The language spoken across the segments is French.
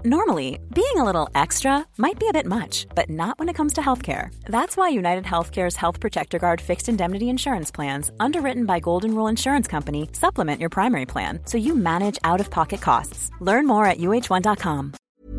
Normally, being a little extra might be a bit much, but not when it comes to healthcare. That's why United Healthcare's Health Protector Guard fixed indemnity insurance plans, underwritten by Golden Rule Insurance Company, supplement your primary plan so you manage out-of-pocket costs. Learn more at uh1.com.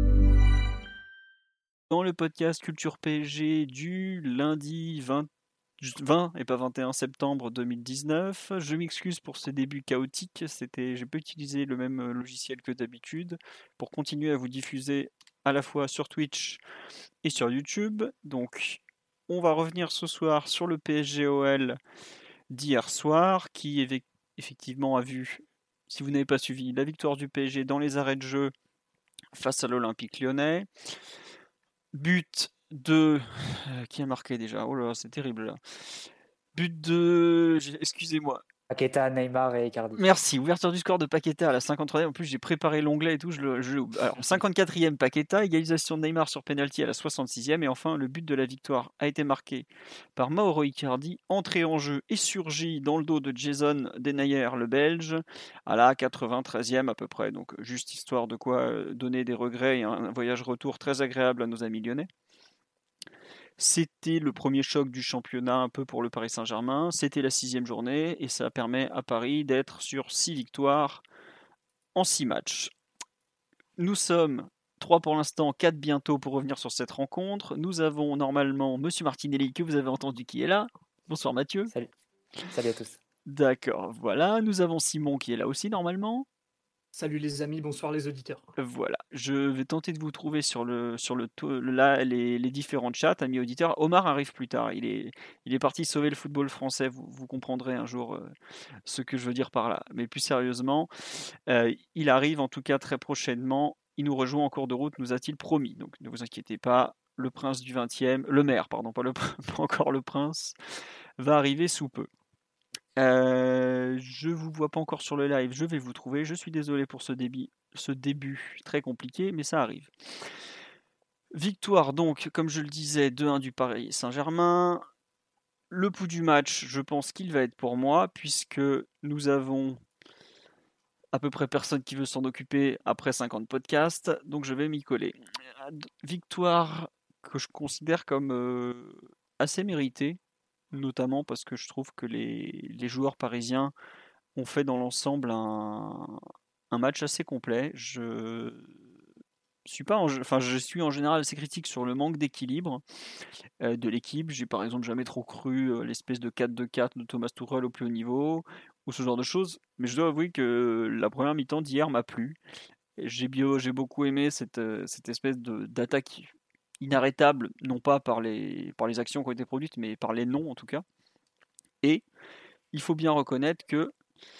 Dans le podcast Culture PSG du lundi 20 et pas 21 septembre 2019. Je m'excuse pour ce début chaotique. J'ai pas utilisé le même logiciel que d'habitude pour continuer à vous diffuser à la fois sur Twitch et sur YouTube. Donc, on va revenir ce soir sur le PSG-OL d'hier soir, qui effectivement a vu, si vous n'avez pas suivi, la victoire du PSG dans les arrêts de jeu face à l'Olympique Lyonnais. But de... qui a marqué déjà? Oh là là, c'est terrible là. But de... Excusez-moi. Paqueta, Neymar et Icardi. Merci. Ouverture du score de Paqueta à la 53e. En plus, j'ai préparé l'onglet et tout. Alors, 54e Paqueta. Égalisation de Neymar sur penalty à la 66e. Et enfin, le but de la victoire a été marqué par Mauro Icardi. Entrée en jeu et surgit dans le dos de Jason Denayer, le Belge, à la 93e à peu près. Donc, juste histoire de quoi donner des regrets et un voyage retour très agréable à nos amis lyonnais. C'était le premier choc du championnat un peu pour le Paris Saint-Germain. C'était la 6e journée et ça permet à Paris d'être sur 6 victoires en 6 matchs. Nous sommes 3 pour l'instant, 4 bientôt pour revenir sur cette rencontre. Nous avons normalement Monsieur Martinelli que vous avez entendu qui est là. Bonsoir Mathieu. Salut. Salut à tous. D'accord, voilà. Nous avons Simon qui est là aussi normalement. Salut les amis, bonsoir les auditeurs. Voilà, je vais tenter de vous trouver sur les différents chats, amis auditeurs. Omar arrive plus tard, il est parti sauver le football français, vous comprendrez un jour ce que je veux dire par là. Mais plus sérieusement, il arrive en tout cas très prochainement, il nous rejoint en cours de route, nous a-t-il promis. Donc ne vous inquiétez pas, le prince du 20e, le maire, pardon, pas encore le prince, va arriver sous peu. Je vous vois pas encore sur le live, je vais vous trouver. Je suis désolé pour ce début très compliqué, mais ça arrive. Victoire donc, comme je le disais, 2-1 du Paris Saint-Germain. Le pouls du match, je pense qu'il va être pour moi, puisque nous avons à peu près personne qui veut s'en occuper après 50 podcasts, donc je vais m'y coller. Victoire que je considère comme assez méritée, notamment parce que je trouve que les joueurs parisiens ont fait dans l'ensemble un match assez complet. Je suis en général assez critique sur le manque d'équilibre de l'équipe. J'ai par exemple jamais trop cru l'espèce de 4-2-4 de Thomas Tuchel au plus haut niveau ou ce genre de choses. Mais je dois avouer que la première mi-temps d'hier m'a plu. J'ai beaucoup aimé cette espèce d'attaque inarrêtable, non pas par les actions qui ont été produites, mais par les noms en tout cas. Et il faut bien reconnaître que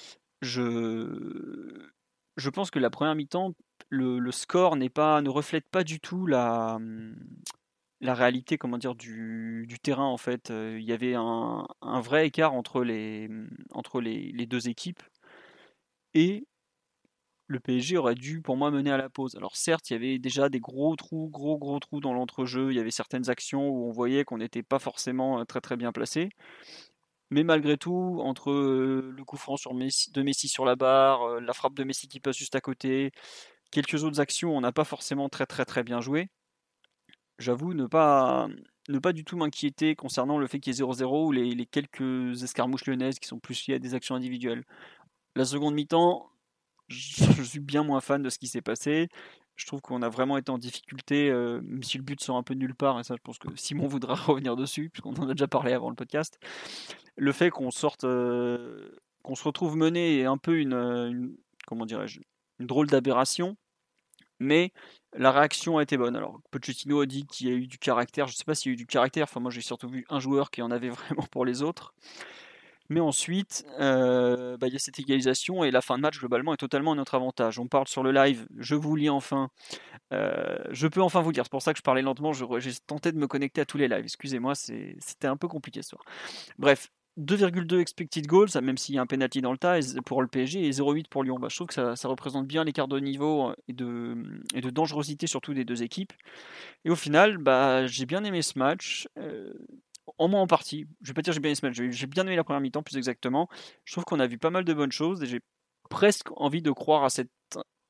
je pense que la première mi-temps, le score ne reflète pas du tout la réalité, comment dire, du terrain en fait. Il y avait un vrai écart entre les deux équipes et le PSG aurait dû, pour moi, mener à la pause. Alors certes, il y avait déjà des gros trous dans l'entrejeu. Il y avait certaines actions où on voyait qu'on n'était pas forcément très très bien placé. Mais malgré tout, entre le coup franc de Messi sur la barre, la frappe de Messi qui passe juste à côté, quelques autres actions, on n'a pas forcément très très très bien joué. J'avoue ne pas du tout m'inquiéter concernant le fait qu'il y ait 0-0 ou les quelques escarmouches lyonnaises qui sont plus liées à des actions individuelles. La seconde mi-temps, je suis bien moins fan de ce qui s'est passé. Je trouve qu'on a vraiment été en difficulté, même si le but sort un peu de nulle part, et ça je pense que Simon voudra revenir dessus, puisqu'on en a déjà parlé avant le podcast. Le fait qu'on se retrouve mené est un peu comment dirais-je, une drôle d'aberration, mais la réaction a été bonne. Alors Pochettino a dit qu'il y a eu du caractère, je ne sais pas s'il y a eu du caractère, enfin moi j'ai surtout vu un joueur qui en avait vraiment pour les autres. Mais ensuite, il y a cette égalisation et la fin de match globalement est totalement à notre avantage. On parle sur le live, je vous lis enfin. Je peux enfin vous lire, c'est pour ça que je parlais lentement, j'ai tenté de me connecter à tous les lives. Excusez-moi, c'était un peu compliqué ce soir. Bref, 2,2 expected goals, même s'il y a un penalty dans le tas pour le PSG et 0,8 pour Lyon. Je trouve que ça représente bien l'écart de niveau et de dangerosité surtout des deux équipes. Et au final, j'ai bien aimé ce match. En moins en partie, je vais pas dire j'ai bien aimé ce match, j'ai bien aimé la première mi-temps plus exactement. Je trouve qu'on a vu pas mal de bonnes choses et j'ai presque envie de croire à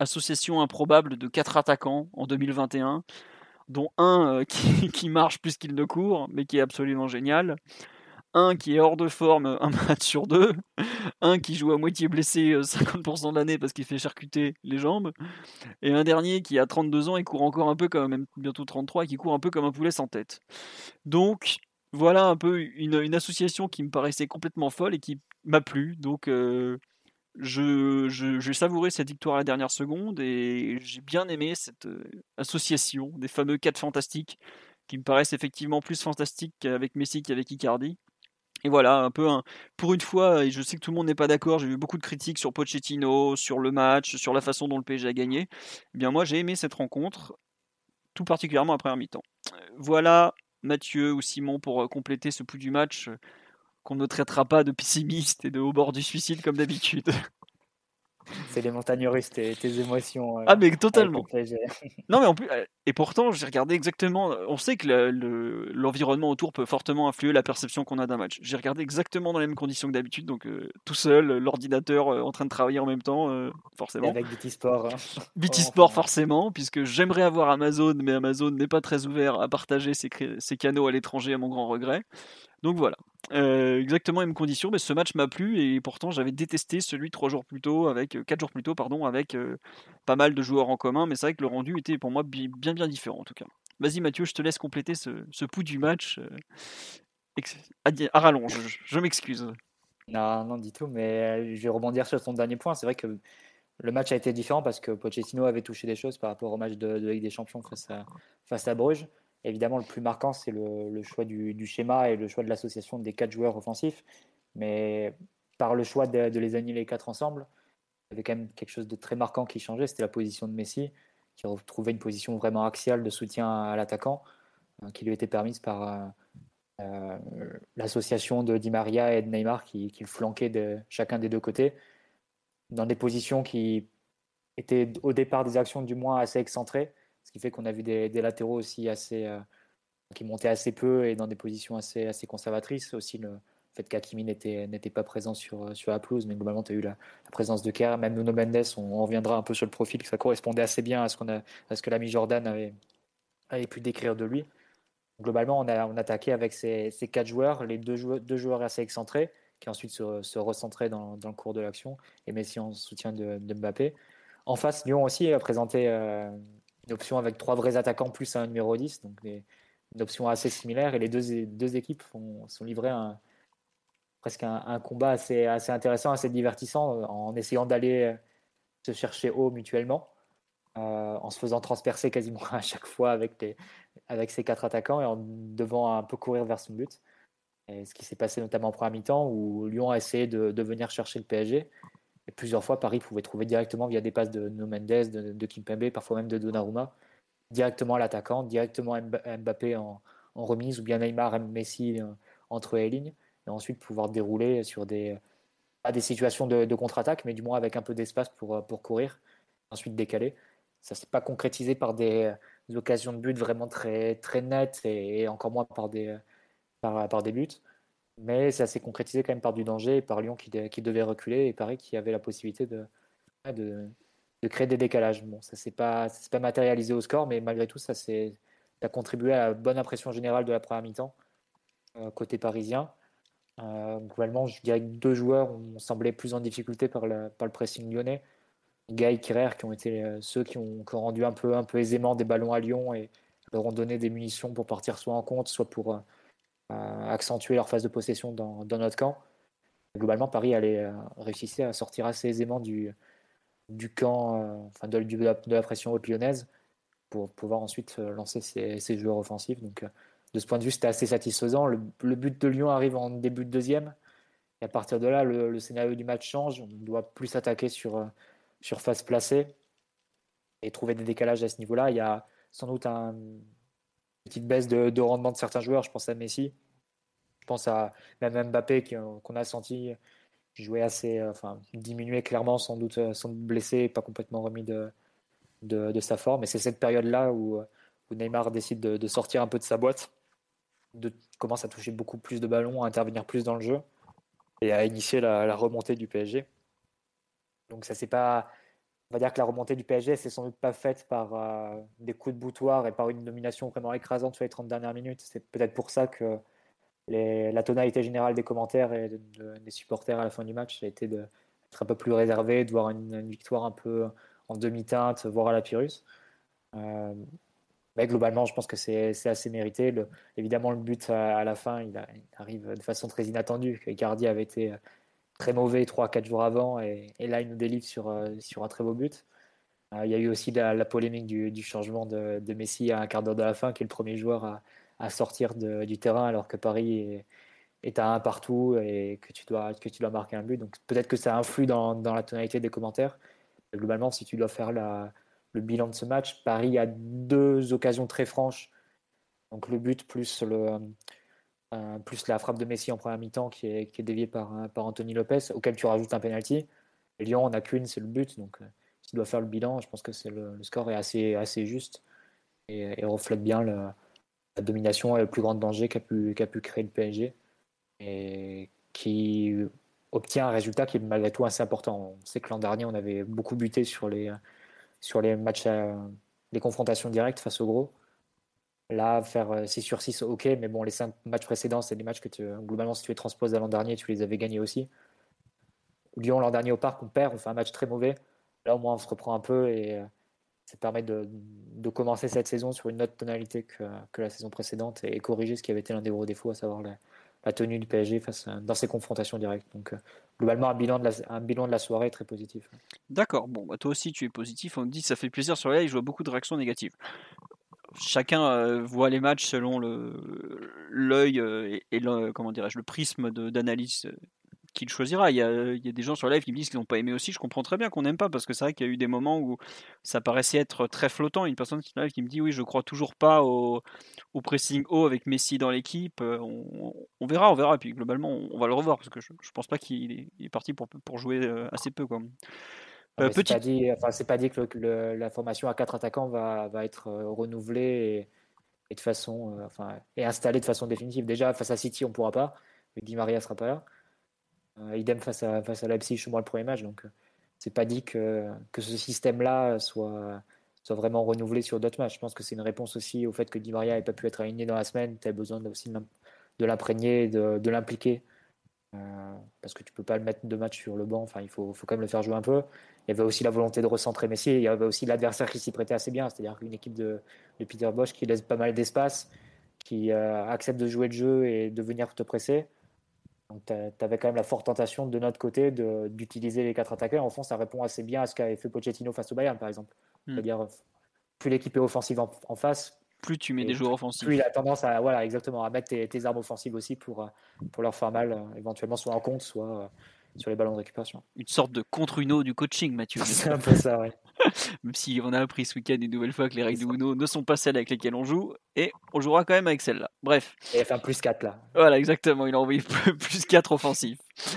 association improbable de 4 attaquants en 2021, dont un qui marche plus qu'il ne court, mais qui est absolument génial. Un qui est hors de forme un match sur deux. Un qui joue à moitié blessé 50% de l'année parce qu'il fait charcuter les jambes. Et un dernier qui a 32 ans et court encore un peu comme, même bientôt 33, et qui court un peu comme un poulet sans tête. Donc voilà un peu une association qui me paraissait complètement folle et qui m'a plu. Donc j'ai savouré cette victoire à la dernière seconde et j'ai bien aimé cette association des fameux 4 fantastiques qui me paraissent effectivement plus fantastiques qu'avec Messi qu'avec Icardi. Et voilà, un peu pour une fois, et je sais que tout le monde n'est pas d'accord, j'ai vu beaucoup de critiques sur Pochettino, sur le match, sur la façon dont le PSG a gagné. Eh bien moi j'ai aimé cette rencontre, tout particulièrement après un mi-temps. Voilà Mathieu ou Simon pour compléter ce pouls du match qu'on ne traitera pas de pessimiste et de haut bord du suicide comme d'habitude. C'est les montagnes russes, tes émotions Ah mais avec le totalement. PSG. Non mais en plus, et pourtant j'ai regardé exactement, on sait que l'environnement autour peut fortement influer la perception qu'on a d'un match. J'ai regardé exactement dans les mêmes conditions que d'habitude, donc tout seul, l'ordinateur en train de travailler en même temps, Et forcément. avec BT Sport. BT Sport forcément, puisque j'aimerais avoir Amazon, mais Amazon n'est pas très ouvert à partager ses canaux à l'étranger à mon grand regret. Donc voilà, exactement les mêmes conditions, mais ce match m'a plu et pourtant j'avais détesté celui 4 jours plus tôt, avec pas mal de joueurs en commun, mais c'est vrai que le rendu était pour moi bien différent en tout cas. Vas-y Mathieu, je te laisse compléter ce pouls du match à rallonge, je m'excuse. Non, non, du tout, mais je vais rebondir sur ton dernier point. C'est vrai que le match a été différent parce que Pochettino avait touché des choses par rapport au match de Ligue des Champions face à Bruges. Évidemment, le plus marquant, c'est le choix du schéma et le choix de l'association des 4 joueurs offensifs. Mais par le choix de les aligner les 4 ensemble, il y avait quand même quelque chose de très marquant qui changeait. C'était la position de Messi, qui retrouvait une position vraiment axiale de soutien à l'attaquant, qui lui était permise par l'association de Di Maria et de Neymar qui le flanquaient de chacun des deux côtés, dans des positions qui étaient au départ des actions du moins assez excentrées, ce qui fait qu'on a vu des latéraux aussi qui montaient assez peu et dans des positions assez conservatrices. Aussi le fait qu'Hakimi n'était pas présent sur la pelouse, mais globalement tu as eu la présence de Kerr, même Nuno Mendes, on reviendra un peu sur le profil, que ça correspondait assez bien à ce que l'ami Jordan avait pu décrire de lui. Globalement, on attaquait avec ces 4 joueurs, les deux joueurs assez excentrés, qui ensuite se recentraient dans le cours de l'action, et Messi en soutien de Mbappé. En face, Lyon aussi a présenté une option avec 3 vrais attaquants plus un numéro 10, donc une option assez similaire, et les deux équipes sont livrées presque un combat assez intéressant, assez divertissant, en essayant d'aller se chercher haut mutuellement, en se faisant transpercer quasiment à chaque fois avec ses 4 attaquants et en devant un peu courir vers son but. Et ce qui s'est passé notamment en première mi-temps où Lyon a essayé de venir chercher le PSG. Et plusieurs fois, Paris pouvait trouver directement via des passes de Nuno Mendes, de Kimpembe, parfois même de Donnarumma, directement l'attaquant, directement Mbappé en remise, ou bien Neymar et Messi entre les lignes, et ensuite pouvoir dérouler sur pas des situations de contre-attaque, mais du moins avec un peu d'espace pour courir, ensuite décaler. Ça ne s'est pas concrétisé par des occasions de but vraiment très, très nettes et encore moins par des buts. Mais ça s'est concrétisé quand même par du danger et par Lyon qui devait reculer et Paris qui avait la possibilité de créer des décalages. Bon, ça ne s'est pas matérialisé au score, mais malgré tout, ça a contribué à la bonne impression générale de la première mi-temps côté parisien. Globalement, je dirais que 2 joueurs ont semblé plus en difficulté par le pressing lyonnais. Guy et Kerrer qui ont été ceux qui ont rendu un peu aisément des ballons à Lyon et leur ont donné des munitions pour partir soit en compte, soit pour accentuer leur phase de possession dans notre camp. Globalement, Paris réussissait à sortir assez aisément du camp, de la pression haute lyonnaise pour pouvoir ensuite lancer ses joueurs offensifs. Donc, de ce point de vue, c'était assez satisfaisant. Le but de Lyon arrive en début de deuxième. Et à partir de là, le scénario du match change. On doit plus s'attaquer sur phase placée et trouver des décalages à ce niveau-là. Il y a sans doute une petite baisse de rendement de certains joueurs. Je pense à Messi. Je pense à même Mbappé qu'on a senti jouer diminuer clairement, sans doute blessé, pas complètement remis de sa forme. Et c'est cette période-là où Neymar décide de sortir un peu de sa boîte, commence à toucher beaucoup plus de ballons, à intervenir plus dans le jeu et à initier la remontée du PSG. Donc ça s'est pas on va dire que la remontée du PSG, c'est sans doute pas faite par des coups de boutoir et par une domination vraiment écrasante sur les 30 dernières minutes. C'est peut-être pour ça que la tonalité générale des commentaires et des supporters à la fin du match a été d'être un peu plus réservé, de voir une victoire un peu en demi-teinte, voire à la Pyrrhus. Mais globalement, je pense que c'est assez mérité. Évidemment, le but à la fin, il arrive de façon très inattendue. Icardi avait été très mauvais 3-4 jours avant et là, il nous délivre sur un très beau but. Il y a eu aussi la polémique du changement de Messi à un quart d'heure de la fin, qui est le premier joueur à sortir du terrain alors que Paris est à un partout et que tu dois marquer un but. Donc peut-être que ça influe dans la tonalité des commentaires. Mais globalement, si tu dois faire le bilan de ce match, Paris a 2 occasions très franches. Donc le but plus la frappe de Messi en première mi-temps qui est déviée par Anthony Lopez, auquel tu rajoutes un penalty. Et Lyon, on n'a qu'une, c'est le but. Donc si tu dois faire le bilan, je pense que le score est assez juste et reflète bien la domination et le plus grand danger qu'a pu créer le PSG et qui obtient un résultat qui est malgré tout assez important. On sait que l'an dernier, on avait beaucoup buté sur les matchs, les confrontations directes face au gros. Là, faire 6 sur 6, ok, mais bon, les 5 matchs précédents, c'est des matchs que globalement, si tu les transposes à l'an dernier, tu les avais gagnés aussi. Lyon, l'an dernier au Parc, on perd, on fait un match très mauvais. Là, au moins, on se reprend un peu et ça permet de commencer cette saison sur une autre tonalité que la saison précédente et corriger ce qui avait été l'un des gros défauts, à savoir la tenue du PSG dans ces confrontations directes. Donc, globalement, un bilan de la soirée très positif. D'accord, bon, toi aussi tu es positif, on me dit ça fait plaisir sur les live, je vois beaucoup de réactions négatives. Chacun voit les matchs selon l'œil et le prisme d'analyse qu'il choisira. Il y a des gens sur live qui me disent qu'ils n'ont pas aimé aussi. Je comprends très bien qu'on n'aime pas parce que c'est vrai qu'il y a eu des moments où ça paraissait être très flottant. Une personne qui me dit oui, je crois toujours pas au pressing haut avec Messi dans l'équipe. On verra. Et puis globalement, on va le revoir parce que je pense pas qu'il est parti pour jouer assez peu quoi. C'est pas dit que la formation à 4 attaquants va être renouvelée et de façon, et installée de façon définitive. Déjà, face à City, on ne pourra pas. Mais Di Maria ne sera pas là. Idem face à Leipzig, chez moi, le premier match. Donc, c'est pas dit que ce système-là soit vraiment renouvelé sur d'autres matchs. Je pense que c'est une réponse aussi au fait que Di Maria n'ait pas pu être aligné dans la semaine. Tu as besoin aussi de l'imprégner, de l'impliquer. Parce que tu peux pas le mettre 2 matchs sur le banc. Enfin, il faut quand même le faire jouer un peu. Il y avait aussi la volonté de recentrer Messi. Il y avait aussi l'adversaire qui s'y prêtait assez bien. C'est-à-dire une équipe de Peter Bosz qui laisse pas mal d'espace, qui accepte de jouer le jeu et de venir te presser. Donc, tu avais quand même la forte tentation de notre côté d'utiliser les 4 attaquants. En fond, ça répond assez bien à ce qu'avait fait Pochettino face au Bayern, par exemple. C'est-à-dire, plus l'équipe est offensive en face, plus tu mets des joueurs offensifs. Plus il a tendance à mettre tes armes offensives aussi pour leur faire mal, éventuellement soit en compte, soit sur les ballons de récupération. Une sorte de contre-Uno du coaching, Mathieu. C'est un peu ça, ouais. Même si on a appris ce week-end une nouvelle fois que les règles de Uno ne sont pas celles avec lesquelles on joue, et on jouera quand même avec celles-là. Bref. Et il a fait un plus 4 là. Voilà, exactement, il a envoyé plus 4 offensifs.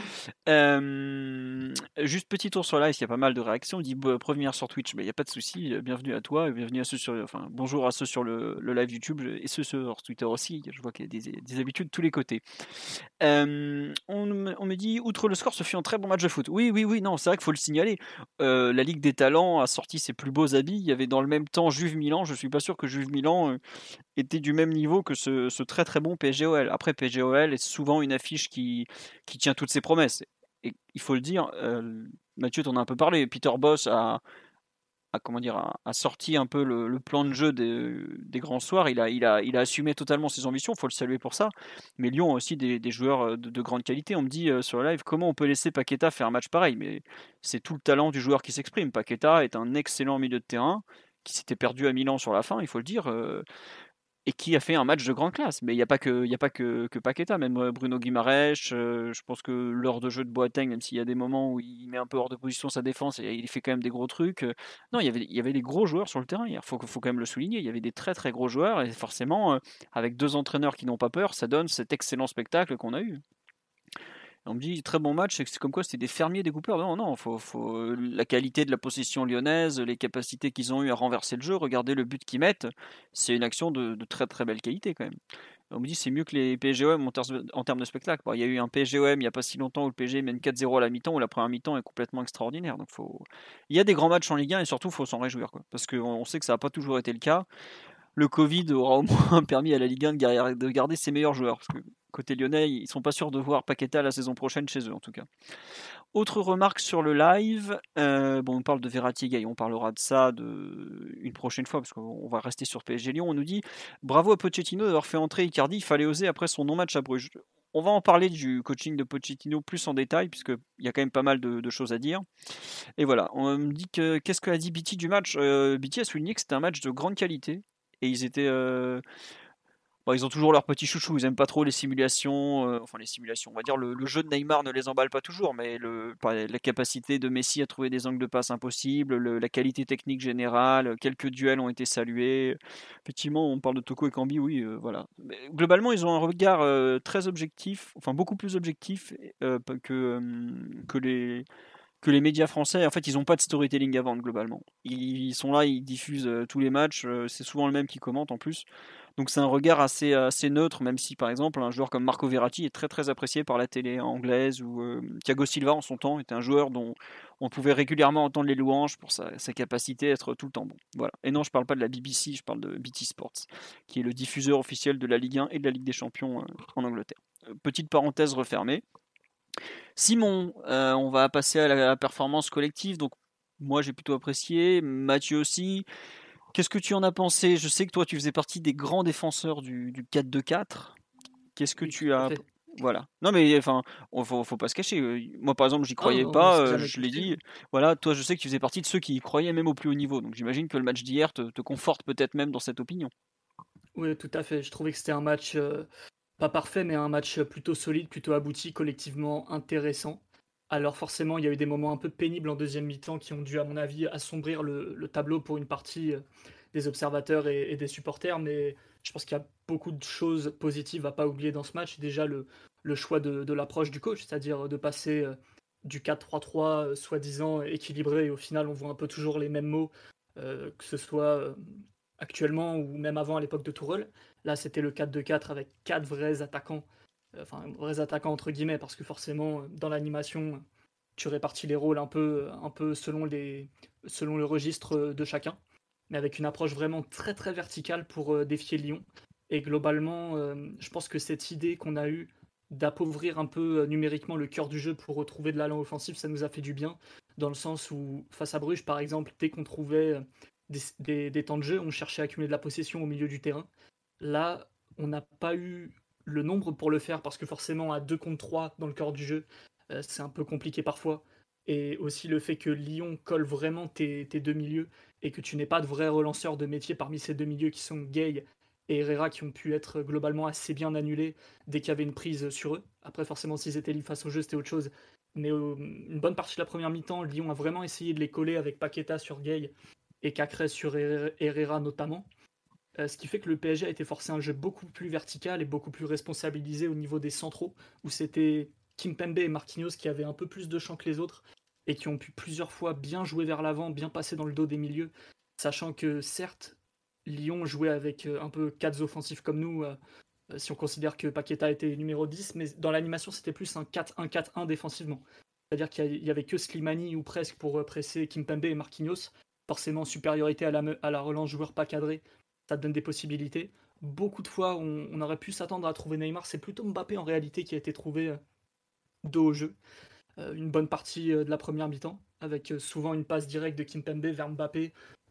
Juste petit tour sur live, il y a pas mal de réactions. On dit prévenir sur Twitch, il n'y a pas de souci. Bienvenue à toi, bienvenue à ceux bonjour à ceux sur le live YouTube et ceux sur Twitter aussi. Je vois qu'il y a des habitudes de tous les côtés. On me dit, outre le score, ce fut un très bon match de foot. Oui, non, c'est vrai qu'il faut le signaler. La Ligue des Talents a sorti ses plus beaux habits. Il y avait dans le même temps Juve Milan. Je suis pas sûr que Juve Milan était du même niveau que ce très très bon PSG-OL. Après, PSG-OL est souvent une affiche qui tient toutes ses promesses. Et il faut le dire, Mathieu t'en a un peu parlé, Peter Bosz a sorti un peu le plan de jeu des grands soirs. Il a assumé totalement ses ambitions, il faut le saluer pour ça. Mais Lyon a aussi des joueurs de grande qualité. On me dit sur le live, comment on peut laisser Paqueta faire un match pareil? Mais c'est tout le talent du joueur qui s'exprime. Paqueta est un excellent milieu de terrain qui s'était perdu à Milan sur la fin, il faut le dire. Et qui a fait un match de grande classe. Mais il n'y a pas que Paqueta, même Bruno Guimaraes. Je pense que l'heure de jeu de Boateng, même s'il y a des moments où il met un peu hors de position sa défense, et il fait quand même des gros trucs. Non, il y avait des gros joueurs sur le terrain hier. Faut quand même le souligner. Il y avait des très très gros joueurs et forcément, avec 2 entraîneurs qui n'ont pas peur, ça donne cet excellent spectacle qu'on a eu. On me dit très bon match, c'est comme quoi c'était des fermiers découpeurs. Non, faut la qualité de la possession lyonnaise, les capacités qu'ils ont eu à renverser le jeu, regardez le but qu'ils mettent, c'est une action de très très belle qualité quand même. On me dit c'est mieux que les PSG-OM en termes de spectacle. Bon, il y a eu un PSG-OM il n'y a pas si longtemps où le PSG mène 4-0 à la mi-temps, où la première mi-temps est complètement extraordinaire. Donc il y a des grands matchs en Ligue 1 et surtout il faut s'en réjouir, quoi. Parce qu'on sait que ça n'a pas toujours été le cas. Le Covid aura au moins permis à la Ligue 1 de garder ses meilleurs joueurs. Parce que côté lyonnais, ils ne sont pas sûrs de voir Paqueta la saison prochaine chez eux en tout cas. Autre remarque sur le live, on parle de Verratti, Gaï, on parlera de ça une prochaine fois parce qu'on va rester sur PSG Lyon. On nous dit bravo à Pochettino d'avoir fait entrer Icardi, il fallait oser après son non-match à Bruges. On va en parler du coaching de Pochettino plus en détail puisqu'il y a quand même pas mal de choses à dire. Et voilà, on me dit qu'est-ce qu'a dit Biti du match. Biti a souligné que c'était un match de grande qualité et ils étaient... Bon, ils ont toujours leurs petits chouchous, ils aiment pas trop les simulations, les simulations, on va dire le jeu de Neymar ne les emballe pas toujours, mais la capacité de Messi à trouver des angles de passe impossibles, la qualité technique générale, quelques duels ont été salués. Effectivement, on parle de Toko et Kambi, oui, voilà. Mais globalement, ils ont un regard très objectif, enfin beaucoup plus objectif que les médias français. En fait, ils n'ont pas de storytelling à vendre globalement. Ils sont là, ils diffusent tous les matchs, c'est souvent le même qui commente en plus. Donc c'est un regard assez neutre, même si par exemple un joueur comme Marco Verratti est très très apprécié par la télé anglaise, ou Thiago Silva en son temps était un joueur dont on pouvait régulièrement entendre les louanges pour sa capacité à être tout le temps bon. Voilà. Et non, je parle pas de la BBC, je parle de BT Sports, qui est le diffuseur officiel de la Ligue 1 et de la Ligue des Champions en Angleterre. Petite parenthèse refermée. Simon, on va passer à la performance collective. Donc moi j'ai plutôt apprécié, Mathieu aussi. Qu'est-ce que tu en as pensé? Je sais que toi tu faisais partie des grands défenseurs du 4-2-4. Qu'est-ce que Oui, tu tout à as... fait. Voilà. Non mais enfin, faut pas se cacher. Moi par exemple j'y Ah croyais non, on pas, s'est jamais je l'ai caché. dit. Voilà, toi je sais que tu faisais partie de ceux qui y croyaient même au plus haut niveau. Donc j'imagine que le match d'hier te conforte peut-être même dans cette opinion. Oui, tout à fait. Je trouvais que c'était un match pas parfait, mais un match plutôt solide, plutôt abouti, collectivement intéressant. Alors forcément, il y a eu des moments un peu pénibles en deuxième mi-temps qui ont dû, à mon avis, assombrir le tableau pour une partie des observateurs et des supporters, mais je pense qu'il y a beaucoup de choses positives à pas oublier dans ce match. Déjà, le choix de l'approche du coach, c'est-à-dire de passer du 4-3-3 soi-disant équilibré, et au final, on voit un peu toujours les mêmes mots, que ce soit actuellement ou même avant à l'époque de Tourelle. Là, c'était le 4-2-4 avec quatre vrais attaquants, enfin vrais attaquants entre guillemets, parce que forcément, dans l'animation, tu répartis les rôles un peu selon le registre de chacun, mais avec une approche vraiment très très verticale pour défier Lyon. Et globalement, je pense que cette idée qu'on a eue d'appauvrir un peu numériquement le cœur du jeu pour retrouver de l'allant offensif, ça nous a fait du bien, dans le sens où, face à Bruges par exemple, dès qu'on trouvait des temps de jeu, on cherchait à accumuler de la possession au milieu du terrain. Là, on n'a pas eu le nombre pour le faire parce que forcément à 2 contre 3 dans le corps du jeu, c'est un peu compliqué parfois. Et aussi le fait que Lyon colle vraiment tes deux milieux et que tu n'aies pas de vrais relanceurs de métier parmi ces deux milieux qui sont Gay et Herrera, qui ont pu être globalement assez bien annulés dès qu'il y avait une prise sur eux. Après forcément s'ils étaient libres face au jeu c'était autre chose. Mais une bonne partie de la première mi-temps, Lyon a vraiment essayé de les coller avec Paqueta sur Gay et Cacré sur Herrera notamment. Ce qui fait que le PSG a été forcé à un jeu beaucoup plus vertical et beaucoup plus responsabilisé au niveau des centraux, où c'était Kimpembe et Marquinhos qui avaient un peu plus de champ que les autres et qui ont pu plusieurs fois bien jouer vers l'avant, bien passer dans le dos des milieux, sachant que certes, Lyon jouait avec un peu quatre offensifs comme nous, si on considère que Paqueta était numéro 10, mais dans l'animation c'était plus un 4-1-4-1 défensivement. C'est-à-dire qu'il n'y avait que Slimani ou presque pour presser Kimpembe et Marquinhos. Forcément, supériorité à la relance joueur pas cadré, ça te donne des possibilités. Beaucoup de fois, on aurait pu s'attendre à trouver Neymar. C'est plutôt Mbappé en réalité qui a été trouvé dos au jeu. Une bonne partie de la première mi-temps, avec souvent une passe directe de Kimpembe vers Mbappé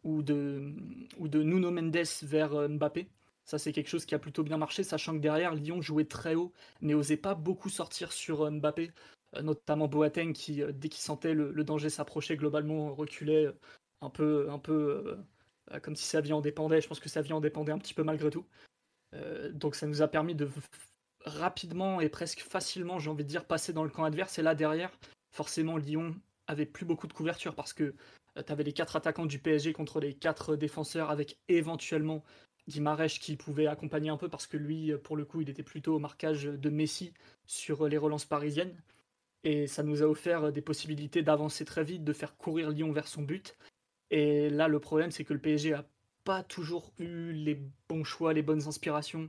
ou de Nuno Mendes vers Mbappé. Ça, c'est quelque chose qui a plutôt bien marché, sachant que derrière, Lyon jouait très haut, mais osait pas beaucoup sortir sur Mbappé, notamment Boateng qui, dès qu'il sentait le danger s'approcher, globalement reculait un peu comme si sa vie en dépendait. Je pense que sa vie en dépendait un petit peu malgré tout. Donc ça nous a permis de rapidement et presque facilement, j'ai envie de dire, passer dans le camp adverse. Et là, derrière, forcément, Lyon avait plus beaucoup de couverture parce que tu avais les quatre attaquants du PSG contre les quatre défenseurs avec éventuellement Guimarães qui pouvait accompagner un peu parce que lui, pour le coup, il était plutôt au marquage de Messi sur les relances parisiennes. Et ça nous a offert des possibilités d'avancer très vite, de faire courir Lyon vers son but. Et là, le problème, c'est que le PSG a pas toujours eu les bons choix, les bonnes inspirations.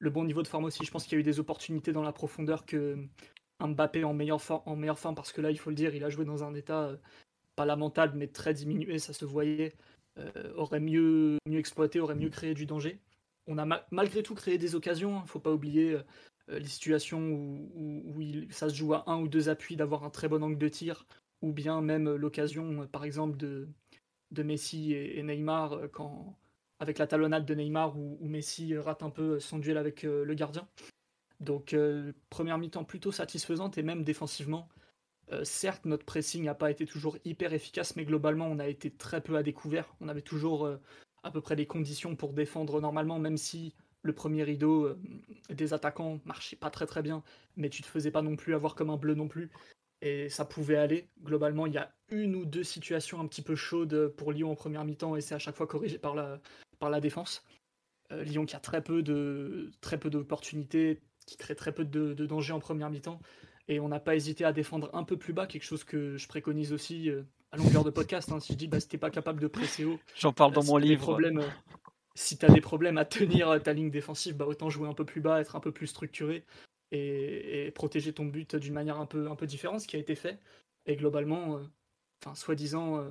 le bon niveau de forme aussi. Je pense qu'il y a eu des opportunités dans la profondeur que Mbappé en meilleure forme, parce que là, il faut le dire, il a joué dans un état pas lamentable, mais très diminué, ça se voyait, aurait mieux exploité, aurait mieux créé du danger. On a malgré tout créé des occasions, il ne faut pas oublier les situations où ça se joue à un ou deux appuis, d'avoir un très bon angle de tir, ou bien même l'occasion, par exemple, de Messi et Neymar, avec la talonnade de Neymar, où Messi rate un peu son duel avec le gardien. Donc, première mi-temps plutôt satisfaisante, et même défensivement. Certes, notre pressing n'a pas été toujours hyper efficace, mais globalement, on a été très peu à découvert. On avait toujours à peu près les conditions pour défendre normalement, même si le premier rideau des attaquants marchait pas très très bien, mais tu te faisais pas non plus avoir comme un bleu non plus. Et ça pouvait aller. Globalement, il y a une ou deux situations un petit peu chaudes pour Lyon en première mi-temps, et c'est à chaque fois corrigé par la défense. Lyon qui a très peu d'opportunités, qui crée très peu de danger en première mi-temps. Et on n'a pas hésité à défendre un peu plus bas, quelque chose que je préconise aussi à longueur de podcast. Si je dis si t'es pas capable de presser haut, J'en parle dans mon livre. Si tu as des problèmes à tenir ta ligne défensive, autant jouer un peu plus bas, être un peu plus structuré et protéger ton but d'une manière un peu différente, ce qui a été fait. Et globalement, soi-disant,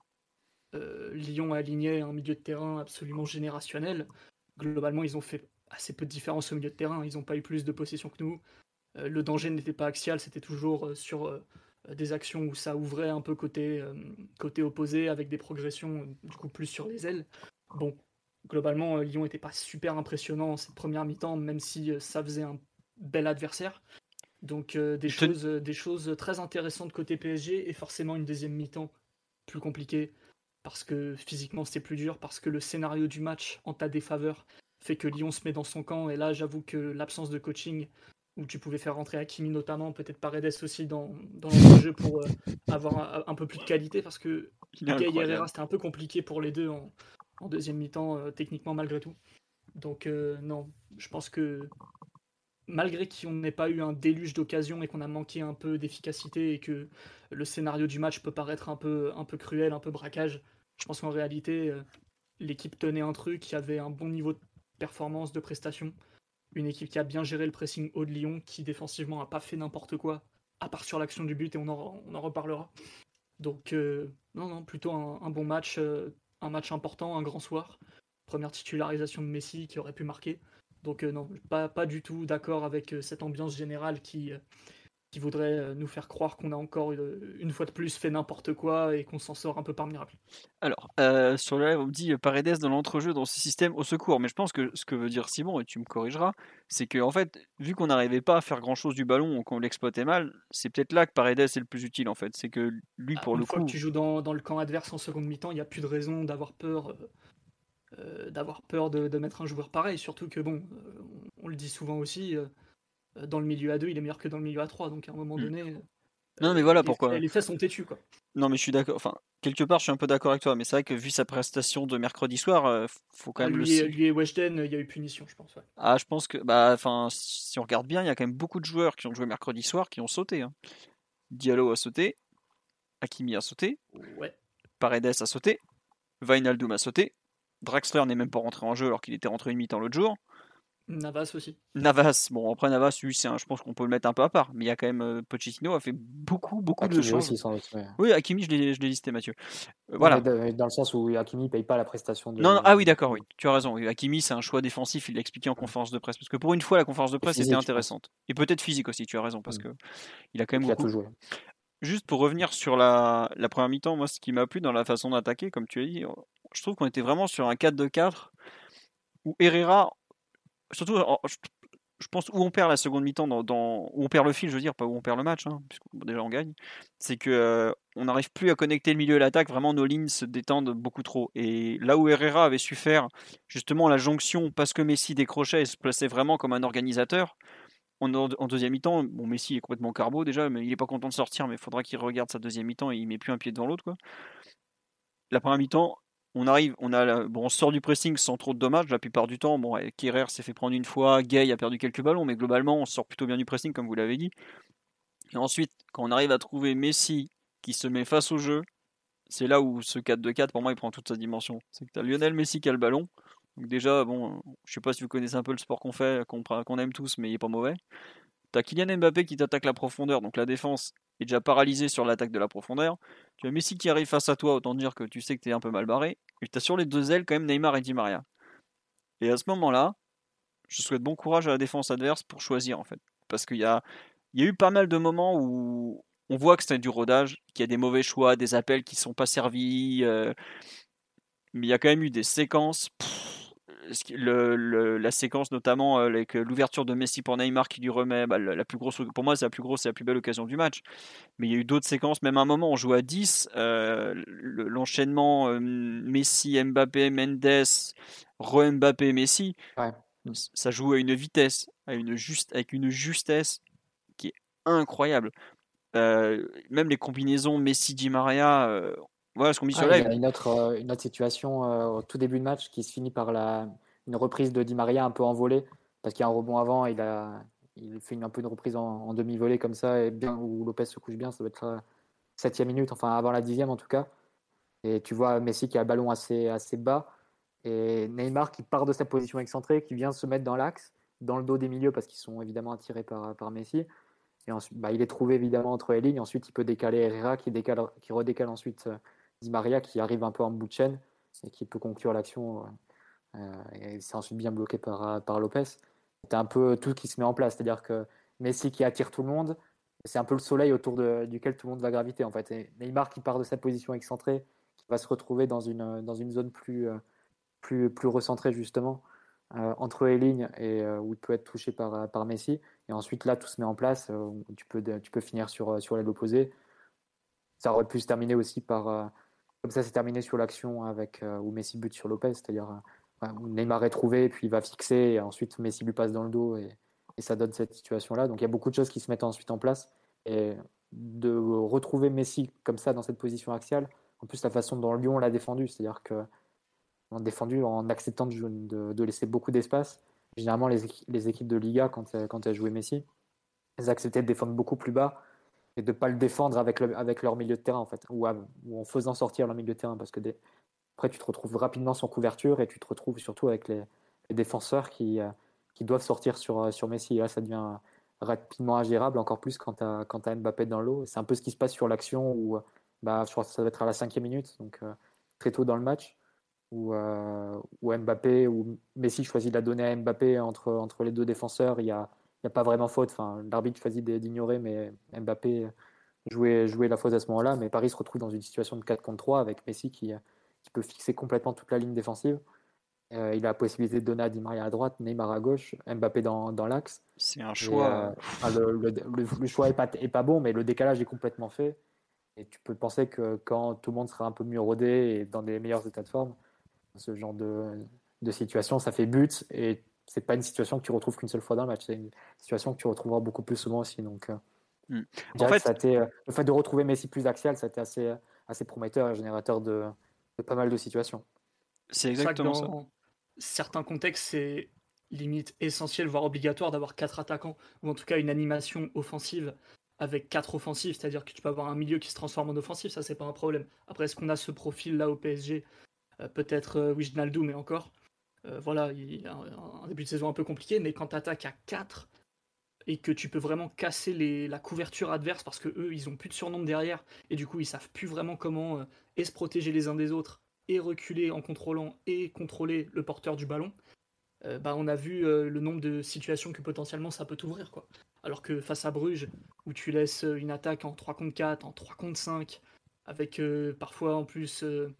Lyon a aligné un milieu de terrain absolument générationnel. Globalement, ils ont fait assez peu de différence au milieu de terrain. Ils n'ont pas eu plus de possession que nous. Le danger n'était pas axial, c'était toujours sur des actions où ça ouvrait un peu côté opposé, avec des progressions du coup plus sur les ailes. Bon, globalement, Lyon n'était pas super impressionnant en cette première mi-temps, même si ça faisait un bel adversaire. Donc des choses très intéressantes côté PSG, et forcément une deuxième mi-temps plus compliquée, parce que physiquement c'était plus dur, parce que le scénario du match en ta défaveur fait que Lyon se met dans son camp. Et là, j'avoue que l'absence de coaching, où tu pouvais faire rentrer Hakimi notamment, peut-être Paredes aussi dans l'entrejeu pour avoir un peu plus de qualité, parce que Gay et Herrera, c'était un peu compliqué pour les deux en deuxième mi-temps, techniquement malgré tout. Donc non, je pense que malgré qu'on n'ait pas eu un déluge d'occasions et qu'on a manqué un peu d'efficacité, et que le scénario du match peut paraître un peu cruel, un peu braquage, je pense qu'en réalité, l'équipe tenait un truc, qui avait un bon niveau de performance, de prestation. Une équipe qui a bien géré le pressing haut de Lyon, qui défensivement n'a pas fait n'importe quoi, à part sur l'action du but, et on en reparlera. Donc non, plutôt un bon match, un match important, un grand soir. Première titularisation de Messi qui aurait pu marquer. Donc non, pas du tout d'accord avec cette ambiance générale qui voudrait nous faire croire qu'on a encore une fois de plus fait n'importe quoi et qu'on s'en sort un peu par miracle. Alors, sur le live, on me dit Paredes dans l'entrejeu, dans ce système, au secours. Mais je pense que ce que veut dire Simon, et tu me corrigeras, c'est que en fait, vu qu'on n'arrivait pas à faire grand-chose du ballon ou qu'on l'exploitait mal, c'est peut-être là que Paredes est le plus utile en fait. C'est que lui, pour le Une fois coup, que tu joues dans le camp adverse en seconde mi-temps, il n'y a plus de raison d'avoir peur de mettre un joueur pareil. Surtout que, bon, on le dit souvent aussi, dans le milieu à 2, il est meilleur que dans le milieu à 3. Donc à un moment donné, non mais voilà pourquoi. les faits sont têtus, quoi. Non mais je suis d'accord. Enfin, quelque part, je suis un peu d'accord avec toi. Mais c'est vrai que vu sa prestation de mercredi soir, faut quand même lui et Weshden, il y a eu punition, je pense. Ouais. Ah, je pense que, enfin, si on regarde bien, il y a quand même beaucoup de joueurs qui ont joué mercredi soir qui ont sauté. Hein. Diallo a sauté, Hakimi a sauté, Ouais. Paredes a sauté, Wijnaldum a sauté, Draxler n'est même pas rentré en jeu alors qu'il était rentré une mi-temps l'autre jour. Navas aussi. Navas, bon après Navas, lui, je pense qu'on peut le mettre un peu à part, mais il y a quand même Pochettino a fait beaucoup Hakimi de choses. Aussi, sans doute, ouais. Oui, Hakimi, je l'ai listé, Mathieu. Voilà. Dans le sens où Hakimi ne paye pas la prestation de. Non, ah oui, d'accord, oui, tu as raison. Hakimi, c'est un choix défensif, il l'a expliqué en conférence de presse, parce que pour une fois, la conférence de presse était intéressante. Et peut-être physique aussi, tu as raison, parce que il a quand même beaucoup. Il a tout joué. Juste pour revenir sur la première mi-temps, moi, ce qui m'a plu dans la façon d'attaquer, comme tu as dit, je trouve qu'on était vraiment sur un 4-2-4 où Herrera, surtout, je pense où on perd la seconde mi-temps, où on perd le fil, je veux dire, pas où on perd le match, hein, puisque déjà on gagne, c'est que on n'arrive plus à connecter le milieu et l'attaque, vraiment nos lignes se détendent beaucoup trop. Et là où Herrera avait su faire justement la jonction, parce que Messi décrochait et se plaçait vraiment comme un organisateur, en deuxième mi-temps, bon, Messi est complètement carbo déjà, mais il est pas content de sortir, mais il faudra qu'il regarde sa deuxième mi-temps et il met plus un pied devant l'autre, quoi. La première mi-temps, on sort du pressing sans trop de dommages la plupart du temps. Bon, Kerrer s'est fait prendre une fois, Gay a perdu quelques ballons, mais globalement, on sort plutôt bien du pressing, comme vous l'avez dit. Et ensuite, quand on arrive à trouver Messi qui se met face au jeu, c'est là où ce 4-2-4, pour moi, il prend toute sa dimension. C'est que tu as Lionel Messi qui a le ballon, Donc déjà, bon, je sais pas si vous connaissez un peu le sport qu'on aime tous, mais il est pas mauvais. T'as Kylian Mbappé qui t'attaque la profondeur, donc la défense est déjà paralysée sur l'attaque de la profondeur. Tu as Messi qui arrive face à toi, autant dire que tu sais que t'es un peu mal barré. Et t'as sur les deux ailes quand même Neymar et Di Maria. Et à ce moment-là, je souhaite bon courage à la défense adverse pour choisir en fait. Parce qu'il y a eu pas mal de moments où on voit que c'était du rodage, qu'il y a des mauvais choix, des appels qui ne sont pas servis, mais il y a quand même eu des séquences. La séquence notamment avec l'ouverture de Messi pour Neymar qui lui remet la plus grosse, pour moi c'est la plus grosse et la plus belle occasion du match, mais il y a eu d'autres séquences, même à un moment on joue à 10, l'enchaînement Messi, Mbappé, Mendes, re-Mbappé, Messi, Ouais. ça joue à une vitesse, avec une justesse qui est incroyable. Même les combinaisons Messi, Di Maria, voilà ce qu'on dit sur Il y live. a une autre situation au tout début de match qui se finit par une reprise de Di Maria un peu envolée, parce qu'il y a un rebond avant, il fait un peu une reprise en demi-volée comme ça, et bien, où Lopez se couche bien, ça doit être la 7e minute, enfin avant la 10e en tout cas. Et tu vois Messi qui a le ballon assez bas, et Neymar qui part de sa position excentrée, qui vient se mettre dans l'axe, dans le dos des milieux, parce qu'ils sont évidemment attirés par Messi. Et ensuite, il est trouvé évidemment entre les lignes. Ensuite, il peut décaler Herrera qui redécale ensuite Di Maria qui arrive un peu en bout de chaîne et qui peut conclure l'action. Et c'est ensuite bien bloqué par Lopez. C'est un peu tout qui se met en place. C'est-à-dire que Messi qui attire tout le monde, c'est un peu le soleil autour duquel tout le monde va graviter en fait. Et Neymar qui part de sa position excentrée, qui va se retrouver dans une zone plus recentrée justement, entre les lignes et où il peut être touché par Messi. Et ensuite, là, tout se met en place. Tu peux finir sur l'aile opposée. Ça aurait pu se terminer aussi comme ça, c'est terminé sur l'action où Messi bute sur Lopez, c'est-à-dire où Neymar est trouvé, puis il va fixer, et ensuite Messi lui passe dans le dos, et ça donne cette situation-là. Donc il y a beaucoup de choses qui se mettent ensuite en place. Et de retrouver Messi comme ça dans cette position axiale, en plus la façon dont Lyon l'a défendu, c'est-à-dire que défendu en acceptant de laisser beaucoup d'espace. Généralement, les équipes de Liga, quand elles jouaient Messi, elles acceptaient de défendre beaucoup plus bas et de ne pas le défendre avec leur milieu de terrain, en fait, ou en faisant sortir leur milieu de terrain, parce que après, tu te retrouves rapidement sans couverture et tu te retrouves surtout avec les défenseurs qui doivent sortir sur Messi. Et là, ça devient rapidement ingérable, encore plus quand tu as Mbappé dans l'eau. C'est un peu ce qui se passe sur l'action où je crois que ça doit être à la 5e minute, donc très tôt dans le match, où Mbappé ou Messi choisit de la donner à Mbappé entre les deux défenseurs. Il y a pas vraiment faute. Enfin, l'arbitre choisit d'ignorer, mais Mbappé jouait la faute à ce moment-là. Mais Paris se retrouve dans une situation de 4 contre 3 avec Messi qui peut fixer complètement toute la ligne défensive. Il a la possibilité de donner à Di Maria à droite, Neymar à gauche, Mbappé dans l'axe. C'est un choix. Le choix est pas bon, mais le décalage est complètement fait. Et tu peux penser que quand tout le monde sera un peu mieux rodé et dans des meilleurs états de forme, ce genre de situation, ça fait but, et c'est pas une situation que tu retrouves qu'une seule fois dans le match, c'est une situation que tu retrouveras beaucoup plus souvent aussi. Donc, je dirais que le fait de retrouver Messi plus axial, ça a été assez prometteur et générateur de pas mal de situations. C'est exactement ça. Dans certains contextes, c'est limite essentiel, voire obligatoire, d'avoir 4 attaquants, ou en tout cas une animation offensive avec 4 offensifs, c'est-à-dire que tu peux avoir un milieu qui se transforme en offensif, ça c'est pas un problème. Après, est-ce qu'on a ce profil-là au PSG? Peut-être Wijnaldum, mais encore. Voilà, il a un début de saison un peu compliqué, mais quand tu attaques à 4 et que tu peux vraiment casser la couverture adverse parce que eux ils ont plus de surnombre derrière et du coup ils savent plus vraiment comment et se protéger les uns des autres et reculer en contrôlant et contrôler le porteur du ballon, on a vu le nombre de situations que potentiellement ça peut t'ouvrir, quoi. Alors que face à Bruges, où tu laisses une attaque en 3 contre 4, en 3 contre 5, avec parfois en plus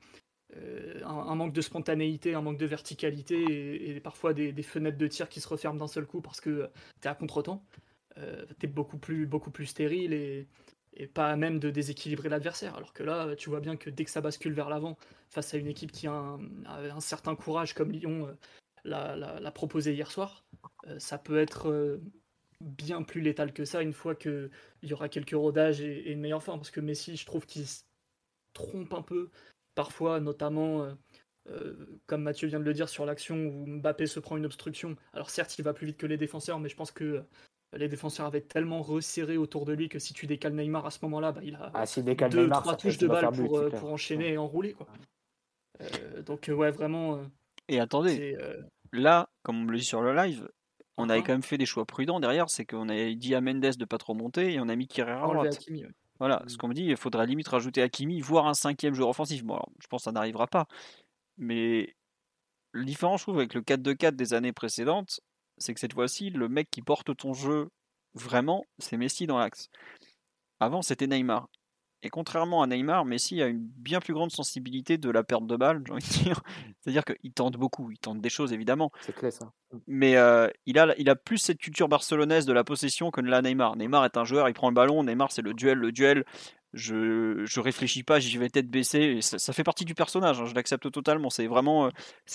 un manque de spontanéité, un manque de verticalité et parfois des fenêtres de tir qui se referment d'un seul coup parce que t'es à contre-temps, t'es beaucoup plus stérile et pas à même de déséquilibrer l'adversaire. Alors que là, tu vois bien que dès que ça bascule vers l'avant, face à une équipe qui a un certain courage comme Lyon l'a proposé hier soir, ça peut être bien plus létal que ça une fois qu'il y aura quelques rodages et une meilleure forme. Parce que Messi, je trouve qu'il se trompe un peu parfois, notamment comme Mathieu vient de le dire sur l'action où Mbappé se prend une obstruction. Alors certes, il va plus vite que les défenseurs, mais je pense que les défenseurs avaient tellement resserré autour de lui que si tu décales Neymar à ce moment-là, il a 2-3 touches de balle pour enchaîner et enrouler, quoi. Donc ouais, vraiment Et attendez, C'est là, comme on me le dit sur le live, on avait uh-huh. quand même fait des choix prudents derrière. C'est qu'on a dit à Mendes de pas trop monter et on a mis Kerrer à Enlever droite. Hakimi. Ouais. Voilà, ce qu'on me dit, il faudrait limite rajouter Hakimi, voire un 5e joueur offensif. Bon, alors, je pense que ça n'arrivera pas. Mais le différent, je trouve, avec le 4-2-4 des années précédentes, c'est que cette fois-ci, le mec qui porte ton jeu vraiment, c'est Messi dans l'axe. Avant, c'était Neymar. Et contrairement à Neymar, Messi a une bien plus grande sensibilité de la perte de balle, j'ai envie de dire. C'est-à-dire qu'il tente beaucoup, il tente des choses évidemment, C'est clé, ça. mais il a plus cette culture barcelonaise de la possession que ne l'a Neymar. Neymar est un joueur, il prend le ballon, Neymar c'est le duel, le duel. Je réfléchis pas, j'y vais tête baissée. Et ça fait partie du personnage, hein, je l'accepte totalement. C'est vraiment,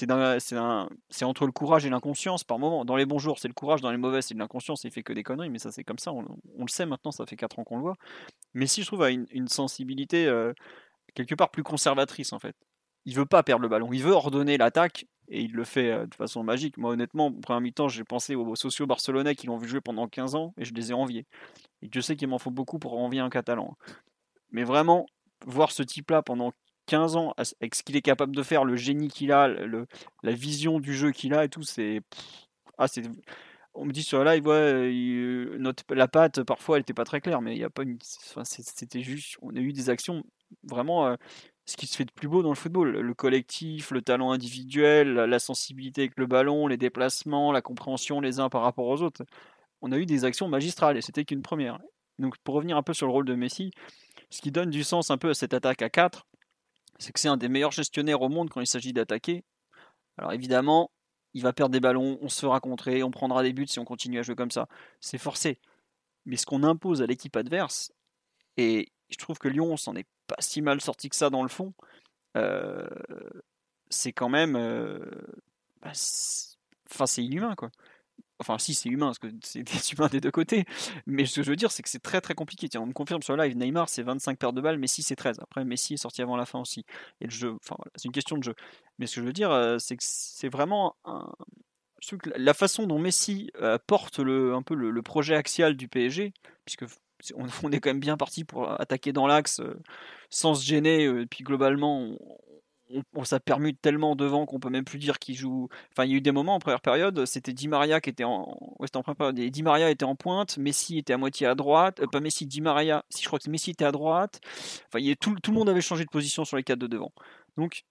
c'est entre le courage et l'inconscience par moment. Dans les bons jours, c'est le courage, dans les mauvais, c'est de l'inconscience. Il fait que des conneries, mais ça c'est comme ça. On le sait maintenant, ça fait 4 ans qu'on le voit. Mais si je trouve a une sensibilité quelque part plus conservatrice en fait. Il veut pas perdre le ballon, il veut ordonner l'attaque et il le fait de façon magique. Moi honnêtement, en première mi-temps, j'ai pensé aux sociaux barcelonais qui l'ont vu jouer pendant 15 ans et je les ai enviés. Et Dieu sait qu'il m'en faut beaucoup pour envier un Catalan. Mais vraiment, voir ce type-là pendant 15 ans, avec ce qu'il est capable de faire, le génie qu'il a, la vision du jeu qu'il a et tout, c'est... Ah, c'est... On me dit sur la live, ouais, la patte, parfois, elle n'était pas très claire, mais il y a pas une... enfin, c'était juste... On a eu des actions vraiment... ce qui se fait de plus beau dans le football, le collectif, le talent individuel, la sensibilité avec le ballon, les déplacements, la compréhension les uns par rapport aux autres. On a eu des actions magistrales et c'était qu'une première. Donc pour revenir un peu sur le rôle de Messi, ce qui donne du sens un peu à cette attaque à 4, c'est que c'est un des meilleurs gestionnaires au monde quand il s'agit d'attaquer. Alors évidemment, il va perdre des ballons, on se fera contrer, on prendra des buts si on continue à jouer comme ça. C'est forcé. Mais ce qu'on impose à l'équipe adverse, et je trouve que Lyon s'en est pas si mal sorti que ça dans le fond, euh, c'est quand même... bah, enfin, c'est inhumain, quoi. Enfin, si, c'est humain, parce que c'est des humains des deux côtés. Mais ce que je veux dire, c'est que c'est très très compliqué. Tiens, on me confirme sur le live, Neymar, c'est 25 pertes de balles, Messi, c'est 13. Après, Messi est sorti avant la fin aussi. Et le jeu, enfin, voilà, c'est une question de jeu. Mais ce que je veux dire, c'est que c'est vraiment un... Je trouve que la façon dont Messi porte un peu le projet axial du PSG, puisque on est quand même bien parti pour attaquer dans l'axe sans se gêner, et puis globalement, on ça permute tellement devant qu'on peut même plus dire qu'il joue. Enfin, il y a eu des moments en première période, c'était Di Maria qui était ouais, c'était en première période, et Di Maria était en pointe, Messi était à moitié à droite, pas Messi, Di Maria, si je crois que Messi était à droite. Enfin, tout le monde avait changé de position sur les 4 de devant. Donc,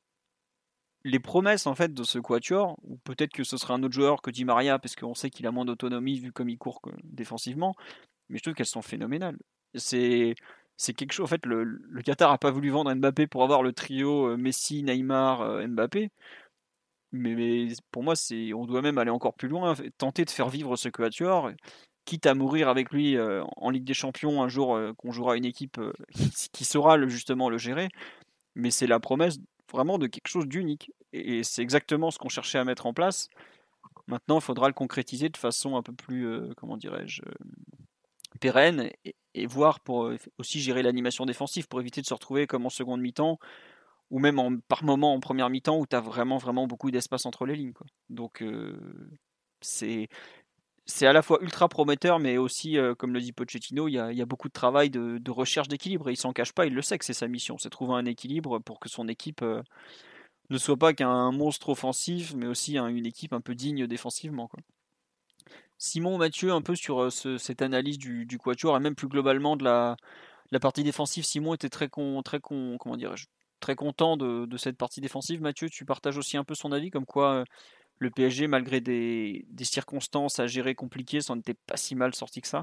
les promesses en fait de ce quatuor, ou peut-être que ce sera un autre joueur que Di Maria, parce qu'on sait qu'il a moins d'autonomie vu comme il court défensivement, mais je trouve qu'elles sont phénoménales. C'est c'est quelque chose. En fait, le Qatar a pas voulu vendre Mbappé pour avoir le trio Messi, Neymar, Mbappé. Mais pour moi, on doit même aller encore plus loin, tenter de faire vivre ce quatuor, quitte à mourir avec lui en Ligue des Champions un jour qu'on jouera une équipe qui saura justement le gérer. Mais c'est la promesse vraiment de quelque chose d'unique. Et c'est exactement ce qu'on cherchait à mettre en place. Maintenant, il faudra le concrétiser de façon un peu plus, comment dirais-je, pérenne et voir pour aussi gérer l'animation défensive pour éviter de se retrouver comme en seconde mi-temps ou même par moment en première mi-temps où tu as vraiment, vraiment beaucoup d'espace entre les lignes, quoi. Donc, c'est, c'est à la fois ultra prometteur, mais aussi, comme le dit Pochettino, il y a beaucoup de travail de recherche d'équilibre et il s'en cache pas, il le sait que c'est sa mission, c'est trouver un équilibre pour que son équipe ne soit pas qu'un monstre offensif, mais aussi une équipe un peu digne défensivement, quoi. Simon, Mathieu, un peu sur cette analyse du quatuor et même plus globalement de la partie défensive. Simon était comment dirais-je, très content de cette partie défensive. Mathieu, tu partages aussi un peu son avis, comme quoi le PSG, malgré des circonstances à gérer compliquées, s'en était pas si mal sorti que ça.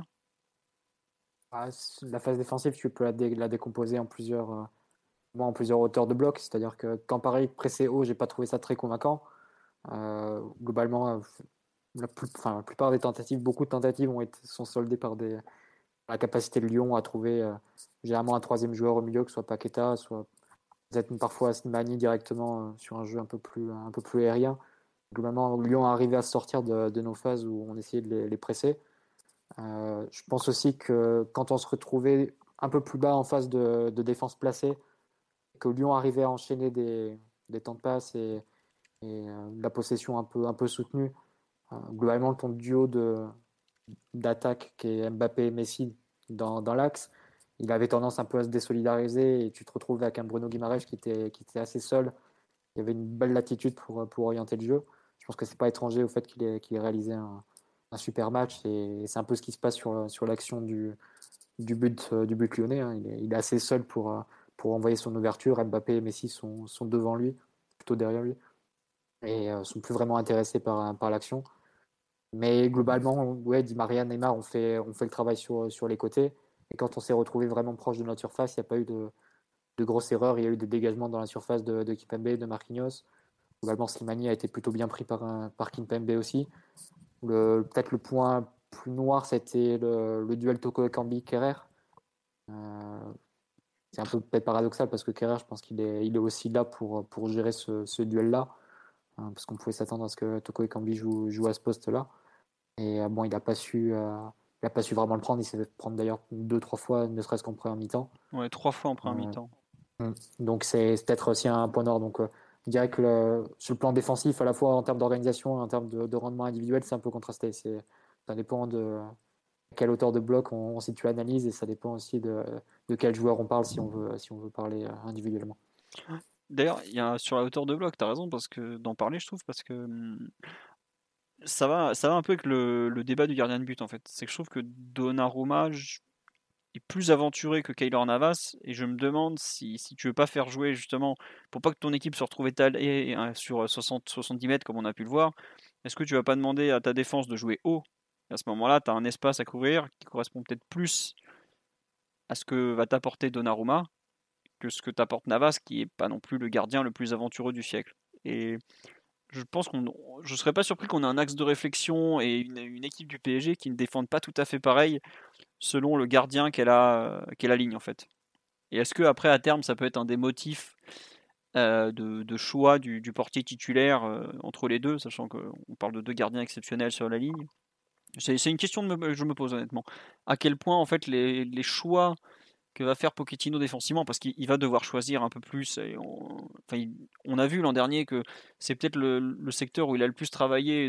La phase défensive, tu peux la décomposer en plusieurs hauteurs de bloc. C'est-à-dire que quand Paris pressait haut, j'ai pas trouvé ça très convaincant. Globalement, la plupart des tentatives, beaucoup de tentatives sont soldées par la capacité de Lyon à trouver généralement un troisième joueur au milieu, que ce soit Paqueta, soit peut-être parfois Slimani directement sur un jeu un peu plus aérien. Globalement, Lyon a arrivé à sortir de nos phases où on essayait de les presser. Je pense aussi que quand on se retrouvait un peu plus bas en phase de défense placée, que Lyon arrivait à enchaîner des temps de passe et la possession un peu soutenue, globalement ton duo d'attaque qui est Mbappé et Messi dans l'axe, il avait tendance un peu à se désolidariser et tu te retrouves avec un Bruno Guimaraes qui était assez seul il y avait une belle latitude pour orienter le jeu. Je pense que c'est pas étranger au fait qu'il ait réalisé un super match, et c'est un peu ce qui se passe sur l'action du but lyonnais. Hein. Il est assez seul pour envoyer son ouverture. Mbappé et Messi sont devant lui, plutôt derrière lui, et sont plus vraiment intéressés par l'action. Mais globalement, ouais, Di Maria, Neymar, on fait le travail sur les côtés. Et quand on s'est retrouvé vraiment proche de notre surface, il n'y a pas eu de grosses erreurs. Il y a eu des dégagements dans la surface de Kimpembe, de Marquinhos. Globalement, Slimani a été plutôt bien pris par Kimpembe aussi. Peut-être le point plus noir, c'était le duel Toko Ekambi-Kerrer. C'est un peu peut-être paradoxal parce que Kerrer, je pense qu'il est aussi là pour gérer ce duel-là. Parce qu'on pouvait s'attendre à ce que Toko Ekambi joue à ce poste-là. Et bon, il n'a pas su vraiment le prendre. Il s'est fait prendre d'ailleurs 2-3 fois, ne serait-ce qu'en première mi-temps. Ouais, 3 fois en première mi-temps. Donc c'est peut-être aussi un point noir. Donc je dirais que sur le plan défensif, à la fois en termes d'organisation et en termes de rendement individuel, c'est un peu contrasté. Ça dépend de à quelle hauteur de bloc on situe l'analyse, et ça dépend aussi de quel joueur on parle si on veut parler individuellement. D'ailleurs, sur la hauteur de bloc, tu as raison d'en parler, je trouve, parce que ça va un peu avec le débat du gardien de but, en fait. C'est que je trouve que Donnarumma est plus aventuré que Keylor Navas, et je me demande si tu veux pas faire jouer, justement, pour pas que ton équipe se retrouve étalée sur 60-70 mètres, comme on a pu le voir, est-ce que tu vas pas demander à ta défense de jouer haut? À ce moment-là, tu as un espace à couvrir qui correspond peut-être plus à ce que va t'apporter Donnarumma que ce que t'apporte Navas, qui est pas non plus le gardien le plus aventureux du siècle. Et je serais pas surpris qu'on ait un axe de réflexion et une équipe du PSG qui ne défende pas tout à fait pareil selon le gardien qu'elle aligne en fait. Et est-ce que après à terme ça peut être un des motifs de choix du portier titulaire entre les deux, sachant qu'on parle de deux gardiens exceptionnels sur la ligne. C'est une question que je me pose honnêtement. À quel point en fait les choix que va faire Pochettino défensivement, parce qu'il va devoir choisir un peu plus. On a vu l'an dernier que c'est peut-être le secteur où il a le plus travaillé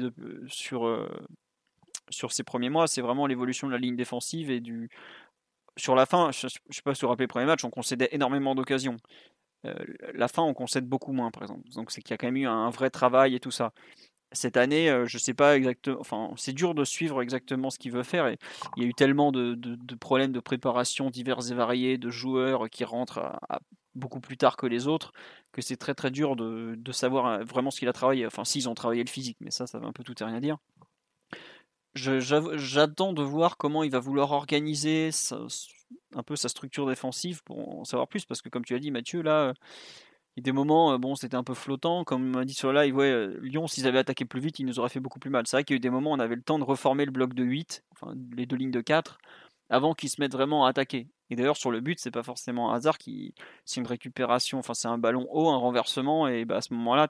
sur ses premiers mois, c'est vraiment l'évolution de la ligne défensive sur la fin. Je ne sais pas si vous vous rappelez le premier match, on concédait énormément d'occasions. La fin, on concède beaucoup moins, par exemple. Donc c'est qu'il y a quand même eu un vrai travail et tout ça. Cette année, je sais pas exactement. Enfin, c'est dur de suivre exactement ce qu'il veut faire. Et il y a eu tellement de problèmes de préparation divers et variés, de joueurs qui rentrent beaucoup plus tard que les autres, que c'est très très dur de savoir vraiment ce qu'il a travaillé. Enfin, s'ils ont travaillé le physique, mais ça veut un peu tout et rien dire. J'attends de voir comment il va vouloir organiser un peu sa structure défensive pour en savoir plus, parce que comme tu as dit, Mathieu, là. Il y a des moments, bon, c'était un peu flottant. Comme on m'a dit sur le live, ouais, Lyon, s'ils avaient attaqué plus vite, ils nous auraient fait beaucoup plus mal. C'est vrai qu'il y a eu des moments où on avait le temps de reformer le bloc de 8, enfin les deux lignes de 4, avant qu'ils se mettent vraiment à attaquer. Et d'ailleurs, sur le but, c'est pas forcément un hasard. C'est une récupération, enfin, c'est un ballon haut, un renversement. Et bah, à ce moment-là,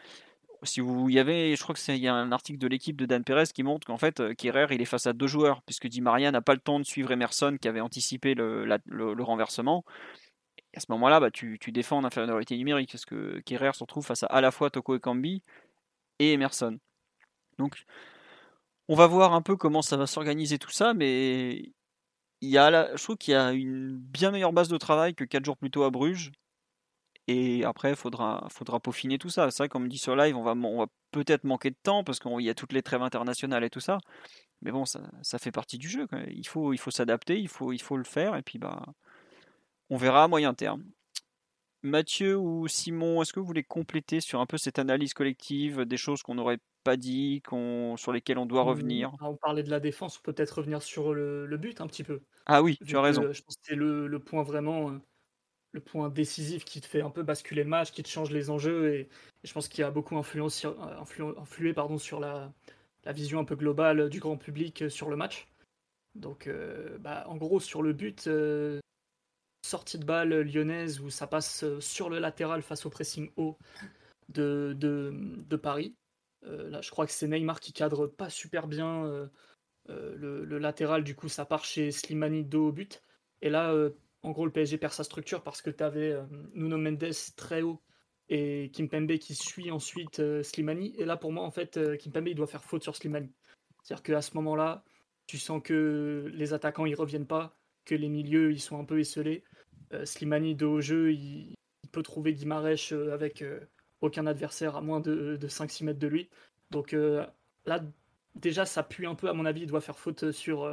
je crois il y a un article de l'équipe de Dan Perez qui montre qu'en fait, Kerrer, il est face à deux joueurs, puisque Di Maria n'a pas le temps de suivre Emerson qui avait anticipé le renversement. Et à ce moment-là, bah, tu défends en infériorité numérique parce que Kerrer se retrouve face à la fois Toko Ekambi et Emerson. Donc, on va voir un peu comment ça va s'organiser tout ça, mais je trouve qu'il y a une bien meilleure base de travail que 4 jours plus tôt à Bruges. Et après, il faudra peaufiner tout ça. C'est vrai, comme dit sur live, on va peut-être manquer de temps parce qu'il y a toutes les trêves internationales et tout ça. Mais bon, ça fait partie du jeu. Quoi. Il faut s'adapter, il faut le faire, et puis bah, on verra à moyen terme. Mathieu ou Simon, est-ce que vous voulez compléter sur un peu cette analyse collective, des choses qu'on n'aurait pas dit, sur lesquelles on doit revenir? On parlait de la défense, peut-être revenir sur le but un petit peu. Ah oui, tu Vu as que raison. je pense que c'est le point vraiment, le point décisif qui te fait un peu basculer le match, qui te change les enjeux, et je pense qu'il a beaucoup influé pardon, sur la vision un peu globale du grand public sur le match. Donc, en gros, sur le but, sortie de balle lyonnaise où ça passe sur le latéral face au pressing haut de Paris. Là, je crois que c'est Neymar qui cadre pas super bien le latéral, du coup, ça part chez Slimani dos au but. Et là, en gros, le PSG perd sa structure parce que tu avais Nuno Mendes très haut et Kimpembe qui suit ensuite Slimani. Et là, pour moi, en fait, Kimpembe, il doit faire faute sur Slimani. C'est-à-dire qu'à ce moment-là, tu sens que les attaquants, ils reviennent pas, que les milieux, ils sont un peu esselés. Slimani, dos au jeu, il peut trouver Guimarães avec aucun adversaire à moins de 5-6 mètres de lui. Donc là, déjà, ça pue un peu, à mon avis, il doit faire faute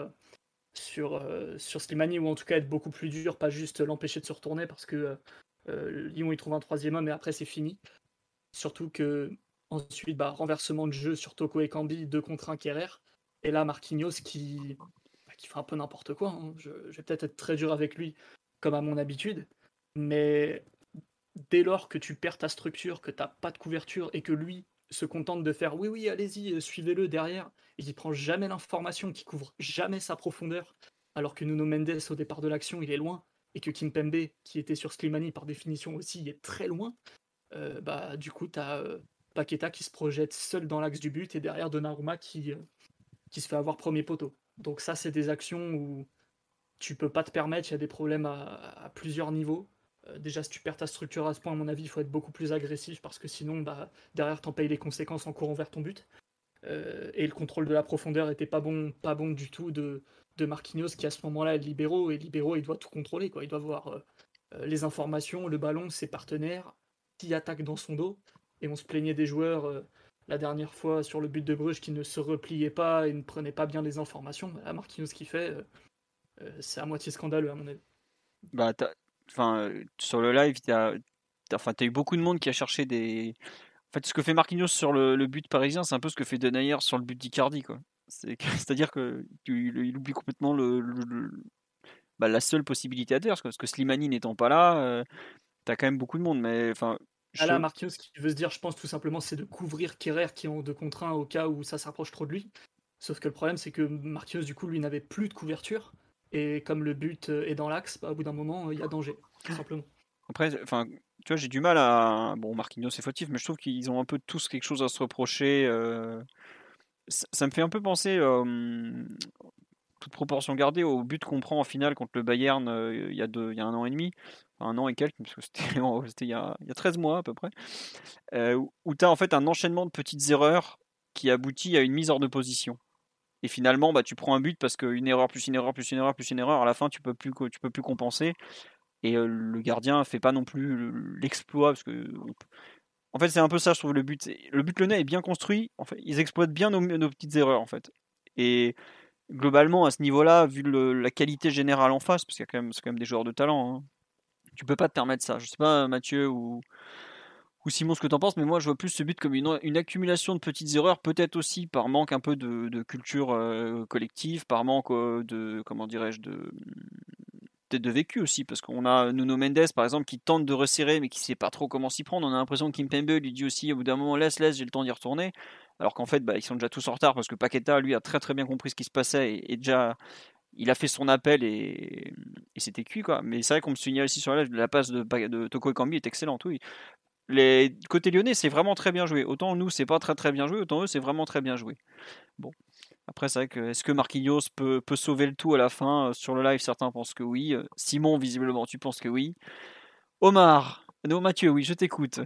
sur Slimani, ou en tout cas être beaucoup plus dur, pas juste l'empêcher de se retourner, parce que Lyon, il trouve un troisième homme, et après, c'est fini. Surtout que ensuite, renversement de jeu sur Toko Ekambi, 2 contre 1 Kerrer. Et là, Marquinhos qui fait un peu n'importe quoi. Hein. Je vais peut-être être très dur avec lui, comme à mon habitude. Mais dès lors que tu perds ta structure, que tu n'as pas de couverture, et que lui se contente de faire oui, oui, allez-y, suivez-le derrière, et qu'il prend jamais l'information, qui couvre jamais sa profondeur, alors que Nuno Mendes, au départ de l'action, il est loin, et que Kimpembe, qui était sur Slimani par définition aussi, il est très loin, du coup, tu as Paqueta qui se projette seul dans l'axe du but, et derrière Donnarumma qui se fait avoir premier poteau. Donc ça, c'est des actions où tu peux pas te permettre, il y a des problèmes à plusieurs niveaux. Déjà, si tu perds ta structure à ce point, à mon avis, il faut être beaucoup plus agressif, parce que sinon, derrière, t'en payes les conséquences en courant vers ton but. Et le contrôle de la profondeur était pas bon du tout de Marquinhos, qui à ce moment-là est libéraux, et libéraux, il doit tout contrôler, quoi. Il doit voir les informations, le ballon, ses partenaires, qui attaque dans son dos. Et on se plaignait des joueurs la dernière fois sur le but de Bruges qui ne se repliaient pas et ne prenaient pas bien les informations. Là, Marquinhos, ce qu'il fait, c'est à moitié scandaleux, à mon avis. Bah, sur le live, t'as eu beaucoup de monde qui a cherché des. En fait, ce que fait Marquinhos sur le but parisien, c'est un peu ce que fait Denayer sur le but d'Icardi, quoi. C'est-à-dire il oublie complètement la seule possibilité adverse, quoi. Parce que Slimani n'étant pas là, t'as quand même beaucoup de monde. Mais enfin, Là, Marquinhos, ce qu'il veut se dire, je pense tout simplement, c'est de couvrir Kerrer qui est en 2 contre 1 au cas où ça s'approche trop de lui. Sauf que le problème, c'est que Marquinhos, du coup, lui, n'avait plus de couverture. Et comme le but est dans l'axe, au bout d'un moment, il y a danger, tout simplement. Après, enfin, tu vois, j'ai du mal à. Bon, Marquinhos c'est fautif, mais je trouve qu'ils ont un peu tous quelque chose à se reprocher. Ça me fait un peu penser, toute proportion gardée, au but qu'on prend en finale contre le Bayern il y a 1 an et demi, enfin, 1 an et quelques, parce que c'était il y a 13 mois à peu près, où tu as en fait un enchaînement de petites erreurs qui aboutit à une mise hors de position. Et finalement, tu prends un but parce qu'une erreur plus une erreur plus une erreur plus une erreur, à la fin, tu peux plus compenser. Et le gardien fait pas non plus l'exploit, parce que en fait c'est un peu ça, je trouve. Le but lyonnais est bien construit, en fait ils exploitent bien nos petites erreurs, en fait. Et globalement, à ce niveau-là, vu la qualité générale en face, parce qu'il y a c'est quand même des joueurs de talent, hein, tu peux pas te permettre ça. Je sais pas, Mathieu ou Simon, ce que t'en penses, mais moi je vois plus ce but comme une accumulation de petites erreurs, peut-être aussi par manque un peu de culture collective, par manque de, comment dirais-je, peut-être de vécu aussi, parce qu'on a Nuno Mendes par exemple qui tente de resserrer mais qui sait pas trop comment s'y prendre. On a l'impression que Kimpembe lui dit aussi au bout d'un moment laisse, j'ai le temps d'y retourner, alors qu'en fait ils sont déjà tous en retard, parce que Paqueta lui a très très bien compris ce qui se passait, et déjà il a fait son appel, et c'était cuit, quoi. Mais c'est vrai qu'on me signale aussi sur la passe de Toko Ekambi est excellente, oui. Les côtés lyonnais, c'est vraiment très bien joué. Autant nous c'est pas très très bien joué, autant eux c'est vraiment très bien joué. Bon, après, c'est vrai que est-ce que Marquinhos peut sauver le tout à la fin? Sur le live, certains pensent que oui. Simon, visiblement, tu penses que oui. Omar, non, Mathieu, oui, je t'écoute.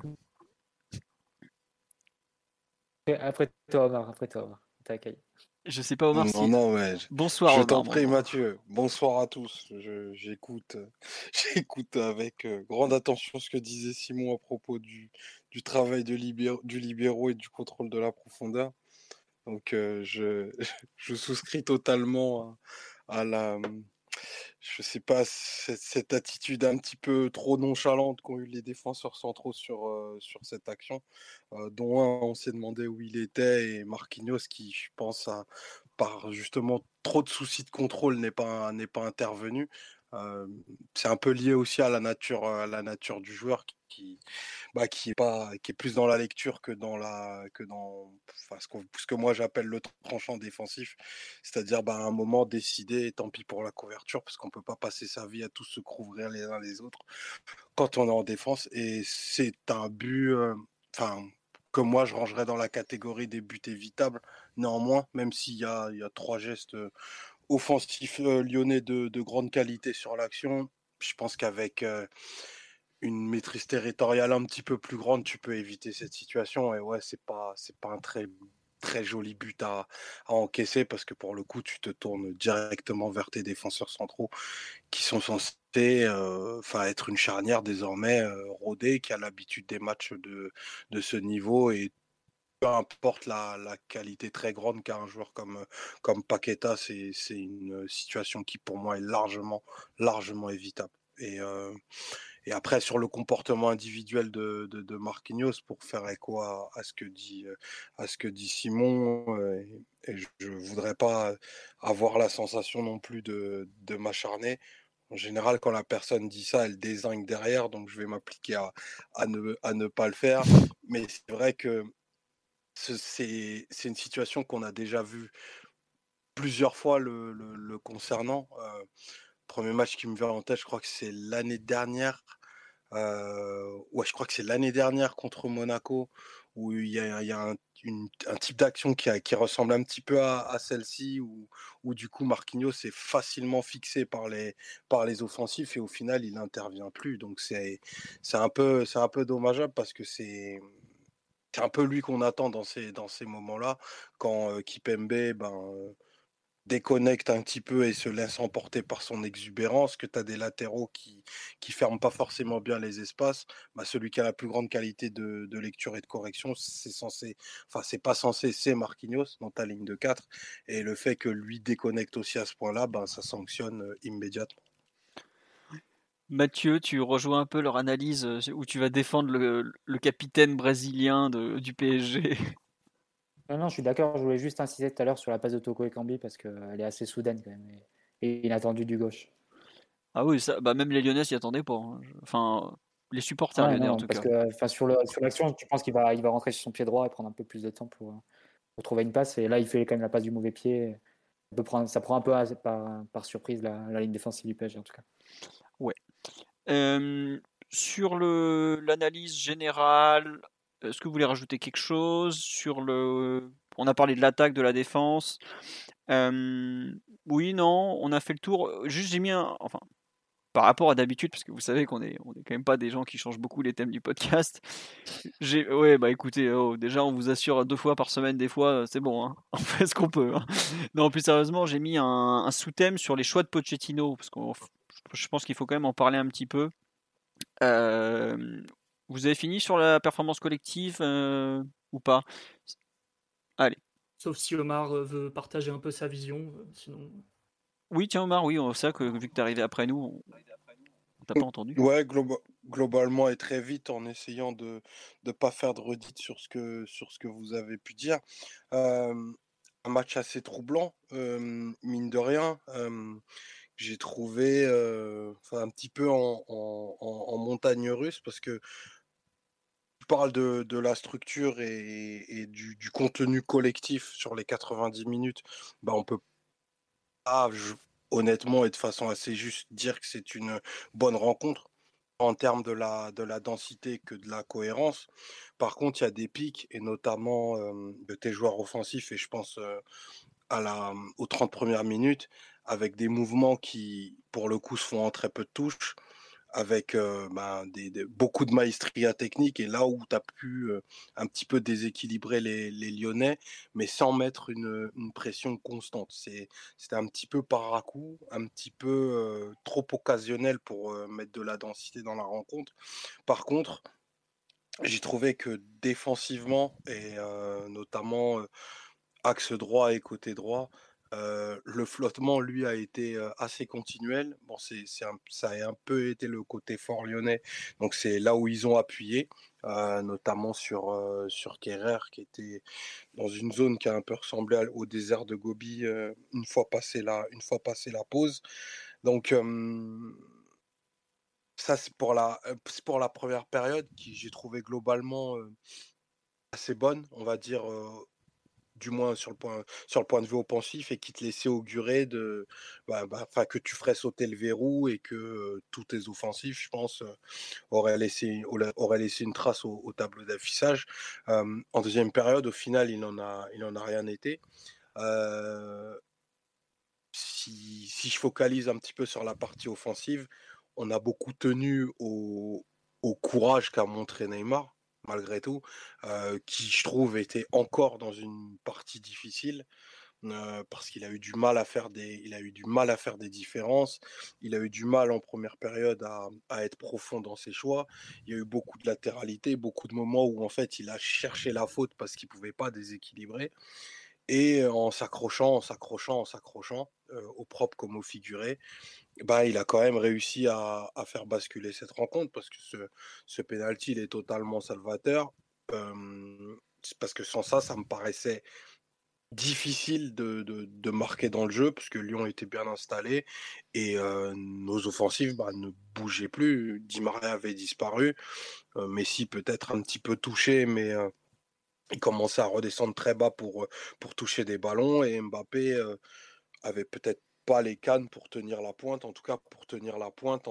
Après toi, Omar, t'accueille. Je sais pas, Omar, Non, si. non, ouais. Bonsoir, Je Omar. t'en prie, Mathieu. Bonsoir à tous. J'écoute, j'écoute avec grande attention ce que disait Simon à propos du travail du libéraux et du contrôle de la profondeur. Donc, je souscris totalement à la, je sais pas, cette attitude un petit peu trop nonchalante qu'ont eu les défenseurs centraux sur cette action, dont un, on s'est demandé où il était, et Marquinhos qui, je pense, par justement trop de soucis de contrôle, n'est pas intervenu. C'est un peu lié aussi à la nature du joueur qui est plus dans la lecture que dans enfin, ce que moi j'appelle le tranchant défensif, c'est-à-dire à un moment décider, et tant pis pour la couverture, parce qu'on peut pas passer sa vie à tous se couvrir les uns les autres quand on est en défense. Et c'est un but, que moi je rangerais dans la catégorie des buts évitables. Néanmoins, même il y a 3 gestes offensifs lyonnais de grande qualité sur l'action, je pense qu'avec une maîtrise territoriale un petit peu plus grande, tu peux éviter cette situation. Et ouais, c'est pas un très joli but à encaisser, parce que pour le coup, tu te tournes directement vers tes défenseurs centraux qui sont censés c'est être une charnière désormais rodée, qui a l'habitude des matchs de ce niveau et peu importe la qualité très grande qu'a un joueur comme Paqueta, c'est une situation qui pour moi est largement évitable. Et après sur le comportement individuel de Marquinhos, pour faire écho à ce que dit Simon, et je voudrais pas avoir la sensation non plus de m'acharner. En général, quand la personne dit ça, elle dézingue derrière, donc je vais m'appliquer à ne pas le faire. Mais c'est vrai que c'est une situation qu'on a déjà vue plusieurs fois le concernant. 1er match qui me vient en tête, je crois que c'est l'année dernière. Ouais, je crois que c'est l'année dernière contre Monaco, où il y a un type d'action qui ressemble un petit peu à celle-ci, où du coup Marquinhos est facilement fixé par les offensifs et au final il n'intervient plus. Donc c'est un peu dommageable parce que c'est un peu lui qu'on attend dans ces moments-là, quand Kipembe déconnecte un petit peu et se laisse emporter par son exubérance, que tu as des latéraux qui ferment pas forcément bien les espaces. Celui qui a la plus grande qualité de lecture et de correction, c'est pas censé, c'est Marquinhos dans ta ligne de 4. Et le fait que lui déconnecte aussi à ce point-là, ça sanctionne immédiatement. Mathieu, tu rejoins un peu leur analyse où tu vas défendre le capitaine brésilien du PSG. Non, je suis d'accord. Je voulais juste insister tout à l'heure sur la passe de Toko Ekambi parce qu'elle est assez soudaine quand même et inattendue du gauche. Ah oui, ça, même les Lyonnais s'y attendaient pas, hein. Enfin, les supporters Ouais, lyonnais en non, tout parce cas. que sur l'action, tu penses qu'il va rentrer sur son pied droit et prendre un peu plus de temps pour trouver une passe. Et là, il fait quand même la passe du mauvais pied. Ça prend un peu par surprise la ligne défensive du PSG en tout cas. Ouais. Sur l'analyse générale, est-ce que vous voulez rajouter quelque chose on a parlé de l'attaque, de la défense. Oui, non, on a fait le tour. Juste, j'ai mis enfin, par rapport à d'habitude, parce que vous savez on est quand même pas des gens qui changent beaucoup les thèmes du podcast. Ouais, écoutez, déjà, on vous assure 2 fois par semaine, des fois, c'est bon, hein. On fait ce qu'on peut, hein. Non, plus sérieusement, j'ai mis un sous-thème sur les choix de Pochettino, parce que je pense qu'il faut quand même en parler un petit peu. Vous avez fini sur la performance collective ou pas? Allez. Sauf si Omar veut partager un peu sa vision, sinon. Oui, tiens Omar, oui, c'est vrai que vu que t'es arrivé après nous, on t'a pas entendu. Ouais, globalement et très vite, en essayant de ne pas faire de redite sur ce que vous avez pu dire. Euh, un match assez troublant, mine de rien. J'ai trouvé un petit peu en montagne russe, parce que tu parles de la structure et du contenu collectif sur les 90 minutes. On peut pas, honnêtement et de façon assez juste, dire que c'est une bonne rencontre en termes de la densité que de la cohérence. Par contre, il y a des pics, et notamment de tes joueurs offensifs, et je pense aux 30 premières minutes, avec des mouvements qui, pour le coup, se font en très peu de touches, avec beaucoup de maestria technique, et là où tu as pu un petit peu déséquilibrer les Lyonnais, mais sans mettre une pression constante. C'était un petit peu par à-coup, un petit peu trop occasionnel pour mettre de la densité dans la rencontre. Par contre, j'ai trouvé que défensivement, et notamment axe droit et côté droit, le flottement, lui, a été assez continuel. Bon, ça a un peu été le côté fort lyonnais, donc c'est là où ils ont appuyé, notamment sur Kerrer, qui était dans une zone qui a un peu ressemblé au désert de Gobi une fois passé la pause. Donc ça, c'est pour la première période, qui j'ai trouvé globalement assez bonne, on va dire, du moins sur le point de vue offensif, et qui te laissait augurer que tu ferais sauter le verrou, et que tous tes offensifs, je pense, auraient laissé une trace au tableau d'affichage. En deuxième période, au final, il en a rien été. Euh, si je focalise un petit peu sur la partie offensive, on a beaucoup tenu au courage qu'a montré Neymar, malgré tout, qui, je trouve, était encore dans une partie difficile. parce qu'il a eu du mal à faire des différences. Il a eu du mal en première période à être profond dans ses choix. Il y a eu beaucoup de latéralité, beaucoup de moments où en fait il a cherché la faute parce qu'il pouvait pas déséquilibrer. Et en s'accrochant, au propre comme au figuré, bah, il a quand même réussi à faire basculer cette rencontre parce que ce penalty, il est totalement salvateur. C'est parce que sans ça, ça me paraissait difficile de marquer dans le jeu parce que Lyon était bien installé et nos offensives, bah, ne bougeaient plus. Di Maria avait disparu, Messi peut-être un petit peu touché, mais il commençait à redescendre très bas pour toucher des ballons et Mbappé, avait peut-être pas les cannes pour tenir la pointe, en tout cas pour tenir la pointe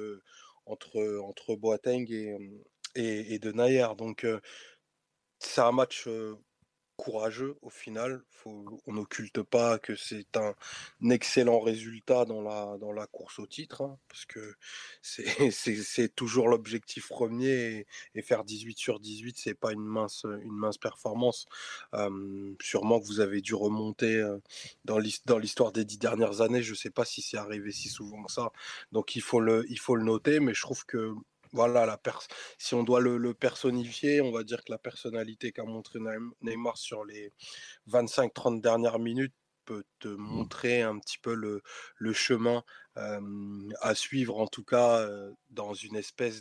entre Boateng et Denayer. Donc c'est un match courageux au final. On n'occulte pas que c'est un excellent résultat dans la course au titre, hein, parce que c'est c'est toujours l'objectif premier et faire 18 sur 18, c'est pas une mince performance. Sûrement que vous avez dû remonter dans l'histoire des 10 dernières années. Je sais pas si c'est arrivé si souvent que ça. Donc il faut le noter, mais je trouve que voilà, si on doit le personnifier, on va dire que la personnalité qu'a montré Neymar sur les 25-30 dernières minutes peut te montrer un petit peu le chemin à suivre, en tout cas dans une espèce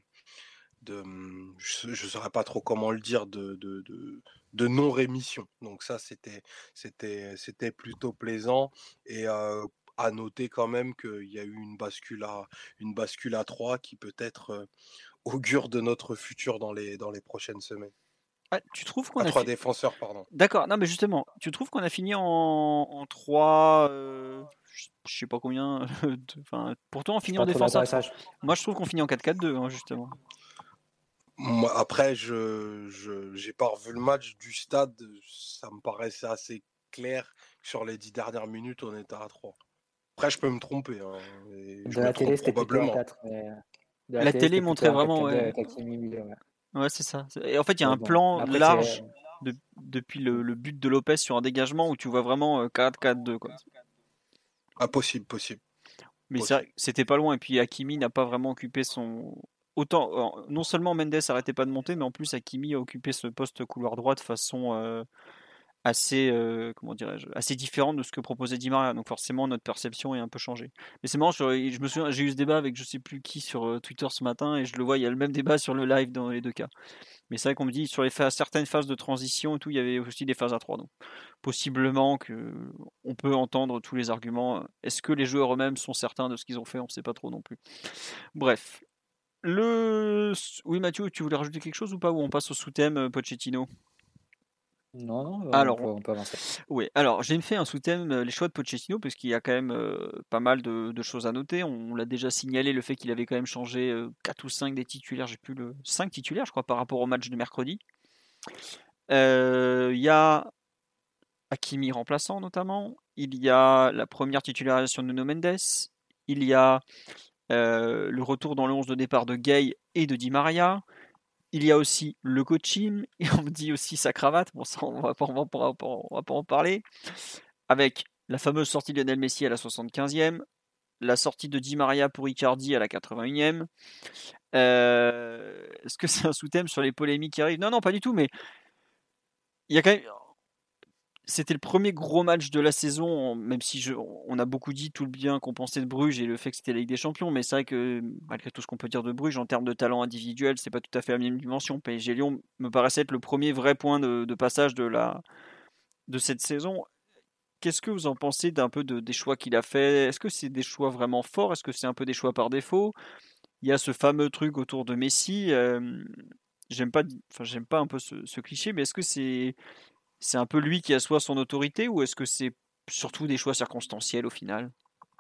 je ne saurais pas trop comment le dire, de non-rémission. Donc ça, c'était plutôt plaisant. Et à noter quand même qu'il y a eu une bascule à 3 qui peut-être augure de notre futur dans les prochaines semaines. Ah, tu trouves qu'on À a 3 fait. défenseurs, pardon. D'accord, non mais justement, tu trouves qu'on a fini en 3, je sais pas combien, enfin, pourtant on Je suis finit en pas trop défense d'accord à avec ça. 3. Moi je trouve qu'on finit en 4-4-2, hein, justement. Moi, après, j'ai pas revu le match du stade. Ça me paraissait assez clair que sur les 10 dernières minutes, on était à 3. Après, je peux me tromper, hein, et je De me la télé, trompe c'était plutôt un probablement. 4. Mais de la La télé, télé c'était plutôt montrait un vraiment, 4-4-2 ouais, avec Hakimi au milieu. Ouais. ouais c'est ça. Et en fait il y a Mais un bon, plan après, c'est. large depuis le but de Lopez sur un dégagement où tu vois vraiment 4-4-2 quoi. Ah, possible, possible, Mais c'est vrai possible. que c'était pas loin et puis Hakimi n'a pas vraiment occupé son. Autant, non seulement Mendes arrêtait pas de monter, mais en plus Hakimi a occupé ce poste couloir droit de façon assez, comment dirais-je, assez différente de ce que proposait Di Maria. Donc forcément, notre perception est un peu changée. Mais c'est marrant, je me souviens, j'ai eu ce débat avec je sais plus qui sur Twitter ce matin et je le vois, il y a le même débat sur le live dans les deux cas. Mais c'est vrai qu'on me dit sur certaines phases de transition et tout, il y avait aussi des phases à 3. Donc possiblement que on peut entendre tous les arguments. Est-ce que les joueurs eux-mêmes sont certains de ce qu'ils ont fait? On ne sait pas trop non plus. Bref. Oui, Mathieu, tu voulais rajouter quelque chose ou pas? Ou on passe au sous-thème Pochettino? Non, non, Alors, on peut avancer. oui, alors j'ai fait un sous-thème, les choix de Pochettino, parce qu'il y a quand même pas mal de choses à noter. On l'a déjà signalé, le fait qu'il avait quand même changé 4 ou 5 des titulaires, j'ai plus le 5 titulaires, je crois, par rapport au match de mercredi. Il y a Hakimi remplaçant notamment, il y a la première titularisation de Nuno Mendes, il y a le retour dans le 11 de départ de Gay et de Di Maria. Il y a aussi le coaching, et on me dit aussi sa cravate, bon ça on va pas en parler, avec la fameuse sortie de Lionel Messi à la 75e, la sortie de Di Maria pour Icardi à la 81e. Est-ce que c'est un sous-thème sur les polémiques qui arrivent? Non, non, pas du tout, mais il y a quand même. C'était le premier gros match de la saison, même si on a beaucoup dit tout le bien qu'on pensait de Bruges et le fait que c'était la Ligue des Champions, mais c'est vrai que malgré tout ce qu'on peut dire de Bruges, en termes de talent individuel, c'est pas tout à fait la même dimension. PSG Lyon me paraissait être le premier vrai point de passage de cette saison. Qu'est-ce que vous en pensez d'un peu des choix qu'il a fait? Est-ce que c'est des choix vraiment forts? Est-ce que c'est un peu des choix par défaut? Il y a ce fameux truc autour de Messi. J'aime pas un peu ce cliché, mais est-ce que c'est un peu lui qui assoit son autorité ou est-ce que c'est surtout des choix circonstanciels au final?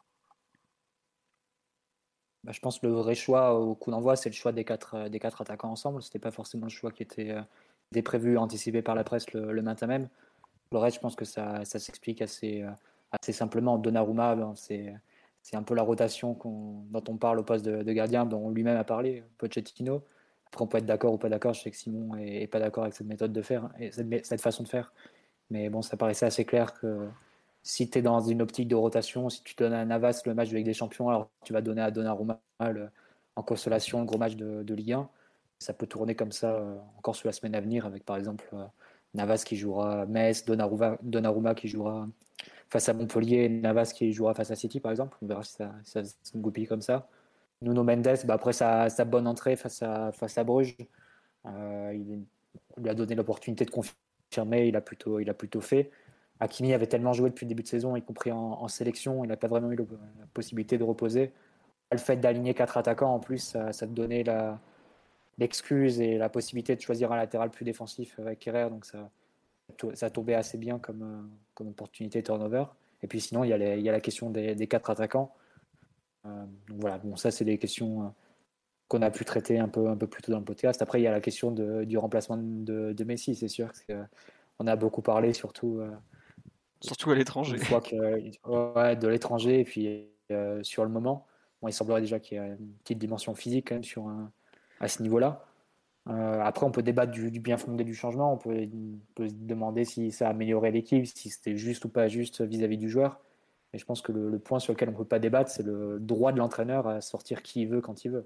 Bah, je pense que le vrai choix au coup d'envoi, c'est le choix des quatre attaquants ensemble. C'était pas forcément le choix qui était prévu, anticipé par la presse le matin même. Le reste, je pense que ça s'explique assez simplement. Donnarumma, ben, c'est un peu la rotation dont on parle au poste de gardien, dont lui-même a parlé, Pochettino. Après, on peut être d'accord ou pas d'accord. Je sais que Simon est pas d'accord avec cette méthode de faire et cette façon de faire. Mais bon, ça paraissait assez clair que si tu es dans une optique de rotation, si tu donnes à Navas le match de Ligue des Champions, alors tu vas donner à Donnarumma en consolation le gros match de Ligue 1. Ça peut tourner comme ça encore sur la semaine à venir avec par exemple Navas qui jouera Metz, Donnarumma qui jouera face à Montpellier et Navas qui jouera face à City par exemple. On verra si ça se goupille comme ça. Nuno Mendes, après sa bonne entrée face à Bruges, il lui a donné l'opportunité de confirmer, il a plutôt fait. Hakimi avait tellement joué depuis le début de saison, y compris en sélection, il n'a pas vraiment eu la possibilité de reposer. Le fait d'aligner 4 attaquants, en plus, ça te donnait l'excuse et la possibilité de choisir un latéral plus défensif avec Kerrer, donc ça tombait assez bien comme opportunité turnover. Et puis sinon, il y a la question des 4 attaquants. Donc voilà, bon, ça c'est des questions qu'on a pu traiter un peu plus tôt dans le podcast. Après, il y a la question du remplacement de Messi, c'est sûr. On a beaucoup parlé, surtout Surtout à l'étranger. une fois de l'étranger, et puis sur le moment. Bon, il semblerait déjà qu'il y a une petite dimension physique quand même à ce niveau-là. Après, on peut débattre du bien fondé du changement. On peut se demander si ça a amélioré l'équipe, si c'était juste ou pas juste vis-à-vis du joueur. Mais je pense que le point sur lequel on ne peut pas débattre, c'est le droit de l'entraîneur à sortir qui il veut quand il veut.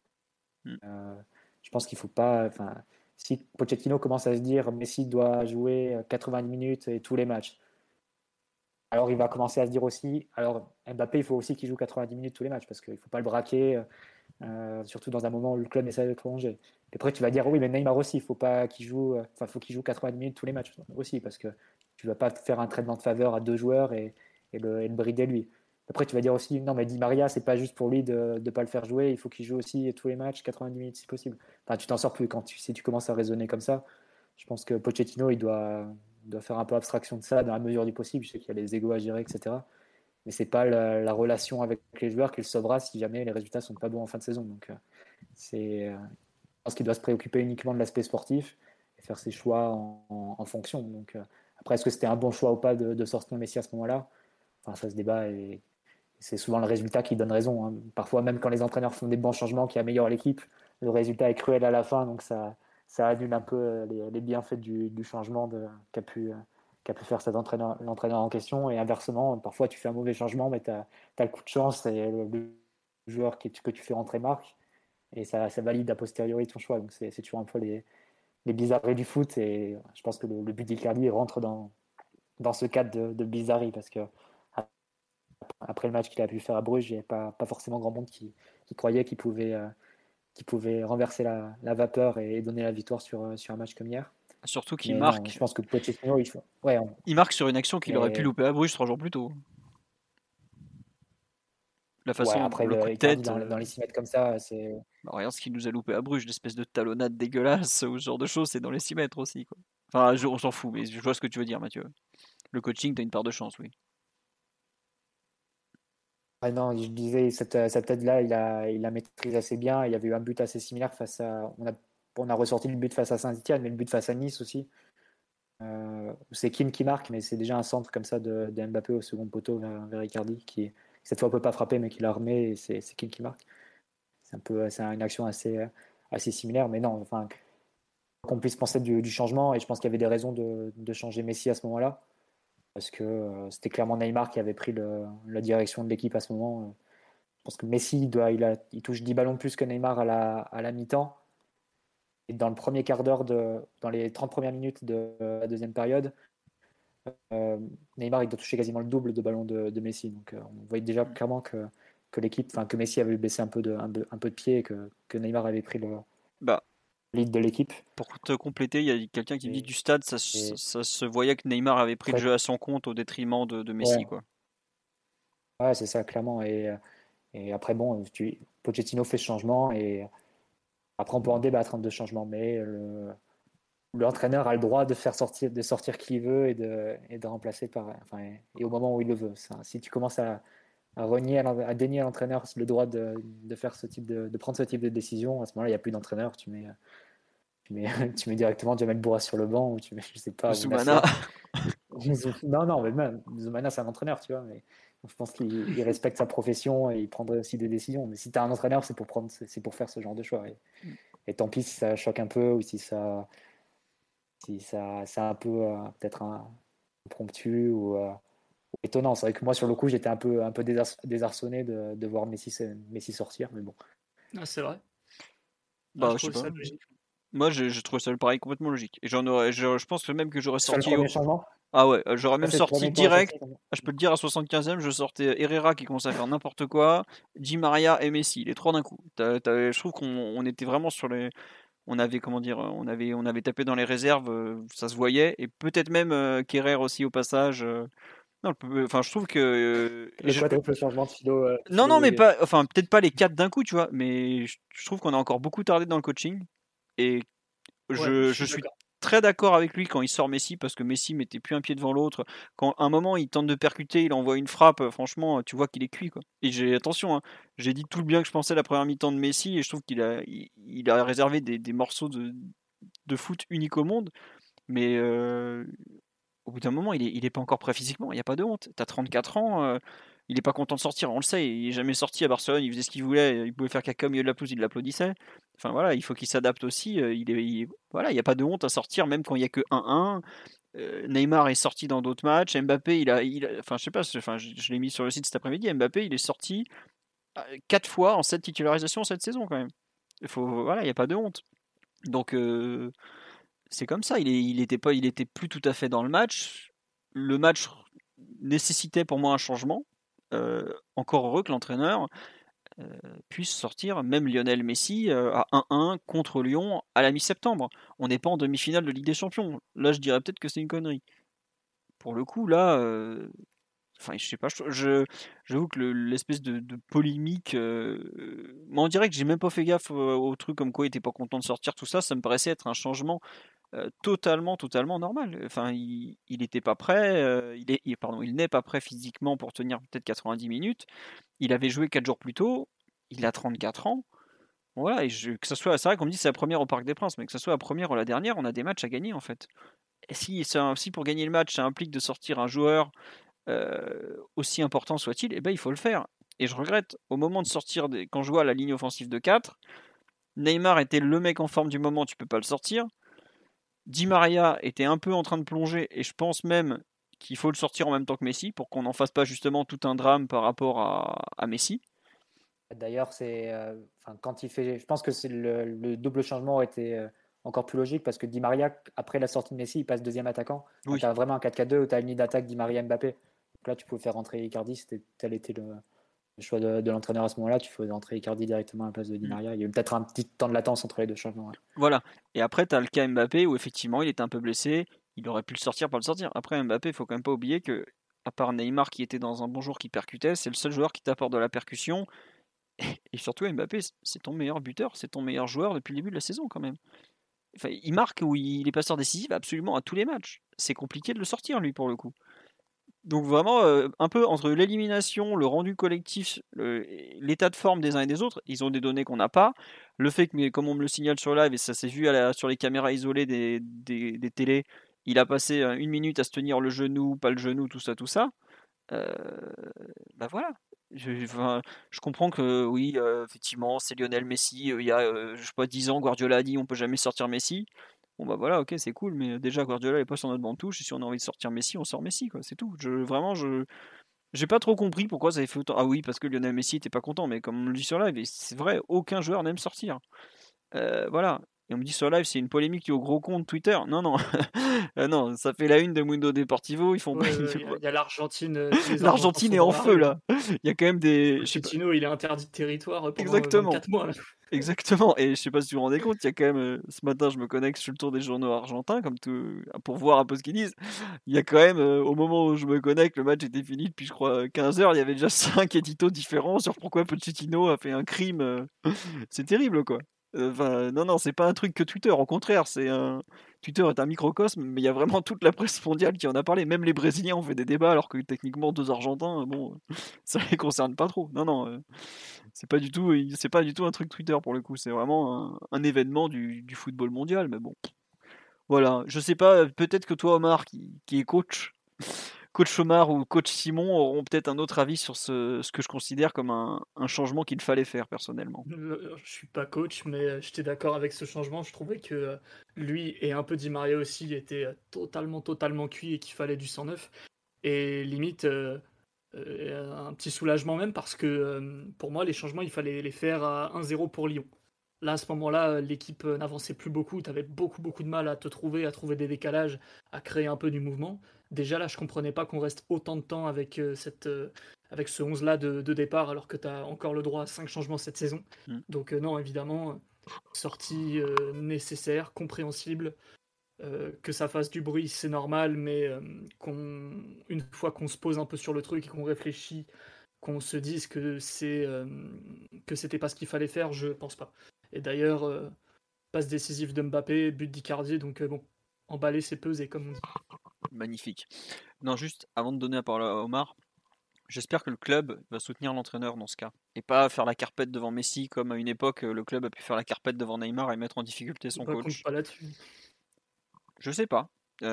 Je pense qu'il ne faut pas. Si Pochettino commence à se dire Messi doit jouer 90 minutes et tous les matchs, alors il va commencer à se dire aussi alors Mbappé, il faut aussi qu'il joue 90 minutes tous les matchs parce qu'il ne faut pas le braquer, surtout dans un moment où le club essaie de prolonger. Et après, tu vas dire oui, mais Neymar aussi, il faut pas qu'il joue, faut qu'il joue 90 minutes tous les matchs aussi parce que tu ne vas pas faire un traitement de faveur à 2 joueurs et le brider lui. Après, tu vas dire aussi, non, mais Di Maria, c'est pas juste pour lui de ne pas le faire jouer, il faut qu'il joue aussi tous les matchs, 90 minutes si possible. Enfin, tu t'en sors plus si tu commences à raisonner comme ça. Je pense que Pochettino, il doit faire un peu abstraction de ça dans la mesure du possible. Je sais qu'il y a les égos à gérer, etc. Mais c'est pas la relation avec les joueurs qui le sauvera si jamais les résultats sont pas bons en fin de saison. Donc, je pense qu'il doit se préoccuper uniquement de l'aspect sportif et faire ses choix en fonction. Donc, après, est-ce que c'était un bon choix ou pas de sortir Messi à ce moment-là? Enfin, ça se débat et c'est souvent le résultat qui donne raison. Hein. Parfois, même quand les entraîneurs font des bons changements qui améliorent l'équipe, le résultat est cruel à la fin, donc ça annule un peu les bienfaits du changement qu'a pu faire l'entraîneur en question. Et inversement, parfois tu fais un mauvais changement, mais tu as le coup de chance et le joueur que tu fais rentrer marque, et ça valide a posteriori ton choix. Donc c'est toujours un peu les bizarreries du foot, et je pense que le but d'Icardi rentre dans ce cadre de bizarrerie, parce que après le match qu'il a pu faire à Bruges, il n'y avait pas forcément grand monde qui croyait qu'il pouvait renverser la vapeur et donner la victoire sur un match comme hier. Surtout qu'il Mais marque. Non, je pense que Pochettino, il marque sur une action qu'il aurait pu louper à Bruges 3 jours plus tôt. La façon, après, le coup de tête. dans les 6 mètres comme ça, c'est. Regarde ce qu'il nous a loupé à Bruges, l'espèce de talonnade dégueulasse ou ce genre de choses, c'est dans les 6 mètres aussi. Quoi. Enfin, on s'en fout, mais je vois ce que tu veux dire, Mathieu. Le coaching, t'as une part de chance, oui. Non, je disais, cette tête-là, il la maîtrise assez bien. Il y avait eu un but assez similaire face à. On a ressorti le but face à Saint-Etienne, mais le but face à Nice aussi. C'est Kim qui marque, mais c'est déjà un centre comme ça de Mbappé au second poteau vers Icardi, qui cette fois ne peut pas frapper, mais qui la remet, et c'est Kim qui marque. C'est une action assez similaire, mais non, enfin, qu'on puisse penser du changement, et je pense qu'il y avait des raisons de changer Messi à ce moment-là, parce que c'était clairement Neymar qui avait pris la direction de l'équipe à ce moment. Je pense que Messi, il touche 10 ballons de plus que Neymar à la mi-temps. Et dans le premier quart d'heure, dans les 30 premières minutes de la deuxième période, Neymar il doit toucher quasiment le double de ballons de Messi. Donc on voyait déjà clairement que l'équipe, que Messi avait baissé un peu de pied, et que Neymar avait pris le lead de l'équipe. Pour te compléter, il y a quelqu'un qui me dit du stade, ça se voyait que Neymar avait pris le jeu à son compte au détriment de Messi. Ouais. Quoi. Ouais, c'est ça, clairement. Et après, bon, Pochettino fait ce changement, et après on peut en débattre de changement, mais l'entraîneur a le droit de sortir qui il veut et de remplacer et au moment où il le veut. Si tu commences à dénier à l'entraîneur le droit de faire de prendre ce type de décision, à ce moment-là, il n'y a plus d'entraîneur. Tu mets directement Jamel Bourras sur le banc, ou tu mets, je sais pas, Zoumana. non, mais même Zoumana, c'est un entraîneur, tu vois. Mais je pense qu'il respecte sa profession et il prendrait aussi des décisions. Mais si tu as un entraîneur, c'est pour faire ce genre de choix. Et tant pis si ça choque un peu, ou si ça un peu peut-être impromptu ou étonnant. C'est vrai que moi, sur le coup, j'étais un peu désarçonné de voir Messi sortir, mais bon. Ah, c'est vrai. Bah, Je je sais trouve pas. ça logique. Moi, je trouve ça pareil complètement logique. Et je pense même que j'aurais Sur le sorti. premier changement, Ah ouais, j'aurais même c'est le sorti premier temps direct. sorti comme ça. Je peux te dire, à 75e, je sortais Herrera qui commençait à faire n'importe quoi, Di Maria et Messi, les trois d'un coup. Je trouve qu'on était vraiment sur les. On avait, comment dire, on avait tapé dans les réserves, ça se voyait. Et peut-être même Kerrer aussi au passage. Non, enfin, je trouve que. Le quadruple changement de Non, Philo non, mais Williams. pas. Enfin, peut-être pas les quatre d'un coup, tu vois. Mais je trouve qu'on a encore beaucoup tardé dans le coaching. Et Ouais, je je suis suis d'accord. très d'accord avec lui quand il sort Messi parce que Messi mettait plus un pied devant l'autre. Quand à un moment il tente de percuter, il envoie une frappe, franchement, tu vois qu'il est cuit quoi. Et attention, hein, j'ai dit tout le bien que je pensais la première mi-temps de Messi et je trouve il a réservé des morceaux de foot uniques au monde, mais au bout d'un moment, il est pas encore prêt physiquement, il n'y a pas de honte. T'as 34 ans, il est pas content de sortir, on le sait, il est jamais sorti à Barcelone, il faisait ce qu'il voulait, il pouvait faire caca au milieu de la pelouse, il l'applaudissait. Enfin voilà, il faut qu'il s'adapte aussi, voilà, il n'y a pas de honte à sortir, même quand il n'y a que 1-1. Neymar est sorti dans d'autres matchs, Mbappé, enfin je sais pas, enfin, je l'ai mis sur le site cet après-midi, Mbappé, il est sorti 4 fois en 7 titularisations cette saison quand même. Voilà, il n'y a pas de honte. Donc c'est comme ça. Il était plus tout à fait dans le match. Le match nécessitait pour moi un changement. Encore heureux que l'entraîneur puisse sortir même Lionel Messi à 1-1 contre Lyon à la mi-septembre. On n'est pas en demi-finale de Ligue des Champions. Là, je dirais peut-être que c'est une connerie. Pour le coup, là, enfin, je sais pas. J'avoue que l'espèce de polémique. Moi, on dirait que j'ai même pas fait gaffe au truc comme quoi il était pas content de sortir. Tout ça, ça me paraissait être un changement totalement normal. Enfin, il était pas prêt, pardon, il n'est pas prêt physiquement pour tenir peut-être 90 minutes. Il avait joué 4 jours plus tôt, il a 34 ans. Voilà, que ce soit, c'est vrai qu'on me dit c'est la première au Parc des Princes, mais que ce soit la première ou la dernière, on a des matchs à gagner en fait. Et si pour gagner le match, ça implique de sortir un joueur aussi important soit-il, eh ben, il faut le faire. Et je regrette, au moment de sortir, quand je vois la ligne offensive de 4, Neymar était le mec en forme du moment, tu peux pas le sortir. Di Maria était un peu en train de plonger et je pense même qu'il faut le sortir en même temps que Messi pour qu'on n'en fasse pas justement tout un drame par rapport à Messi. D'ailleurs, quand il fait, je pense que le double changement aurait été encore plus logique parce que Di Maria, après la sortie de Messi, il passe deuxième attaquant. Oui. Tu as vraiment un 4-4-2 où tu as une ligne d'attaque Di Maria Mbappé. Donc là, tu pouvais faire rentrer Icardi, tel était le choix de l'entraîneur à ce moment-là. Tu faisais rentrer Icardi directement à la place de Di Maria. Il y a eu peut-être un petit temps de latence entre les deux changements. Ouais. Voilà. Et après, tu as le cas Mbappé où effectivement il était un peu blessé. Il aurait pu le sortir, pas le sortir. Après, Mbappé, il faut quand même pas oublier que, à part Neymar qui était dans un bon jour qui percutait, c'est le seul joueur qui t'apporte de la percussion. Et surtout, Mbappé, c'est ton meilleur buteur, c'est ton meilleur joueur depuis le début de la saison quand même. Enfin, il marque ou il est passeur décisif absolument à tous les matchs. C'est compliqué de le sortir, lui, pour le coup. Donc vraiment, un peu entre l'élimination, le rendu collectif, l'état de forme des uns et des autres, ils ont des données qu'on n'a pas. Le fait que, mais comme on me le signale sur live, et ça s'est vu sur les caméras isolées des télés, il a passé 1 minute à se tenir le genou, pas le genou, tout ça, tout ça. Euh, Bah voilà. Enfin, je comprends que oui, effectivement, c'est Lionel Messi. Il y a, je sais pas, 10 ans, Guardiola a dit on peut jamais sortir Messi. Bon bah voilà, ok, c'est cool, mais déjà Guardiola est pas sur notre banc de touche. Et si on a envie de sortir Messi, on sort Messi, quoi. C'est tout. Vraiment, j'ai pas trop compris pourquoi ça avait fait autant. Ah oui, parce que Lionel Messi était pas content, mais comme on le dit sur live, et c'est vrai, aucun joueur n'aime sortir. Voilà. Et on me dit sur live, c'est une polémique qui est au gros compte Twitter. Non, non. Non, ça fait la une de Mundo Deportivo. Ils font pas. Il y a l'Argentine, tous les Argentins L'Argentine sont est dans en la feu rue. là. Il y a quand même des. Je sais pas. Pochettino, il est interdit de territoire pendant Exactement. 24 mois. Là. Exactement. Et je sais pas si vous vous rendez compte, il y a quand même. Ce matin, je me connecte sur le tour des journaux argentins, comme tout, pour voir un peu ce qu'ils disent. Il y a quand même, au moment où je me connecte, le match était fini depuis, je crois, 15 heures. Il y avait déjà 5 éditos différents sur pourquoi Pochettino a fait un crime. C'est terrible, quoi. Enfin, non, non, c'est pas un truc que Twitter. Au contraire, Twitter est un microcosme, mais il y a vraiment toute la presse mondiale qui en a parlé. Même les Brésiliens ont fait des débats, alors que techniquement, deux Argentins, bon, ça les concerne pas trop. Non, non, c'est pas du tout un truc Twitter pour le coup. C'est vraiment un événement du football mondial. Mais bon, voilà. Je sais pas. Peut-être que toi, Omar, qui est coach, coach Omar ou coach Simon auront peut-être un autre avis sur ce que je considère comme un changement qu'il fallait faire personnellement. Je suis pas coach, mais j'étais d'accord avec ce changement. Je trouvais que lui et un peu Di Maria aussi étaient totalement cuits et qu'il fallait du 109. Et limite, un petit soulagement même parce que pour moi, les changements, il fallait les faire à 1-0 pour Lyon. Là, à ce moment-là, l'équipe n'avançait plus beaucoup. Tu avais beaucoup de mal à te trouver, à trouver des décalages, à créer un peu du mouvement. Déjà là, je comprenais pas qu'on reste autant de temps avec, avec ce 11-là de départ alors que tu as encore le droit à 5 changements cette saison. Mm. Donc non, évidemment, sortie nécessaire, compréhensible. Que ça fasse du bruit, c'est normal, mais une fois qu'on se pose un peu sur le truc et qu'on réfléchit, qu'on se dise que c'était pas ce qu'il fallait faire, je pense pas. Et d'ailleurs, passe décisive de Mbappé, but d'Icardi, donc bon, emballer c'est peser comme on dit. Magnifique. Non, juste avant de donner la parole à Omar, j'espère que le club va soutenir l'entraîneur dans ce cas. Et pas faire la carpette devant Messi comme à une époque le club a pu faire la carpette devant Neymar et mettre en difficulté son Bah, compte coach. pas là-dessus. Je sais pas.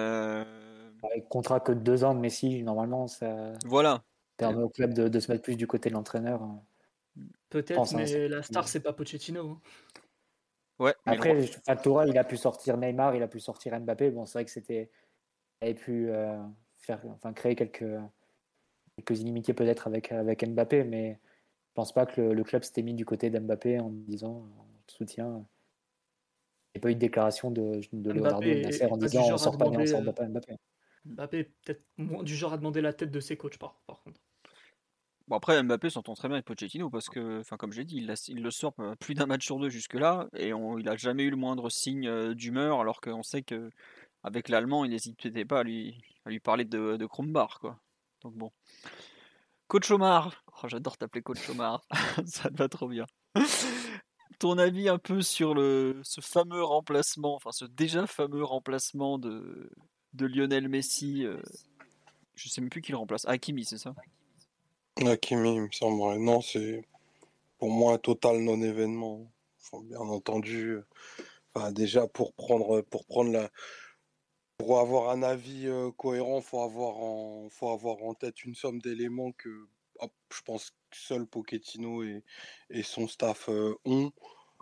Avec contrat que de 2 ans de Messi, normalement, ça Voilà. permet au club de se mettre plus du côté de l'entraîneur. Peut-être, pense, hein, mais c'est- la star c'est pas Pochettino. Hein. Ouais, mais Après, Toura, il a pu sortir Neymar, il a pu sortir Mbappé. Bon, c'est vrai que il avait pu créer quelques inimitiés peut-être avec Mbappé, mais je pense pas que le club s'était mis du côté d'Mbappé en disant en soutien. Il n'y a pas eu de déclaration de Leonardo Mbappé Nasser en est pas du disant on genre à sort pas demander. Mbappé. Mbappé est peut-être moins du genre à demander la tête de ses coachs par contre. bon, après, Mbappé s'entend très bien avec Pochettino parce que, comme j'ai dit, il le sort plus d'un match sur deux jusque-là et il a jamais eu le moindre signe d'humeur alors qu'on sait que avec l'Allemand, il n'hésitait pas à lui parler de Krumbach, quoi. Donc bon. Coach Omar, oh, j'adore t'appeler Coach Omar, ça te va trop bien. Ton avis un peu sur ce fameux remplacement, enfin ce déjà fameux remplacement de Lionel Messi. Je sais même plus qui le remplace. Hakimi, c'est ça? Hakimi, il me semble. Non, c'est pour moi un total non-événement. Faut bien entendu. Déjà pour avoir un avis cohérent, faut avoir en tête une somme d'éléments que je pense que seul Pochettino et son staff ont.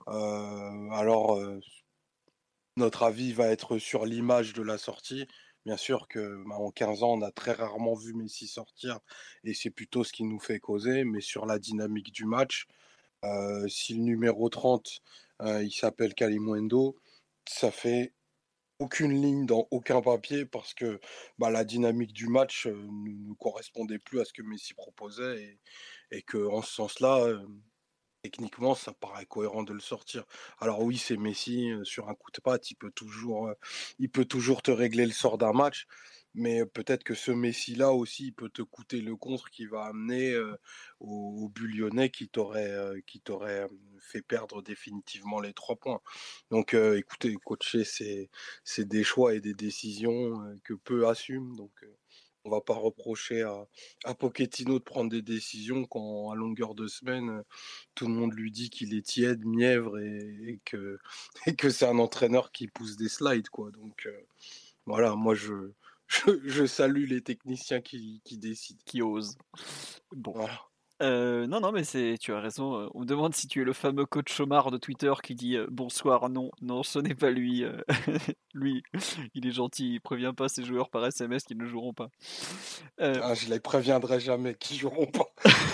Notre avis va être sur l'image de la sortie. Bien sûr que en 15 ans, on a très rarement vu Messi sortir et c'est plutôt ce qui nous fait causer. Mais sur la dynamique du match, si le numéro 30, il s'appelle Kalimundo, ça fait aucune ligne dans aucun papier parce que la dynamique du match ne correspondait plus à ce que Messi proposait et que en ce sens-là, techniquement, ça paraît cohérent de le sortir. Alors oui, c'est Messi, sur un coup de patte, il peut toujours te régler le sort d'un match, mais peut-être que ce Messi-là aussi, il peut te coûter le contre qui va amener au but lyonnais qui t'aurait fait perdre définitivement les 3 points. Donc écoutez, coacher, c'est des choix et des décisions que peu assument. Donc on va pas reprocher à Pochettino de prendre des décisions quand à longueur de semaine, tout le monde lui dit qu'il est tiède, mièvre et que, et que c'est un entraîneur qui pousse des slides, quoi. Donc voilà, moi je salue les techniciens qui décident. Qui ose. Bon. Voilà. Non, mais tu as raison. On me demande si tu es le fameux coach Omar de Twitter qui dit bonsoir. Non, ce n'est pas lui. Lui, il est gentil, il prévient pas ses joueurs par SMS qu'ils ne joueront pas. Je les préviendrai jamais qu'ils joueront pas.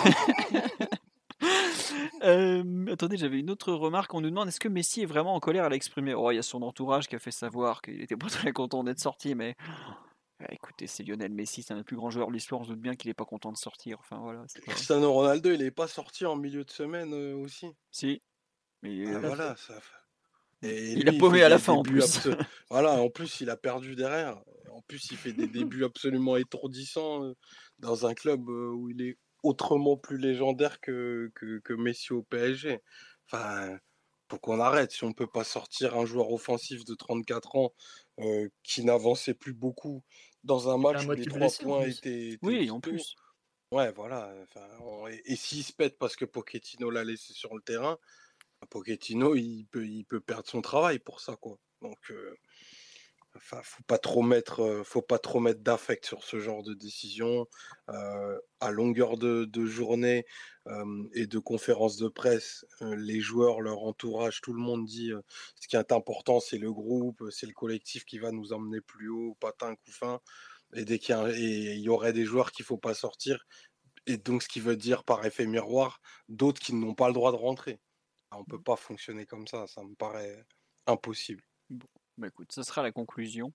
Attendez, j'avais une autre remarque. On nous demande est-ce que Messi est vraiment en colère à l'exprimer. Oh, il y a son entourage qui a fait savoir qu'il était pas très content d'être sorti, mais écoutez, c'est Lionel Messi, c'est un des plus grands joueurs de l'histoire. On se doute bien qu'il est pas content de sortir. Enfin voilà. Cristiano Ronaldo, il est pas sorti en milieu de semaine aussi. Si, mais voilà, ça. Et il lui, a paumé à la fin en plus. Voilà, en plus, il a perdu derrière. En plus, il fait des débuts absolument étourdissants dans un club où il est autrement plus légendaire que Messi au PSG. Enfin, faut qu'on arrête. Si on peut pas sortir un joueur offensif de 34 ans qui n'avançait plus beaucoup dans un match où les 3 points étaient oui, vitaux, en plus. Ouais, voilà. Et s'il se pète parce que Pochettino l'a laissé sur le terrain, Pochettino, il peut perdre son travail pour ça, quoi. Donc, Enfin, faut pas trop mettre d'affect sur ce genre de décision. À longueur de journée et de conférences de presse, les joueurs, leur entourage, tout le monde dit ce qui est important, c'est le groupe, c'est le collectif qui va nous emmener plus haut, patin, coup fin. Et il y aurait des joueurs qu'il faut pas sortir. Et donc, ce qui veut dire par effet miroir, d'autres qui n'ont pas le droit de rentrer. On peut pas fonctionner comme ça me paraît impossible. Bon, bah écoute, ça sera la conclusion.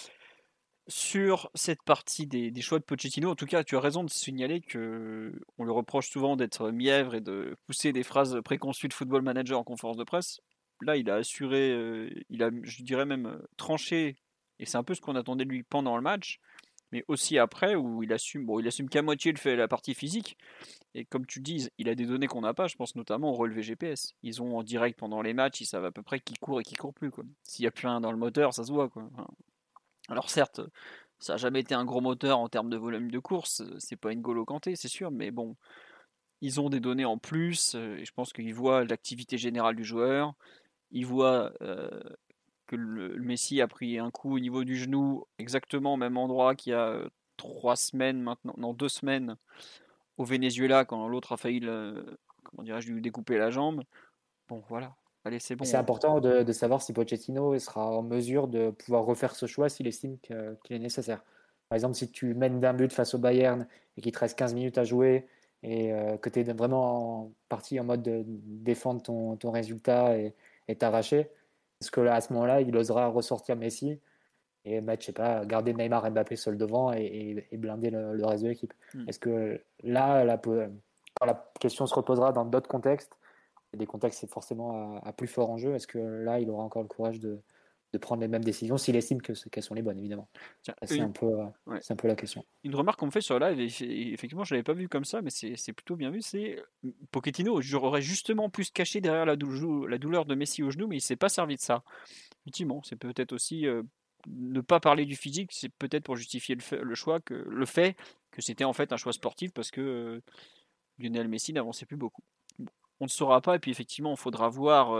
Sur cette partie des choix de Pochettino, en tout cas, tu as raison de signaler que on lui reproche souvent d'être mièvre et de pousser des phrases préconçues de football manager en conférence de presse. Là, il a assuré, il a, je dirais même, tranché, et c'est un peu ce qu'on attendait de lui pendant le match, mais aussi après, où il assume qu'à moitié la partie physique. Et comme tu dis, il a des données qu'on n'a pas, je pense notamment au relevé GPS. Ils ont en direct pendant les matchs, ils savent à peu près qui court et qui court plus, quoi. S'il n'y a plus rien dans le moteur, ça se voit, quoi. Enfin, alors certes, ça n'a jamais été un gros moteur en termes de volume de course, c'est pas une N'Golo Kanté, c'est sûr, mais bon, ils ont des données en plus, et je pense qu'ils voient l'activité générale du joueur, ils voient que le Messi a pris un coup au niveau du genou, exactement au même endroit qu'il y a 3 semaines maintenant, non 2 semaines, au Venezuela, quand l'autre a failli comment dirais-je, lui découper la jambe. Bon voilà, allez c'est bon. C'est important de savoir si Pochettino sera en mesure de pouvoir refaire ce choix s'il estime qu'il est nécessaire. Par exemple, si tu mènes d'un but face au Bayern et qu'il te reste 15 minutes à jouer et que tu es vraiment parti en mode de défendre ton résultat et t'arracher, est-ce que là, à ce moment-là, il osera ressortir Messi et mettre, je sais pas, garder Neymar et Mbappé seul devant et blinder le reste de l'équipe? Est-ce que là, quand la question se reposera dans d'autres contextes, des contextes c'est forcément à plus fort enjeu, est-ce que là il aura encore le courage de prendre les mêmes décisions s'il estime qu'elles sont les bonnes, évidemment? Tiens, C'est un peu la question. Une remarque qu'on me fait sur live, et effectivement je ne l'avais pas vu comme ça, mais c'est plutôt bien vu, c'est Pochettino aurait justement pu se cacher derrière la douleur de Messi au genou, mais il ne s'est pas servi de ça. Effectivement, c'est peut-être aussi ne pas parler du physique, c'est peut-être pour justifier le fait que c'était en fait un choix sportif parce que Lionel Messi n'avançait plus beaucoup. Bon, on ne saura pas, et puis effectivement, il faudra voir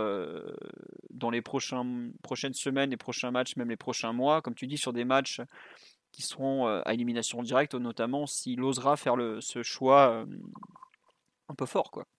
dans les prochaines semaines, les prochains matchs, même les prochains mois, comme tu dis, sur des matchs qui seront à élimination directe, notamment s'il osera faire ce choix un peu fort, quoi.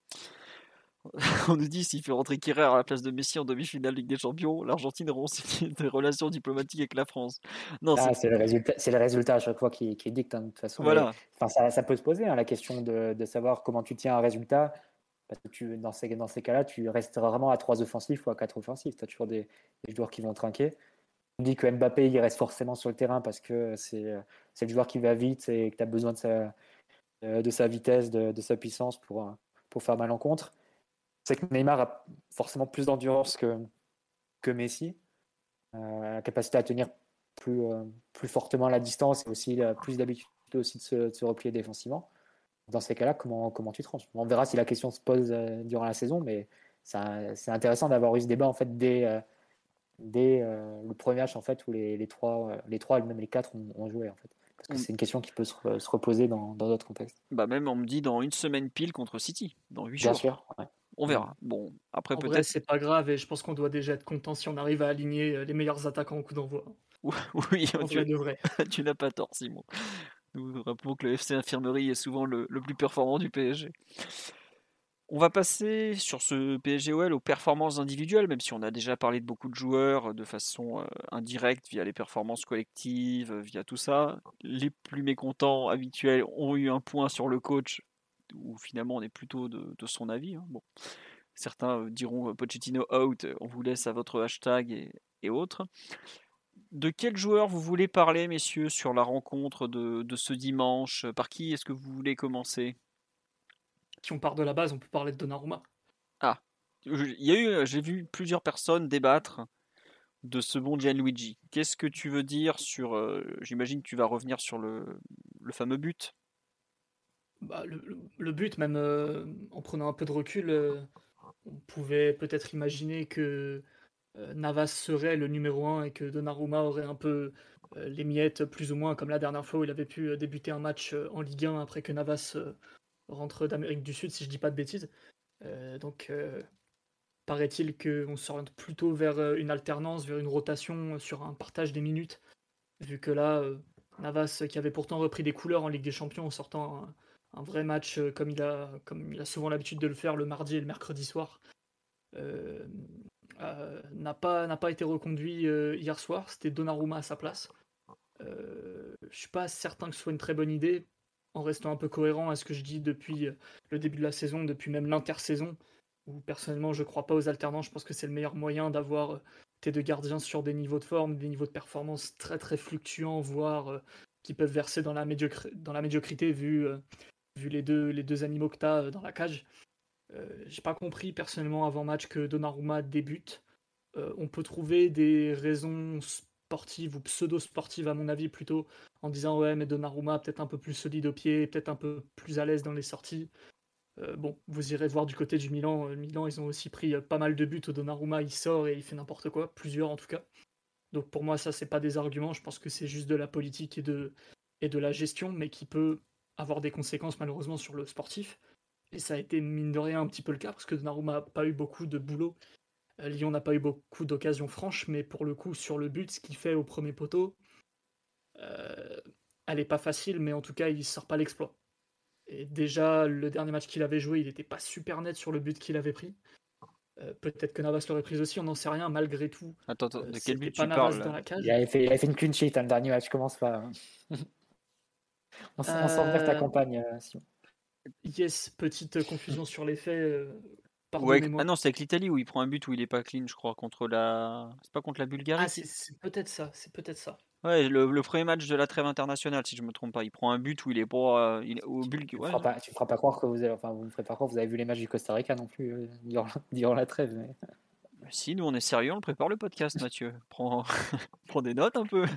On nous dit s'il fait rentrer Kerrer à la place de Messi en demi-finale Ligue des Champions, l'Argentine aura signé des relations diplomatiques avec la France. Non, c'est le résultat à chaque fois qui dicte, hein, de toute façon. Voilà. Mais, ça peut se poser, hein, la question de savoir comment tu tiens un résultat, parce que dans ces cas-là, tu restes rarement à 3 offensifs ou à 4 offensifs. Tu as toujours des joueurs qui vont trinquer. On dit que Mbappé il reste forcément sur le terrain parce que c'est le joueur qui va vite et que tu as besoin de sa vitesse, de sa puissance pour faire mal en contre. C'est que Neymar a forcément plus d'endurance que Messi, la capacité à tenir plus fortement la distance et aussi plus d'habitude aussi de se replier défensivement. Dans ces cas-là, comment tu tranches? On verra si la question se pose durant la saison, mais c'est intéressant d'avoir eu ce débat en fait dès le premier match en fait où les trois et même les quatre ont joué en fait. Parce que c'est une question qui peut se reposer dans d'autres contextes. Bah même on me dit dans une semaine pile contre City, dans 8 Bien jours. sûr. Ouais. On verra. Bon, après En peut-être. vrai, c'est pas grave et je pense qu'on doit déjà être content si on arrive à aligner les meilleurs attaquants au coup d'envoi. Oui, En vrai de vrai. tu n'as pas tort, Simon. Nous rappelons que le FC Infirmerie est souvent le plus performant du PSG. On va passer sur ce PSG-OL aux performances individuelles, même si on a déjà parlé de beaucoup de joueurs de façon indirecte via les performances collectives, via tout ça. Les plus mécontents habituels ont eu un point sur le coach, où finalement on est plutôt de son avis. Hein. Bon. Certains diront Pochettino out, on vous laisse à votre hashtag et autres. De quel joueur vous voulez parler, messieurs, sur la rencontre de ce dimanche? Par qui est-ce que vous voulez commencer? Si on part de la base, on peut parler de Donnarumma. Ah, j'ai vu plusieurs personnes débattre de ce bon Gianluigi. Qu'est-ce que tu veux dire sur... j'imagine que tu vas revenir sur le fameux but. Bah, le but, même en prenant un peu de recul, on pouvait peut-être imaginer que Navas serait le numéro 1 et que Donnarumma aurait un peu les miettes, plus ou moins, comme la dernière fois où il avait pu débuter un match en Ligue 1 après que Navas rentre d'Amérique du Sud, si je dis pas de bêtises. Donc, paraît-il qu'on s'oriente plutôt vers une alternance, vers une rotation sur un partage des minutes, vu que là, Navas, qui avait pourtant repris des couleurs en Ligue des Champions en sortant un vrai match comme il a souvent l'habitude de le faire le mardi et le mercredi soir, euh, n'a pas été reconduit hier soir. C'était Donnarumma à sa place. Je suis pas certain que ce soit une très bonne idée, en restant un peu cohérent à ce que je dis depuis le début de la saison, depuis même l'intersaison, où personnellement je crois pas aux alternants. Je pense que c'est le meilleur moyen d'avoir tes deux gardiens sur des niveaux de forme, des niveaux de performance très très fluctuants, voire qui peuvent verser dans la médiocrité vu les deux animaux que tu as dans la cage. J'ai pas compris personnellement avant match que Donnarumma débute. On peut trouver des raisons sportives ou pseudo-sportives à mon avis plutôt en disant ouais mais Donnarumma peut-être un peu plus solide au pied, peut-être un peu plus à l'aise dans les sorties. Bon, vous irez voir du côté du Milan. Milan, ils ont aussi pris pas mal de buts. Donnarumma, il sort et il fait n'importe quoi, plusieurs en tout cas. Donc pour moi, ça, c'est pas des arguments. Je pense que c'est juste de la politique et de la gestion, mais qui peut avoir des conséquences malheureusement sur le sportif. Et ça a été mine de rien un petit peu le cas parce que Donnarumma n'a pas eu beaucoup de boulot. Lyon n'a pas eu beaucoup d'occasions franches, mais pour le coup, sur le but, ce qu'il fait au premier poteau, euh, elle n'est pas facile, mais en tout cas, il ne sort pas l'exploit. Et déjà, le dernier match qu'il avait joué, il n'était pas super net sur le but qu'il avait pris. Peut-être que Navas l'aurait pris aussi, on n'en sait rien, malgré tout. Attends, de quel but pas tu Navas parles dans la cage. Il avait fait une clean sheet, le dernier match, commence pas. Hein. On sent bien que ta campagne, Simon. Yes, petite confusion sur les faits. Ouais, Pardonnez-moi. ah non, c'est avec l'Italie où il prend un but où il est pas clean, je crois, contre la. C'est pas contre la Bulgarie? Ah, c'est peut-être ça, c'est peut-être ça. Ouais, le premier match de la trêve internationale, si je me trompe pas. Il prend un but où il est pas. Au Bulgarie. Tu Ouais. me feras pas croire que vous me ferez pas croire que vous avez vu les matchs du Costa Rica non plus durant la trêve. Mais... Si, nous on est sérieux, on prépare le podcast, Mathieu. Prends des notes un peu.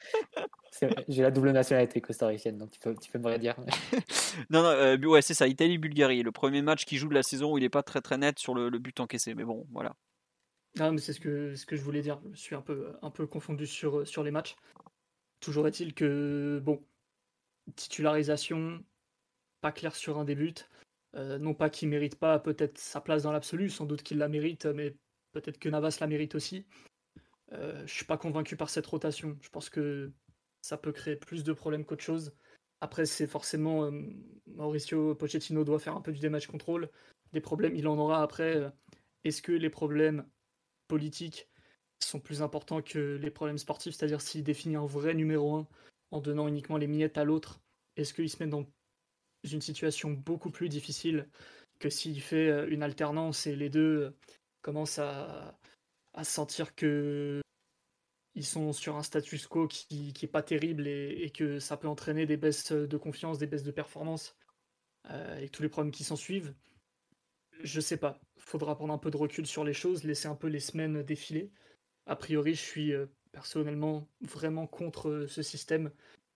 J'ai la double nationalité costaricienne, donc tu peux me redire. Non, ouais, c'est ça, Italie-Bulgarie. Le premier match qu'il joue de la saison où il est pas très très net sur le but encaissé. Mais bon, voilà. Non, mais c'est ce que je voulais dire. Je suis un peu confondu sur les matchs. Toujours est-il que, bon, titularisation, pas clair sur un des buts. Non pas qu'il mérite pas peut-être sa place dans l'absolu, sans doute qu'il la mérite, mais peut-être que Navas la mérite aussi. Je suis pas convaincu par cette rotation. Je pense que ça peut créer plus de problèmes qu'autre chose. Après, c'est forcément Mauricio Pochettino doit faire un peu du damage control. Des problèmes, il en aura après. Est-ce que les problèmes politiques sont plus importants que les problèmes sportifs? C'est-à-dire s'il définit un vrai numéro 1 en donnant uniquement les miettes à l'autre, est-ce qu'il se met dans une situation beaucoup plus difficile que s'il fait une alternance et les deux commencent à sentir que ils sont sur un status quo qui est pas terrible et que ça peut entraîner des baisses de confiance, des baisses de performance et tous les problèmes qui s'en suivent. Je sais pas. Faudra prendre un peu de recul sur les choses, laisser un peu les semaines défiler. A priori, je suis personnellement vraiment contre ce système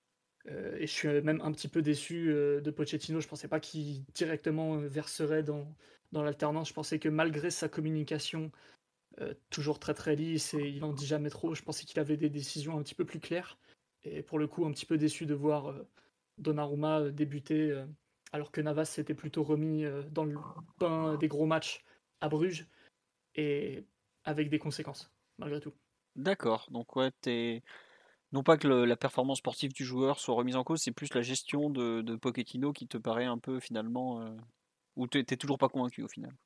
et je suis même un petit peu déçu de Pochettino. Je pensais pas qu'il directement verserait dans l'alternance. Je pensais que malgré sa communication toujours très très lisse et il en dit jamais trop, je pensais qu'il avait des décisions un petit peu plus claires. Et pour le coup, un petit peu déçu de voir Donnarumma débuter alors que Navas s'était plutôt remis dans le bain des gros matchs à Bruges et avec des conséquences, malgré tout. D'accord, donc ouais, non pas que la performance sportive du joueur soit remise en cause, c'est plus la gestion de Pochettino qui te paraît un peu finalement. Ou t'es toujours pas convaincu au final.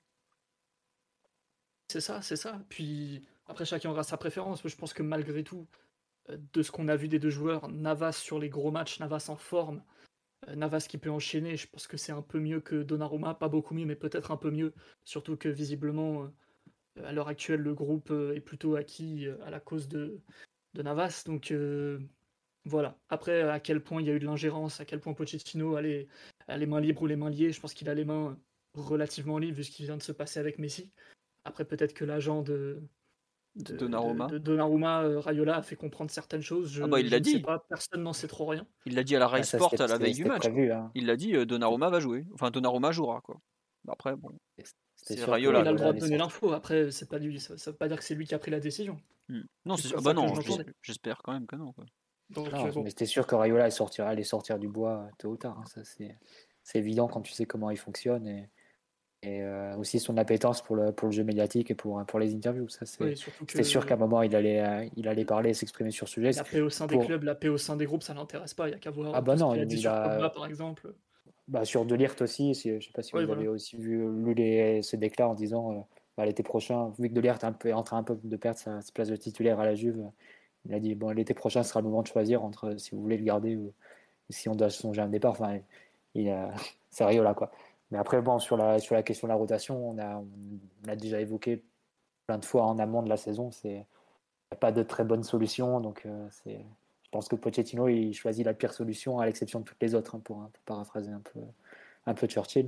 C'est ça, c'est ça. Puis après, chacun aura sa préférence. Je pense que malgré tout, de ce qu'on a vu des deux joueurs, Navas sur les gros matchs, Navas en forme, Navas qui peut enchaîner, je pense que c'est un peu mieux que Donnarumma, pas beaucoup mieux, mais peut-être un peu mieux, surtout que visiblement, à l'heure actuelle, le groupe est plutôt acquis à la cause de Navas. Donc voilà. Après, à quel point il y a eu de l'ingérence, à quel point Pochettino a les mains libres ou les mains liées, je pense qu'il a les mains relativement libres vu ce qui vient de se passer avec Messi. Après, peut-être que l'agent Donnarumma. de Donnarumma, Raiola, a fait comprendre certaines choses. Ah bah il je l'a ne sais dit. pas, personne n'en sait trop rien. Il l'a dit à la Rai Ça, Sport à la veille du c'était match. prévu. Hein. Il l'a dit, Donnarumma va jouer. Enfin, Donnarumma jouera quoi. Après, bon. C'était C'est sûr Raiola. Il a le droit de allait donner sortir. l'info. Après, c'est pas lui, ça veut pas dire que c'est lui qui a pris la décision. Non, C'est c'est comme ah bah ça que non, je l'entendais. j'espère quand même que non. Quoi. Donc, Non, bon. mais c'était sûr que Raiola allait sortir du bois tôt ou tard. Hein. Ça, c'est évident quand tu sais comment il fonctionne. Et Et aussi son appétence pour le jeu médiatique et pour les interviews. Ça, Oui, surtout c'était sûr qu'à un moment, il allait parler et s'exprimer sur ce sujet. la paix au sein des clubs, la paix au sein des groupes, ça l'intéresse pas. Il y a qu'à voir Ah bah tout ce non, qu'il a dit sur Pogba, par exemple. sur De Ligt aussi. Je ne sais pas si Oui, vous voilà. avez aussi lu ses déclats en disant l'été prochain, vu que De Ligt est en train un peu de perdre sa place de titulaire à la Juve, il a dit l'été prochain sera le moment de choisir entre si vous voulez le garder ou si on doit songer à un départ. Enfin, c'est Rayola, quoi. Mais après, sur la question de la rotation, on a déjà évoqué plein de fois en amont de la saison. Il n'y a pas de très bonne solution. Donc, je pense que Pochettino, il choisit la pire solution à l'exception de toutes les autres, hein, pour paraphraser un peu Churchill.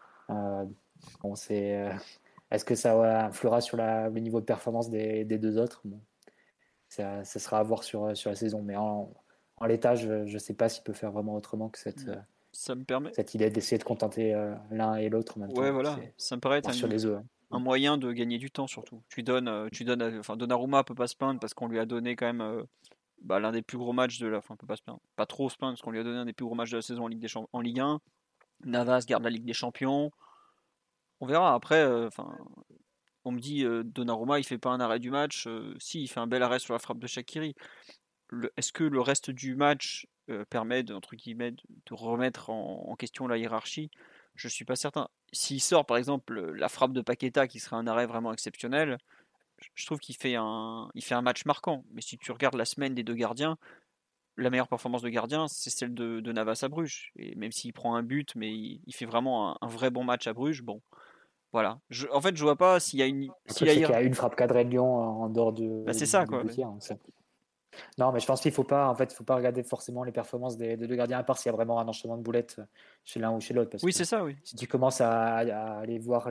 Est-ce que ça influera sur le niveau de performance des deux autres? Bon, ça sera à voir sur la saison. Mais en l'état, je ne sais pas s'il peut faire vraiment autrement que Ça me permet. cette idée d'essayer de contenter l'un et l'autre en même temps. Ouais, voilà. Ça me paraît être sur les œufs. un moyen de gagner du temps surtout. Enfin, Donnarumma peut pas se plaindre parce qu'on lui a donné quand même l'un des plus gros matchs de la. Enfin, peut pas se plaindre. Pas trop se plaindre parce qu'on lui a donné un des plus gros matchs de la saison en Ligue 1. Navas garde la Ligue des Champions. On verra après. On me dit Donnarumma il fait pas un arrêt du match. Si, il fait un bel arrêt sur la frappe de Shaqiri. Est-ce que le reste du match permet entre guillemets de remettre en question la hiérarchie? Je suis pas certain. S'il sort par exemple la frappe de Paqueta qui serait un arrêt vraiment exceptionnel, je trouve qu'il fait un match marquant. Mais si tu regardes la semaine des deux gardiens, la meilleure performance de gardien c'est celle de Navas à Bruges. Et même s'il prend un but, mais il fait vraiment un vrai bon match à Bruges. Bon, voilà. En fait, je vois pas s'il y a une. S'il y a une frappe cadrée de Lyon en dehors du c'est ça, du quoi. but hier, donc non, mais je pense qu'il faut pas regarder forcément les performances des deux gardiens, à part s'il y a vraiment un enchaînement de boulettes chez l'un ou chez l'autre. Oui, c'est ça, oui. Si tu commences à aller voir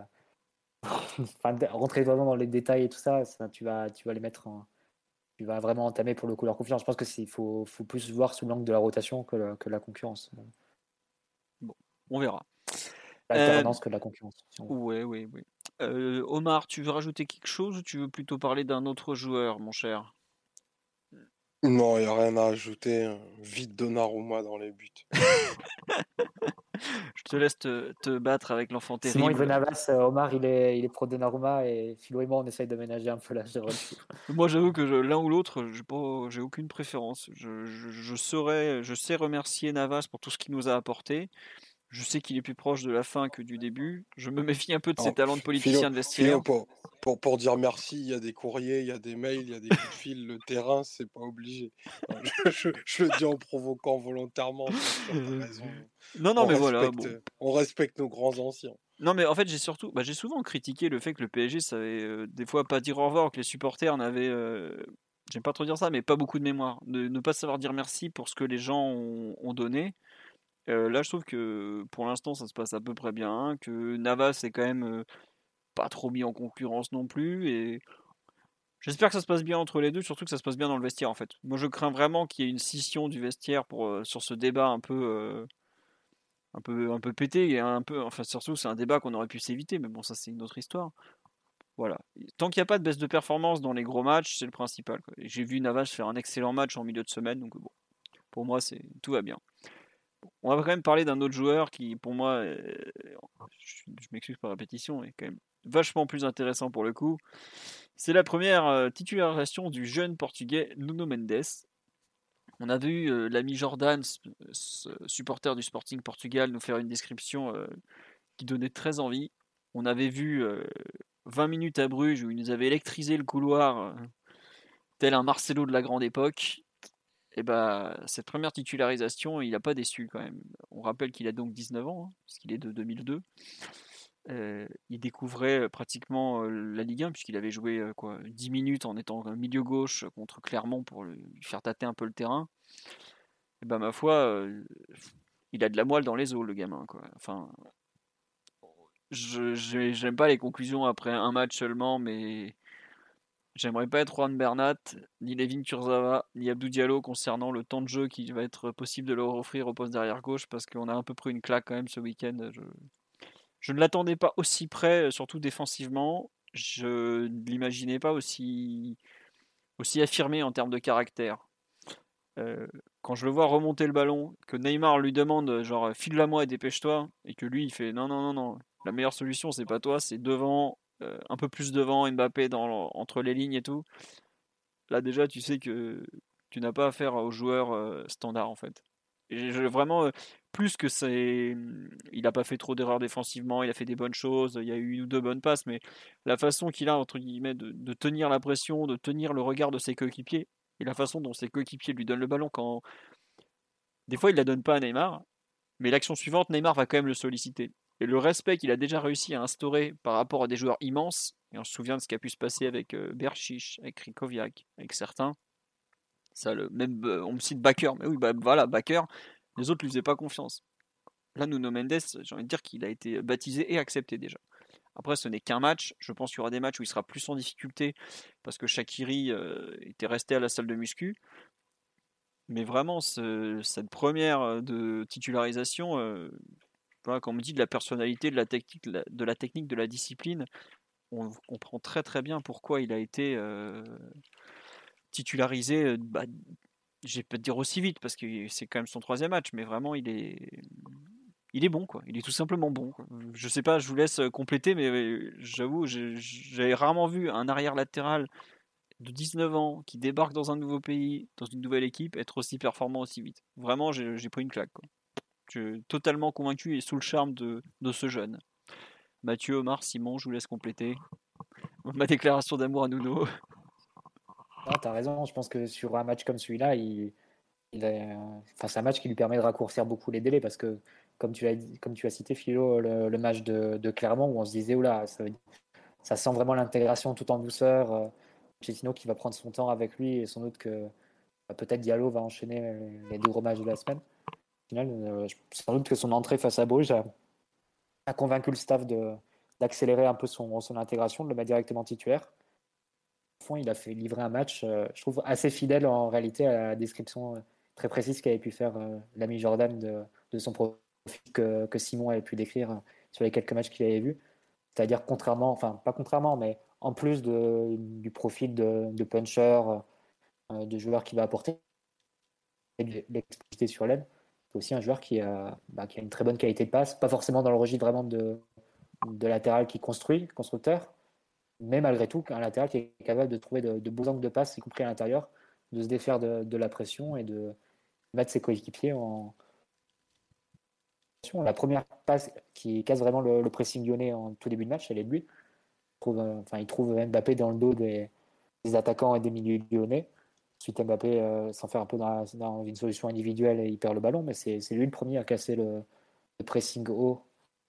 rentrer vraiment dans les détails et tout ça, tu vas les mettre tu vas vraiment entamer pour le coup leur confiance. Je pense qu'il faut plus voir sous l'angle de la rotation que la concurrence. Bon, on verra. L'alternance que de la concurrence. Oui. Omar, tu veux rajouter quelque chose ou tu veux plutôt parler d'un autre joueur, mon cher? Non, il n'y a rien à ajouter. Vite Donnarumma dans les buts. Je te laisse te battre avec l'enfant terrible. Simon, il veut Navas, Omar, il est pro Donnarumma et Philo et moi, on essaye de ménager un peu l'âge de relais. Moi, j'avoue que l'un ou l'autre, j'ai aucune préférence. Je sais remercier Navas pour tout ce qu'il nous a apporté. Je sais qu'il est plus proche de la fin que du début. Je me méfie un peu de ses talents de politicien de vestiaire. Pour dire merci, il y a des courriers, il y a des mails, il y a des coups de fil. Le terrain, c'est pas obligé. Je le dis en provoquant volontairement. T'as raison. Non, mais voilà. Bon. On respecte nos grands anciens. Non, mais en fait, j'ai souvent critiqué le fait que le PSG savait des fois pas dire au revoir, que les supporters n'avaient, j'aime pas trop dire ça, mais pas beaucoup de mémoire. De ne pas savoir dire merci pour ce que les gens ont donné. Là, je trouve que pour l'instant, ça se passe à peu près bien, que Navas est quand même pas trop mis en concurrence non plus, et j'espère que ça se passe bien entre les deux, surtout que ça se passe bien dans le vestiaire en fait. Moi, je crains vraiment qu'il y ait une scission du vestiaire sur ce débat un peu pété, et enfin surtout c'est un débat qu'on aurait pu s'éviter, mais bon, ça c'est une autre histoire. Voilà. Tant qu'il n'y a pas de baisse de performance dans les gros matchs, c'est le principal, quoi. J'ai vu Navas faire un excellent match en milieu de semaine, donc bon, pour moi tout va bien. On va quand même parler d'un autre joueur qui, pour moi, je m'excuse par répétition, est quand même vachement plus intéressant pour le coup. C'est la première titularisation du jeune portugais Nuno Mendes. On a vu l'ami Jordan, supporter du Sporting Portugal, nous faire une description qui donnait très envie. On avait vu 20 minutes à Bruges où il nous avait électrisé le couloir tel un Marcelo de la grande époque. Et cette première titularisation, il n'a pas déçu quand même. On rappelle qu'il a donc 19 ans, hein, parce qu'il est de 2002. Il découvrait pratiquement la Ligue 1, puisqu'il avait joué 10 minutes en étant milieu gauche contre Clermont pour lui faire tâter un peu le terrain. Et ma foi, il a de la moelle dans les os, le gamin, quoi. Enfin, j'aime pas les conclusions après un match seulement, mais j'aimerais pas être Juan Bernat, ni Layvin Kurzawa, ni Abdou Diallo concernant le temps de jeu qui va être possible de leur offrir au poste d'arrière gauche, parce qu'on a un peu pris une claque quand même ce week-end. Je ne l'attendais pas aussi près, surtout défensivement. Je ne l'imaginais pas aussi affirmé en termes de caractère. Quand je le vois remonter le ballon, que Neymar lui demande genre file-la-moi et dépêche-toi, et que lui il fait non, la meilleure solution, c'est pas toi, c'est devant, un peu plus devant, Mbappé entre les lignes et tout. Là, déjà, tu sais que tu n'as pas affaire aux joueurs standards, en fait. Et vraiment, plus que c'est. Il n'a pas fait trop d'erreurs défensivement, il a fait des bonnes choses, il y a eu une ou deux bonnes passes, mais la façon qu'il a, entre guillemets, de tenir la pression, de tenir le regard de ses coéquipiers, et la façon dont ses coéquipiers lui donnent le ballon quand. Des fois, il ne la donne pas à Neymar, mais l'action suivante, Neymar va quand même le solliciter. Et le respect qu'il a déjà réussi à instaurer par rapport à des joueurs immenses, et on se souvient de ce qui a pu se passer avec Berchiche, avec Krikoviak, avec certains. Ça, même, on me cite Bakker, mais oui, bah, voilà, Bakker, les autres lui faisaient pas confiance. Là, Nuno Mendes, j'ai envie de dire qu'il a été baptisé et accepté déjà. Après, ce n'est qu'un match. Je pense qu'il y aura des matchs où il sera plus en difficulté parce que Shaqiri était resté à la salle de muscu. Mais vraiment, cette première de titularisation, voilà, quand on me dit de la personnalité, de la technique, de la discipline, on comprend très très bien pourquoi il a été titularisé. Bah, je vais pas te dire aussi vite parce que c'est quand même son troisième match, mais vraiment il est bon quoi. Il est tout simplement bon, quoi. Je sais pas, je vous laisse compléter, mais j'avoue, j'avais rarement vu un arrière latéral de 19 ans qui débarque dans un nouveau pays, dans une nouvelle équipe, être aussi performant aussi vite. Vraiment, j'ai pris une claque, quoi. Je suis totalement convaincu et sous le charme de ce jeune. Mathieu, Omar, Simon, je vous laisse compléter. Ma déclaration d'amour à Nuno. Non, t'as raison. Je pense que sur un match comme celui-là, c'est un match qui lui permet de raccourcir beaucoup les délais parce que, comme tu as cité, Philo, le match de Clermont où on se disait, oula, ça sent vraiment l'intégration tout en douceur. Pochettino qui va prendre son temps avec lui et sans doute que peut-être Diallo va enchaîner les deux gros matchs de la semaine. Au final, sans doute que son entrée face à Bruges a convaincu le staff d'accélérer un peu son intégration, de le mettre directement titulaire. Au fond, il a fait livrer un match, je trouve, assez fidèle en réalité à la description très précise qu'avait pu faire l'ami Jordan de son profil que Simon avait pu décrire sur les quelques matchs qu'il avait vus. C'est-à-dire pas contrairement, mais en plus du profil de puncher, de joueur qui va apporter de l'explosivité sur l'aile, c'est aussi un joueur qui a une très bonne qualité de passe, pas forcément dans le registre vraiment de latéral qui constructeur, mais malgré tout, un latéral qui est capable de trouver de beaux angles de passe, y compris à l'intérieur, de se défaire de la pression et de mettre ses coéquipiers en. La première passe qui casse vraiment le pressing lyonnais en tout début de match, elle est de lui. Il trouve Mbappé dans le dos des attaquants et des milieux lyonnais. Ensuite, Mbappé s'en fait un peu dans une solution individuelle et il perd le ballon, mais c'est lui le premier à casser le pressing haut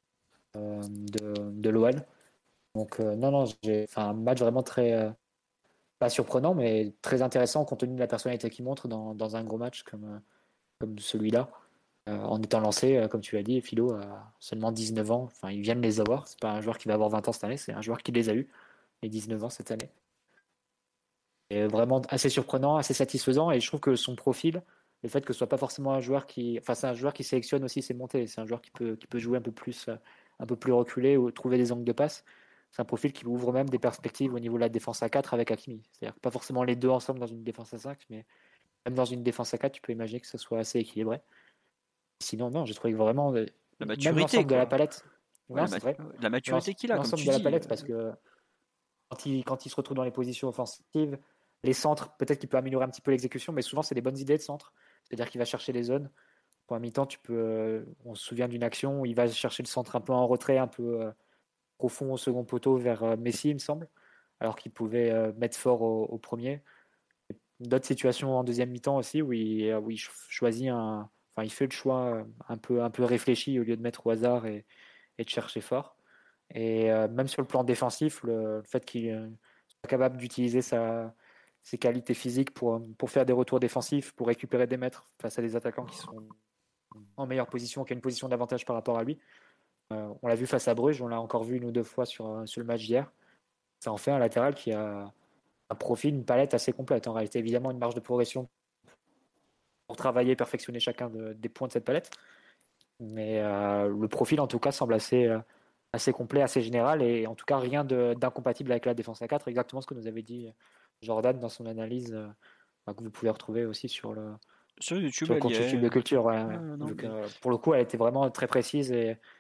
de l'OL. Donc, non, un match vraiment très, pas surprenant, mais très intéressant compte tenu de la personnalité qu'il montre dans un gros match comme celui-là. En étant lancé, comme tu l'as dit, Philo a seulement 19 ans. Enfin, il vient de les avoir. C'est pas un joueur qui va avoir 20 ans cette année, c'est un joueur qui les a eu, les 19 ans cette année. Et vraiment assez surprenant, assez satisfaisant. Et je trouve que son profil, le fait que ce soit pas forcément un joueur c'est un joueur qui sélectionne aussi ses montées. C'est un joueur qui peut jouer un peu plus reculé ou trouver des angles de passe. C'est un profil qui ouvre même des perspectives au niveau de la défense à 4 avec Hakimi. C'est-à-dire pas forcément les deux ensemble dans une défense à 5, mais même dans une défense à 4, tu peux imaginer que ce soit assez équilibré. Sinon, non, j'ai trouvé que vraiment La même maturité, l'ensemble de quoi. la palette. Ouais, Non, c'est vrai. la maturité qu'il a, comme L'ensemble tu de la dis. palette, parce que quand il se retrouve dans les positions offensives, les centres, peut-être qu'il peut améliorer un petit peu l'exécution, mais souvent c'est des bonnes idées de centre. C'est-à-dire qu'il va chercher les zones. Pour un mi-temps, on se souvient d'une action où il va chercher le centre un peu en retrait, un peu profond au second poteau vers Messi, il me semble, alors qu'il pouvait mettre fort au premier. D'autres situations en deuxième mi-temps aussi où il choisit il fait le choix un peu réfléchi au lieu de mettre au hasard et de chercher fort. Et même sur le plan défensif, le fait qu'il soit capable d'utiliser ses qualités physiques pour faire des retours défensifs, pour récupérer des mètres face à des attaquants qui sont en meilleure position, qui ont une position d'avantage par rapport à lui. On l'a vu face à Bruges, on l'a encore vu une ou deux fois sur le match d'hier. Ça en fait un latéral qui a un profil, une palette assez complète. En réalité, évidemment, une marge de progression pour travailler, perfectionner chacun des points de cette palette. Mais le profil, en tout cas, semble assez complet, assez général, et en tout cas, rien d'incompatible avec la défense à 4. Exactement ce que nous avait dit Jordan dans son analyse, que vous pouvez retrouver aussi sur YouTube, le compte YouTube de Culture. Ouais. non, Donc, pour le coup, elle était vraiment très précise et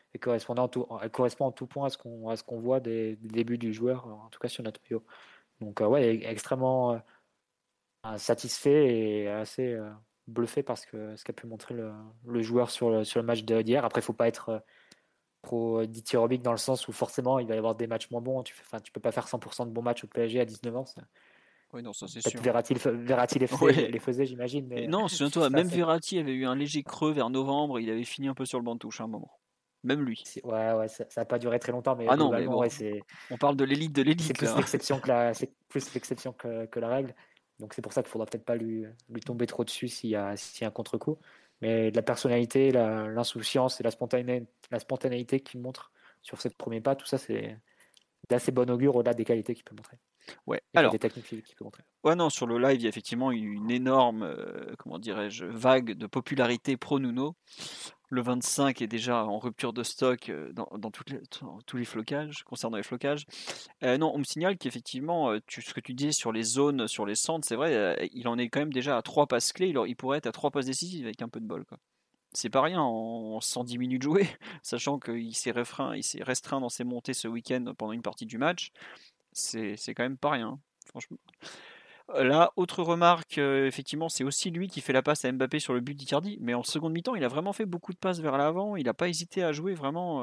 et correspond en tout point à ce qu'on voit des débuts du joueur, en tout cas sur notre maillot. Donc ouais, extrêmement satisfait et assez bluffé par ce qu'a pu montrer le joueur sur le match d'hier. Après, il ne faut pas être trop dithyrambique dans le sens où forcément il va y avoir des matchs moins bons. Tu peux pas faire 100% de bons matchs au PSG à 19 ans. Oui, non, ça c'est Peut-être sûr. Verratti Ouais. les faisait, j'imagine. Et Mais non, souviens-toi, ça, même Verratti avait eu un léger creux vers novembre, il avait fini un peu sur le banc de touche à un moment. Même lui. ouais, ça n'a pas duré très longtemps, mais Ah non, mais globalement, bon, ouais, on parle de l'élite c'est là. plus l'exception que la règle. Donc c'est pour ça qu'il faudra peut-être pas lui tomber trop dessus s'il y a un contre-coup. Mais de la personnalité, l'insouciance et la spontanéité qu'il montre sur ses premiers pas, tout ça c'est d'assez bon augure au-delà des qualités qu'il peut montrer. Ouais. Et Alors, des techniques physiques qu'il peut montrer. ouais, non, sur le live, il y a effectivement eu une énorme, comment dirais-je, vague de popularité pro Nuno. Le 25 est déjà en rupture de stock dans tous les flocages, concernant les flocages. Non, on me signale qu'effectivement, ce que tu disais sur les zones, sur les centres, c'est vrai, il en est quand même déjà à 3 passes clés. Il pourrait être à 3 passes décisives avec un peu de bol, quoi. C'est pas rien en 110 minutes jouées, sachant qu'il s'est restreint dans ses montées ce week-end pendant une partie du match. C'est quand même pas rien, franchement. Là, autre remarque, effectivement, c'est aussi lui qui fait la passe à Mbappé sur le but d'Icardi, mais en seconde mi-temps, il a vraiment fait beaucoup de passes vers l'avant, il n'a pas hésité à jouer vraiment.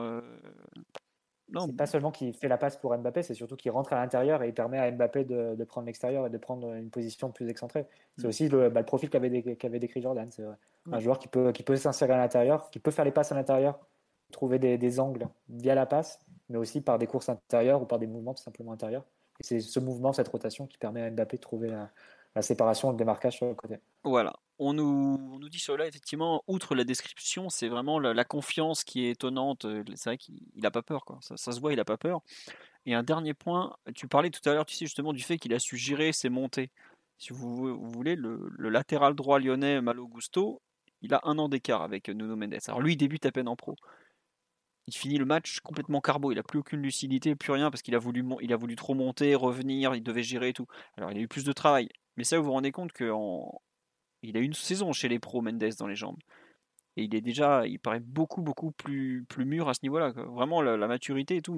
Non, C'est pas seulement qu'il fait la passe pour Mbappé, c'est surtout qu'il rentre à l'intérieur et il permet à Mbappé de prendre l'extérieur et de prendre une position plus excentrée. C'est aussi le profil qu'avait décrit Jordan. C'est un joueur qui peut s'insérer à l'intérieur, qui peut faire les passes à l'intérieur, trouver des angles via la passe, mais aussi par des courses intérieures ou par des mouvements tout simplement intérieurs. Et c'est ce mouvement, cette rotation qui permet à Mbappé de trouver la séparation, le démarquage sur le côté. Voilà. On nous dit sur là, effectivement, outre la description, c'est vraiment la confiance qui est étonnante. C'est vrai qu'il n'a pas peur, quoi. Ça se voit, il n'a pas peur. Et un dernier point, tu parlais tout à l'heure, tu sais, justement, du fait qu'il a su gérer ses montées. Si vous voulez, le latéral droit lyonnais Malo Gusto, il a 1 an d'écart avec Nuno Mendes. Alors lui, il débute à peine en pro. Il finit le match complètement carbo, il n'a plus aucune lucidité, plus rien, parce qu'il a voulu trop monter, revenir, il devait gérer et tout. Alors il a eu plus de travail. Mais ça, vous vous rendez compte qu'il a une saison chez les pros, Mendes, dans les jambes. Et il paraît beaucoup, beaucoup plus mûr à ce niveau-là, quoi. Vraiment, la maturité et tout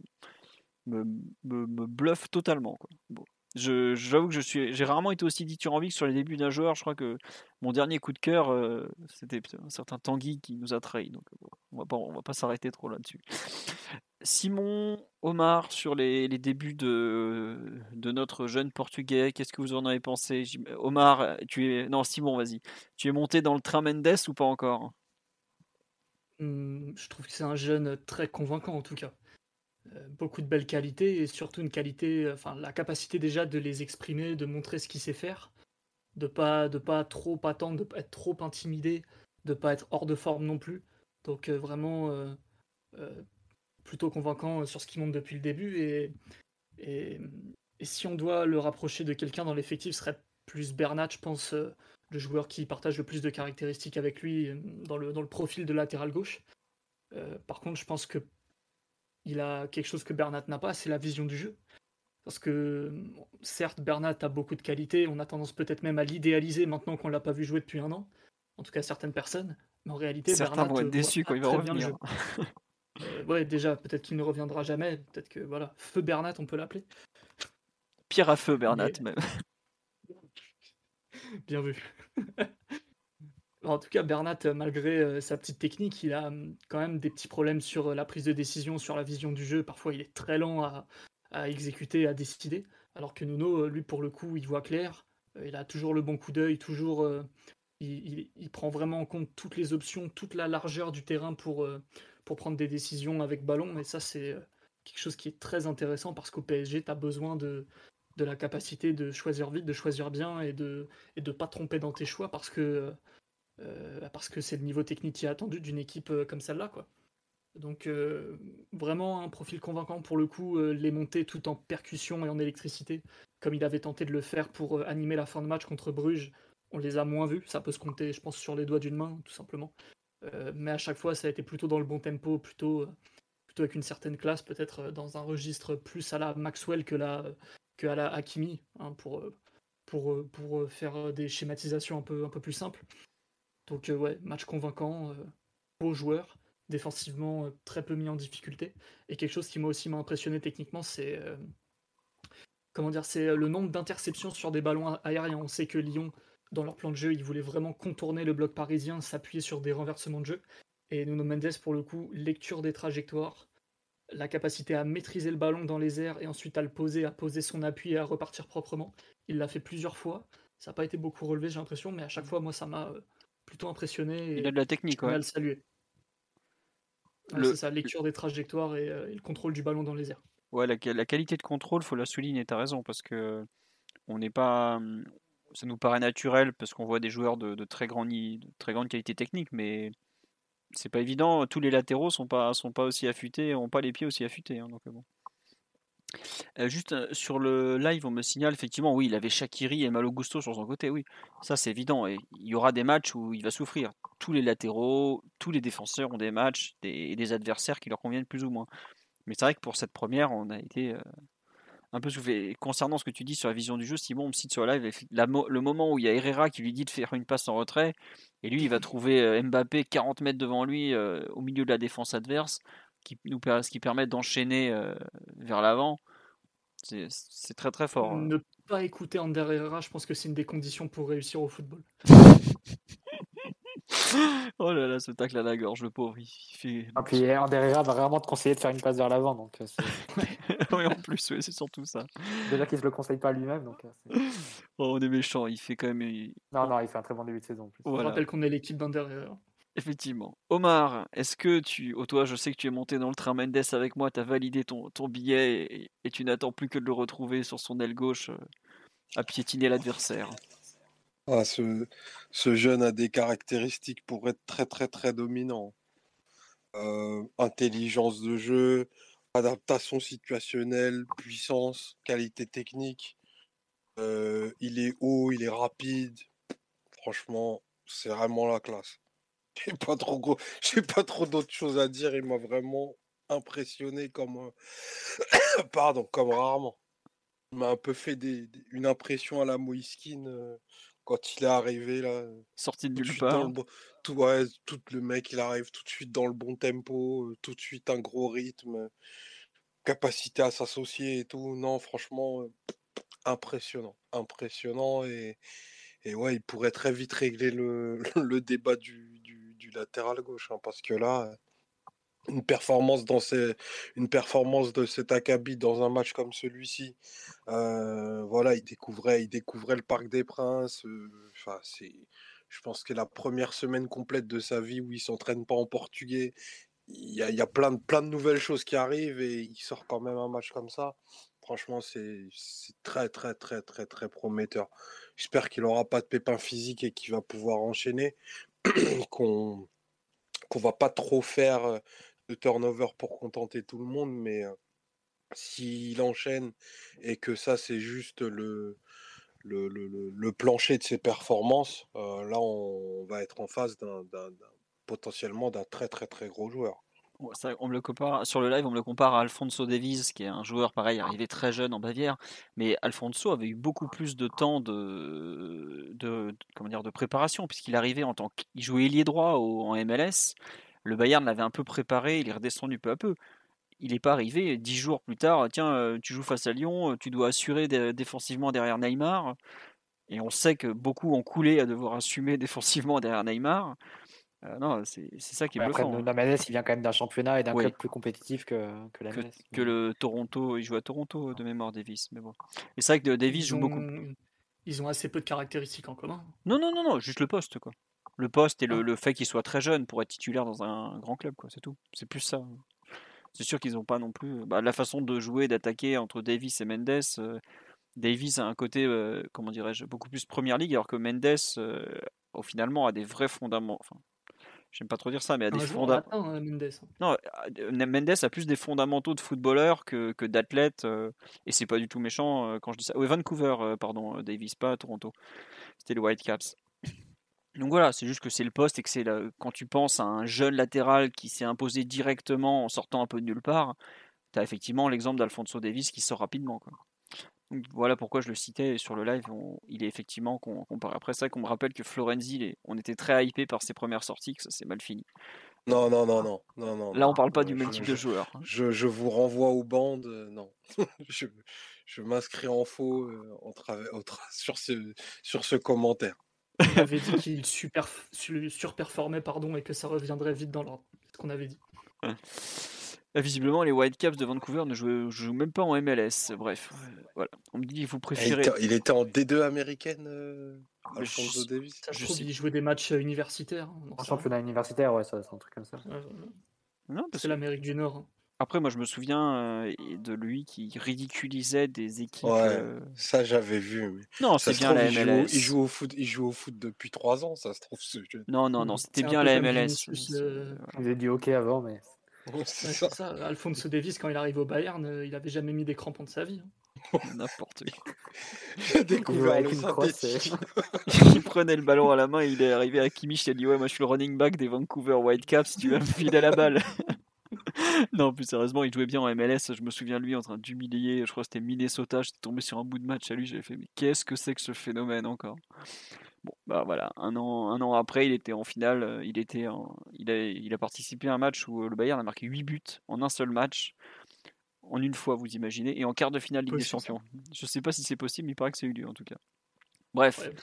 me bluffe totalement, quoi. Bon. J'avoue que j'ai rarement été aussi dithyrambique sur les débuts d'un joueur. Je crois que mon dernier coup de cœur, c'était un certain Tanguy qui nous a trahis. Donc bon, on va pas s'arrêter trop là-dessus. Simon, Omar, sur les débuts de notre jeune Portugais, qu'est-ce que vous en avez pensé? Omar, non, Simon, vas-y. Tu es monté dans le train Mendes ou pas encore? Je trouve que c'est un jeune très convaincant en tout cas. Beaucoup de belles qualités et surtout une qualité, enfin la capacité déjà de les exprimer, de montrer ce qu'il sait faire, de pas trop attendre, de pas être trop intimidé, de pas être hors de forme non plus. Donc vraiment euh, plutôt convaincant sur ce qu'il montre depuis le début et, et si on doit le rapprocher de quelqu'un dans l'effectif, ce serait plus Bernat, je pense, le joueur qui partage le plus de caractéristiques avec lui dans le profil de latéral gauche. Par contre, je pense que il a quelque chose que Bernat n'a pas, c'est la vision du jeu. Parce que certes, Bernat a beaucoup de qualités, on a tendance peut-être même à l'idéaliser maintenant qu'on l'a pas vu jouer depuis 1 an, en tout cas certaines personnes, mais en réalité, Certains Bernat vont être voit déçus pas quand il va très bien le revenir. jeu. Ouais, déjà, peut-être qu'il ne reviendra jamais, peut-être que voilà, Feu Bernat, on peut l'appeler. Pierre à feu, Bernat, Mais même. bien vu. En tout cas, Bernat, malgré sa petite technique, il a quand même des petits problèmes sur la prise de décision, sur la vision du jeu. Parfois, il est très lent à exécuter, à décider. Alors que Nuno, lui, pour le coup, il voit clair. Il a toujours le bon coup d'œil, toujours. Il prend vraiment en compte toutes les options, toute la largeur du terrain pour prendre des décisions avec ballon. Et ça, c'est quelque chose qui est très intéressant parce qu'au PSG, tu as besoin de la capacité de choisir vite, de choisir bien et de pas te tromper dans tes choix parce que c'est le niveau technique qui est attendu d'une équipe comme celle-là, quoi. Donc vraiment un profil convaincant pour le coup, les montées tout en percussion et en électricité, comme il avait tenté de le faire pour animer la fin de match contre Bruges. On les a moins vus, ça peut se compter, je pense, sur les doigts d'une main, tout simplement. Mais à chaque fois, ça a été plutôt dans le bon tempo, plutôt avec une certaine classe, peut-être dans un registre plus à la Maxwell que à la Hakimi, hein, pour faire des schématisations un peu plus simples. Donc ouais, match convaincant, beau joueur, défensivement très peu mis en difficulté. Et quelque chose qui m'a impressionné techniquement, c'est c'est le nombre d'interceptions sur des ballons aériens. On sait que Lyon, dans leur plan de jeu, ils voulaient vraiment contourner le bloc parisien, s'appuyer sur des renversements de jeu. Et Nuno Mendes, pour le coup, lecture des trajectoires, la capacité à maîtriser le ballon dans les airs et ensuite à poser son appui et à repartir proprement. Il l'a fait plusieurs fois. Ça n'a pas été beaucoup relevé, j'ai l'impression, mais à chaque fois, moi, ça m'a plutôt impressionné. Il a de la technique, je tenais ouais. à le saluer. Ouais, c'est ça, lecture des trajectoires et le contrôle du ballon dans les airs. Ouais, la qualité de contrôle, faut la souligner, t'as raison, parce que on n'est pas, ça nous paraît naturel parce qu'on voit des joueurs de très grande qualité technique, mais c'est pas évident. Tous les latéraux sont pas aussi affûtés, ont pas les pieds aussi affûtés. Hein, donc bon. Juste sur le live, on me signale effectivement, oui, il avait Shaqiri et Malo Gusto sur son côté, oui, ça c'est évident. Et il y aura des matchs où il va souffrir. Tous les latéraux, tous les défenseurs ont des matchs, des adversaires qui leur conviennent plus ou moins. Mais c'est vrai que pour cette première, on a été un peu soufflé. Et concernant ce que tu dis sur la vision du jeu, Simon, on me cite sur la live le moment où il y a Herrera qui lui dit de faire une passe en retrait, et lui il va trouver Mbappé 40 mètres devant lui au milieu de la défense adverse, ce qui permet d'enchaîner vers l'avant. C'est très très fort. Ne pas écouter Ander Herrera, je pense que c'est une des conditions pour réussir au football. Oh là là, ce tacle à la gorge, le pauvre. Puis Ander Herrera va vraiment te conseiller de faire une passe vers l'avant. Donc, oui, en plus, ouais, c'est surtout ça. Déjà qu'il ne se le conseille pas à lui-même. Donc, oh, on est méchant, il fait quand même. Non, il fait un très bon début de saison. En plus. Voilà. Je rappelle qu'on est l'équipe d'Ander Herrera. Effectivement. Omar, est-ce que toi, je sais que tu es monté dans le train Mendes avec moi, tu as validé ton billet et tu n'attends plus que de le retrouver sur son aile gauche à piétiner l'adversaire. Ah, ce jeune a des caractéristiques pour être très très très dominant. Intelligence de jeu, adaptation situationnelle, puissance, qualité technique. Il est haut, il est rapide. Franchement, c'est vraiment la classe. J'ai pas trop d'autres choses à dire. Il m'a vraiment impressionné comme rarement. Il m'a un peu fait une impression à la Moïskine quand il est arrivé là. Sorti de Tout de nulle suite part. tout le mec, il arrive tout de suite dans le bon tempo, tout de suite un gros rythme, capacité à s'associer et tout. Non, franchement, impressionnant et ouais, il pourrait très vite régler le débat du latéral gauche, hein, parce que là, une performance de cet acabit dans un match comme celui-ci, voilà, il découvrait le Parc des Princes. Je pense que la première semaine complète de sa vie où il s'entraîne pas en portugais, il y a plein de nouvelles choses qui arrivent et il sort quand même un match comme ça. Franchement, c'est très très très très très prometteur. J'espère qu'il n'aura pas de pépins physiques et qu'il va pouvoir enchaîner, qu'on va pas trop faire de turnover pour contenter tout le monde, mais s'il enchaîne et que ça c'est juste le plancher de ses performances, là on va être en face potentiellement d'un très très très gros joueur. Ça, on me le compare, sur le live, on me le compare à Alphonso Davies, qui est un joueur pareil, arrivé très jeune en Bavière. Mais Alphonso avait eu beaucoup plus de temps de préparation, puisqu'il arrivait il jouait ailier droit en MLS. Le Bayern l'avait un peu préparé, il est redescendu peu à peu. Il n'est pas arrivé 10 jours plus tard, tiens, tu joues face à Lyon, tu dois assurer défensivement derrière Neymar. Et on sait que beaucoup ont coulé à devoir assumer défensivement derrière Neymar. Non, c'est ça qui est bluffant. Après, Nuno Mendes, il vient quand même d'un championnat et d'un Oui. club plus compétitif que la MLS. Que le Toronto, il joue à Toronto de mémoire, Davis. Mais bon. Et c'est vrai que Davis joue beaucoup. Ils ont assez peu de caractéristiques en commun. Non, juste le poste, quoi. Le poste et le fait qu'il soit très jeune pour être titulaire dans un grand club, quoi. C'est tout. C'est plus ça. C'est sûr qu'ils n'ont pas non plus la façon de jouer, d'attaquer entre Davis et Mendes. Davis a un côté, comment dirais-je, beaucoup plus Première Ligue, alors que Mendes, finalement, a des vrais fondements. Enfin, j'aime pas trop dire ça, mais a des fondamentaux. Mendes. Non, Mendes a plus des fondamentaux de footballeur que d'athlète, et c'est pas du tout méchant quand je dis ça. Oui, Vancouver, pardon, Davis, pas Toronto. C'était les Whitecaps. Donc voilà, c'est juste que c'est le poste et que quand tu penses à un jeune latéral qui s'est imposé directement en sortant un peu de nulle part, tu as effectivement l'exemple d'Alphonso Davies qui sort rapidement, quoi. Donc voilà pourquoi je le citais sur le live. Il est effectivement comparé. Après ça, qu'on me rappelle que Florenzi, on était très hypé par ses premières sorties, que ça s'est mal fini. Non, non, non, non, non, non, Là, on non. parle pas du même type de joueur. Je vous renvoie aux bandes. Non, je, je m'inscris en faux sur ce commentaire. On avait dit qu'il surperformait pardon, et que ça reviendrait vite dans l'ordre. C'est ce qu'on avait dit. Visiblement, les Whitecaps de Vancouver ne jouent même pas en MLS. Bref, voilà. On me dit que vous préférez. Il était en D2 américaine, Mais Alphonso Davies. Ça se Je trouve, sais- il jouait des matchs universitaires. On en En sait rien. championnat universitaire, ouais, ça, c'est un truc comme ça. Non, parce C'est que- l'Amérique du Nord. Après, moi, je me souviens de lui qui ridiculisait des équipes. Ouais, ça j'avais vu. Mais Non, ça c'est se bien trouve, la il MLS. joue au foot. Il joue au foot depuis 3 ans. Ça se trouve, ce jeune. Non, c'était C'est un bien peu la comme MLS. Vinicius, Voilà. Il faisait du hockey avant, mais C'est Ouais, ça. c'est ça. Alphonso Davies, quand il arrive au Bayern, il avait jamais mis des crampons de sa vie. N'importe quoi. J'ai il jouait découvert avec le une crosse. synthétique. Il prenait le ballon à la main, il est arrivé à Kimmich, il a dit ouais, moi je suis le running back des Vancouver Whitecaps, tu vas me filer la balle. Non, plus sérieusement, il jouait bien en MLS. Je me souviens de lui en train d'humilier. Je crois que c'était Minnesota. J'étais tombé sur un bout de match à lui. J'avais fait, mais qu'est-ce que c'est que ce phénomène encore? Bon, bah voilà. Un an après, il était en finale. Il a participé à un match où le Bayern a marqué 8 buts en un seul match. En une fois, vous imaginez. Et en quart de finale Ligue des Possible, ça. Champions. Je sais pas si c'est possible, mais il paraît que c'est eu lieu en tout cas. Bref. Ouais.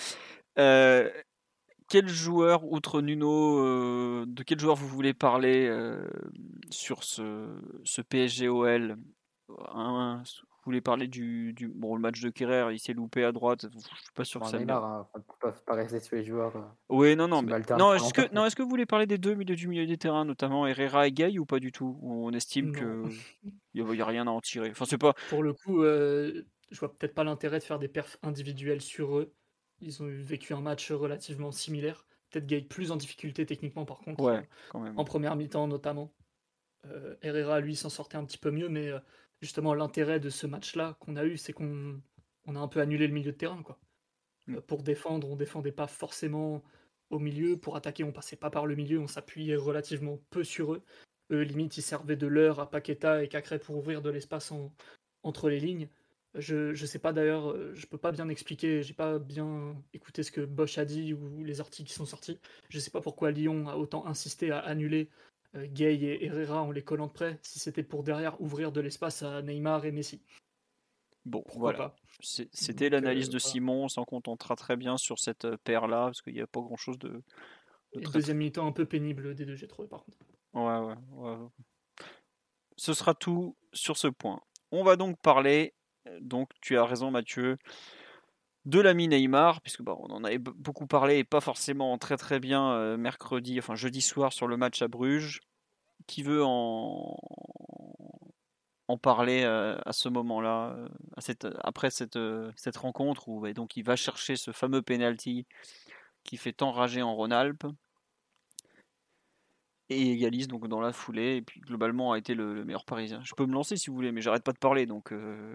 Quel joueur, outre Nuno, de quel joueur vous voulez parler sur ce PSG-OL? Vous voulez parler bon, le match de Kerrer, il s'est loupé à droite. Je suis pas sûr que ça. Neymar, hein, on peut pas rester sur les joueurs. Oui, non, qui mais m'alternent non. trop Est-ce que longtemps. est-ce que vous voulez parler des deux milieux du milieu des terrains, notamment Herrera et Gay, ou pas du tout? On estime Non. que il y a rien à en tirer. Enfin, c'est pas. Pour le coup, je vois peut-être pas l'intérêt de faire des perfs individuels sur eux. Ils ont vécu un match relativement similaire. Peut-être Gay plus en difficulté techniquement par contre, Ouais, quand même. en première mi-temps notamment. Herrera, lui, s'en sortait un petit peu mieux, mais justement, l'intérêt de ce match-là qu'on a eu, c'est qu'on a un peu annulé le milieu de terrain, quoi. Pour défendre, on défendait pas forcément au milieu. Pour attaquer, on passait pas par le milieu, on s'appuyait relativement peu sur eux. Eux, limite, ils servaient de leurre à Paqueta et Cacré pour ouvrir de l'espace entre les lignes. Je sais pas d'ailleurs, je peux pas bien expliquer, j'ai pas bien écouté ce que Bosch a dit ou les articles qui sont sortis. Je sais pas pourquoi Lyon a autant insisté à annuler Gay et Herrera en les collant de près, si c'était pour derrière ouvrir de l'espace à Neymar et Messi. Bon, Pourquoi voilà. pas. C'était Donc, l'analyse de voilà. Simon. On s'en contentera très bien sur cette paire-là, parce qu'il n'y a pas grand-chose de Et très. deuxième mi-temps un peu pénible des deux, j'ai trouvé par contre. Ouais. Ce sera tout sur ce point. On va donc parler, donc tu as raison Mathieu, de l'ami Neymar, puisque on en avait beaucoup parlé et pas forcément très très bien jeudi soir sur le match à Bruges. Qui veut en parler à ce moment-là, après cette rencontre où donc il va chercher ce fameux penalty qui fait tant rager en Rhône-Alpes et égalise donc dans la foulée, et puis globalement a été le meilleur Parisien. Je peux me lancer si vous voulez, mais j'arrête pas de parler, donc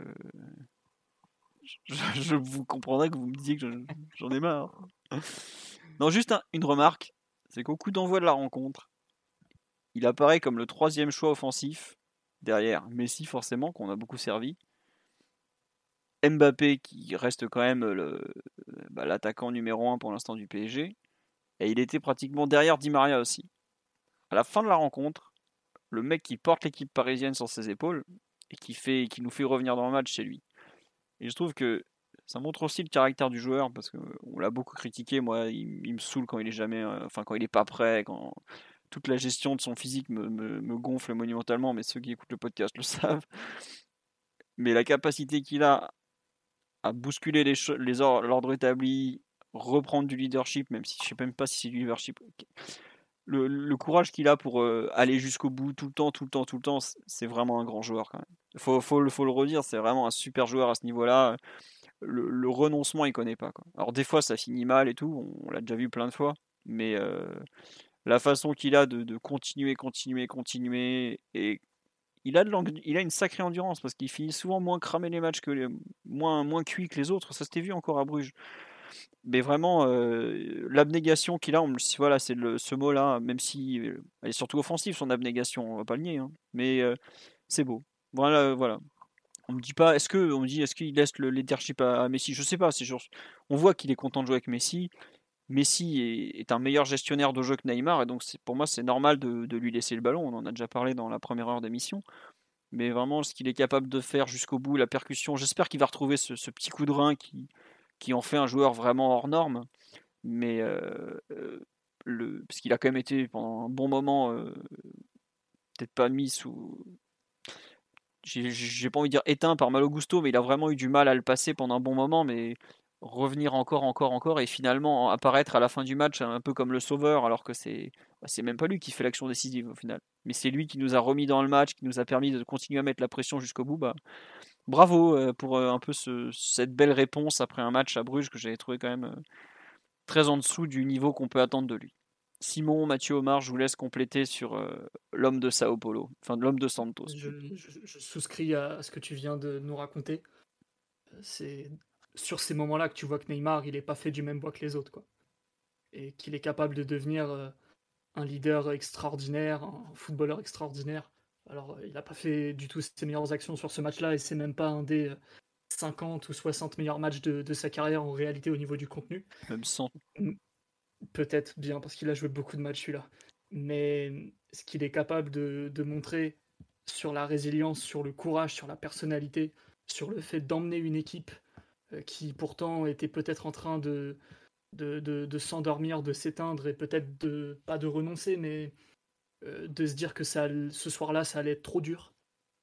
je vous comprendrai que vous me disiez que j'en ai marre. Non, juste une remarque, c'est qu'au coup d'envoi de la rencontre, il apparaît comme le troisième choix offensif, derrière Messi forcément, qu'on a beaucoup servi. Mbappé qui reste quand même l'attaquant numéro 1 pour l'instant du PSG. Et il était pratiquement derrière Di Maria aussi. À la fin de la rencontre, le mec qui porte l'équipe parisienne sur ses épaules et qui nous fait revenir dans le match, c'est lui. Et je trouve que ça montre aussi le caractère du joueur, parce qu'on l'a beaucoup critiqué. Moi, il me saoule quand il est jamais, quand il est pas prêt, quand toute la gestion de son physique me gonfle monumentalement, mais ceux qui écoutent le podcast le savent. Mais la capacité qu'il a à bousculer l'ordre établi, reprendre du leadership, même si je sais même pas si c'est du leadership. Le courage qu'il a pour aller jusqu'au bout tout le temps, c'est vraiment un grand joueur quand même. Faut le redire, c'est vraiment un super joueur à ce niveau-là. Le renoncement, il connaît pas, quoi. Alors des fois, ça finit mal et tout, on l'a déjà vu plein de fois, mais la façon qu'il a de continuer, et il a une sacrée endurance, parce qu'il finit souvent moins cramé les matchs moins cuit que les autres. Ça s'était vu encore à Bruges. Mais vraiment, l'abnégation qu'il a, voilà, c'est ce mot-là, même si elle est surtout offensive, son abnégation, on va pas le nier, hein. Mais c'est beau. Voilà. On me dit est-ce qu'il laisse le leadership à Messi? Je sais pas. On voit qu'il est content de jouer avec Messi, Messi est un meilleur gestionnaire de jeu que Neymar, et donc pour moi c'est normal de lui laisser le ballon. On en a déjà parlé dans la première heure d'émission. Mais vraiment, ce qu'il est capable de faire jusqu'au bout, la percussion, j'espère qu'il va retrouver ce petit coup de rein qui en fait un joueur vraiment hors norme. Mais parce qu'il a quand même été pendant un bon moment, peut-être pas mis sous. J'ai pas envie de dire éteint par Malo Gusto, mais il a vraiment eu du mal à le passer pendant un bon moment. Mais revenir encore, et finalement apparaître à la fin du match un peu comme le sauveur, alors que c'est même pas lui qui fait l'action décisive au final. Mais c'est lui qui nous a remis dans le match, qui nous a permis de continuer à mettre la pression jusqu'au bout. Bah, bravo pour un peu cette belle réponse après un match à Bruges que j'avais trouvé quand même très en dessous du niveau qu'on peut attendre de lui. Simon, Mathieu, Omar, je vous laisse compléter sur l'homme de Sao Paulo, enfin l'homme de Santos. Je souscris à ce que tu viens de nous raconter. C'est sur ces moments-là que tu vois que Neymar, il n'est pas fait du même bois que les autres, quoi. Et qu'il est capable de devenir un leader extraordinaire, un footballeur extraordinaire. Alors, il n'a pas fait du tout ses meilleures actions sur ce match-là, et c'est même pas un des 50 ou 60 meilleurs matchs de sa carrière en réalité au niveau du contenu. Même sans. Peut-être bien, parce qu'il a joué beaucoup de matchs celui-là. Mais ce qu'il est capable de montrer sur la résilience, sur le courage, sur la personnalité, sur le fait d'emmener une équipe qui pourtant était peut-être en train de s'endormir, de s'éteindre et peut-être pas de renoncer, mais de se dire que ce soir-là, ça allait être trop dur.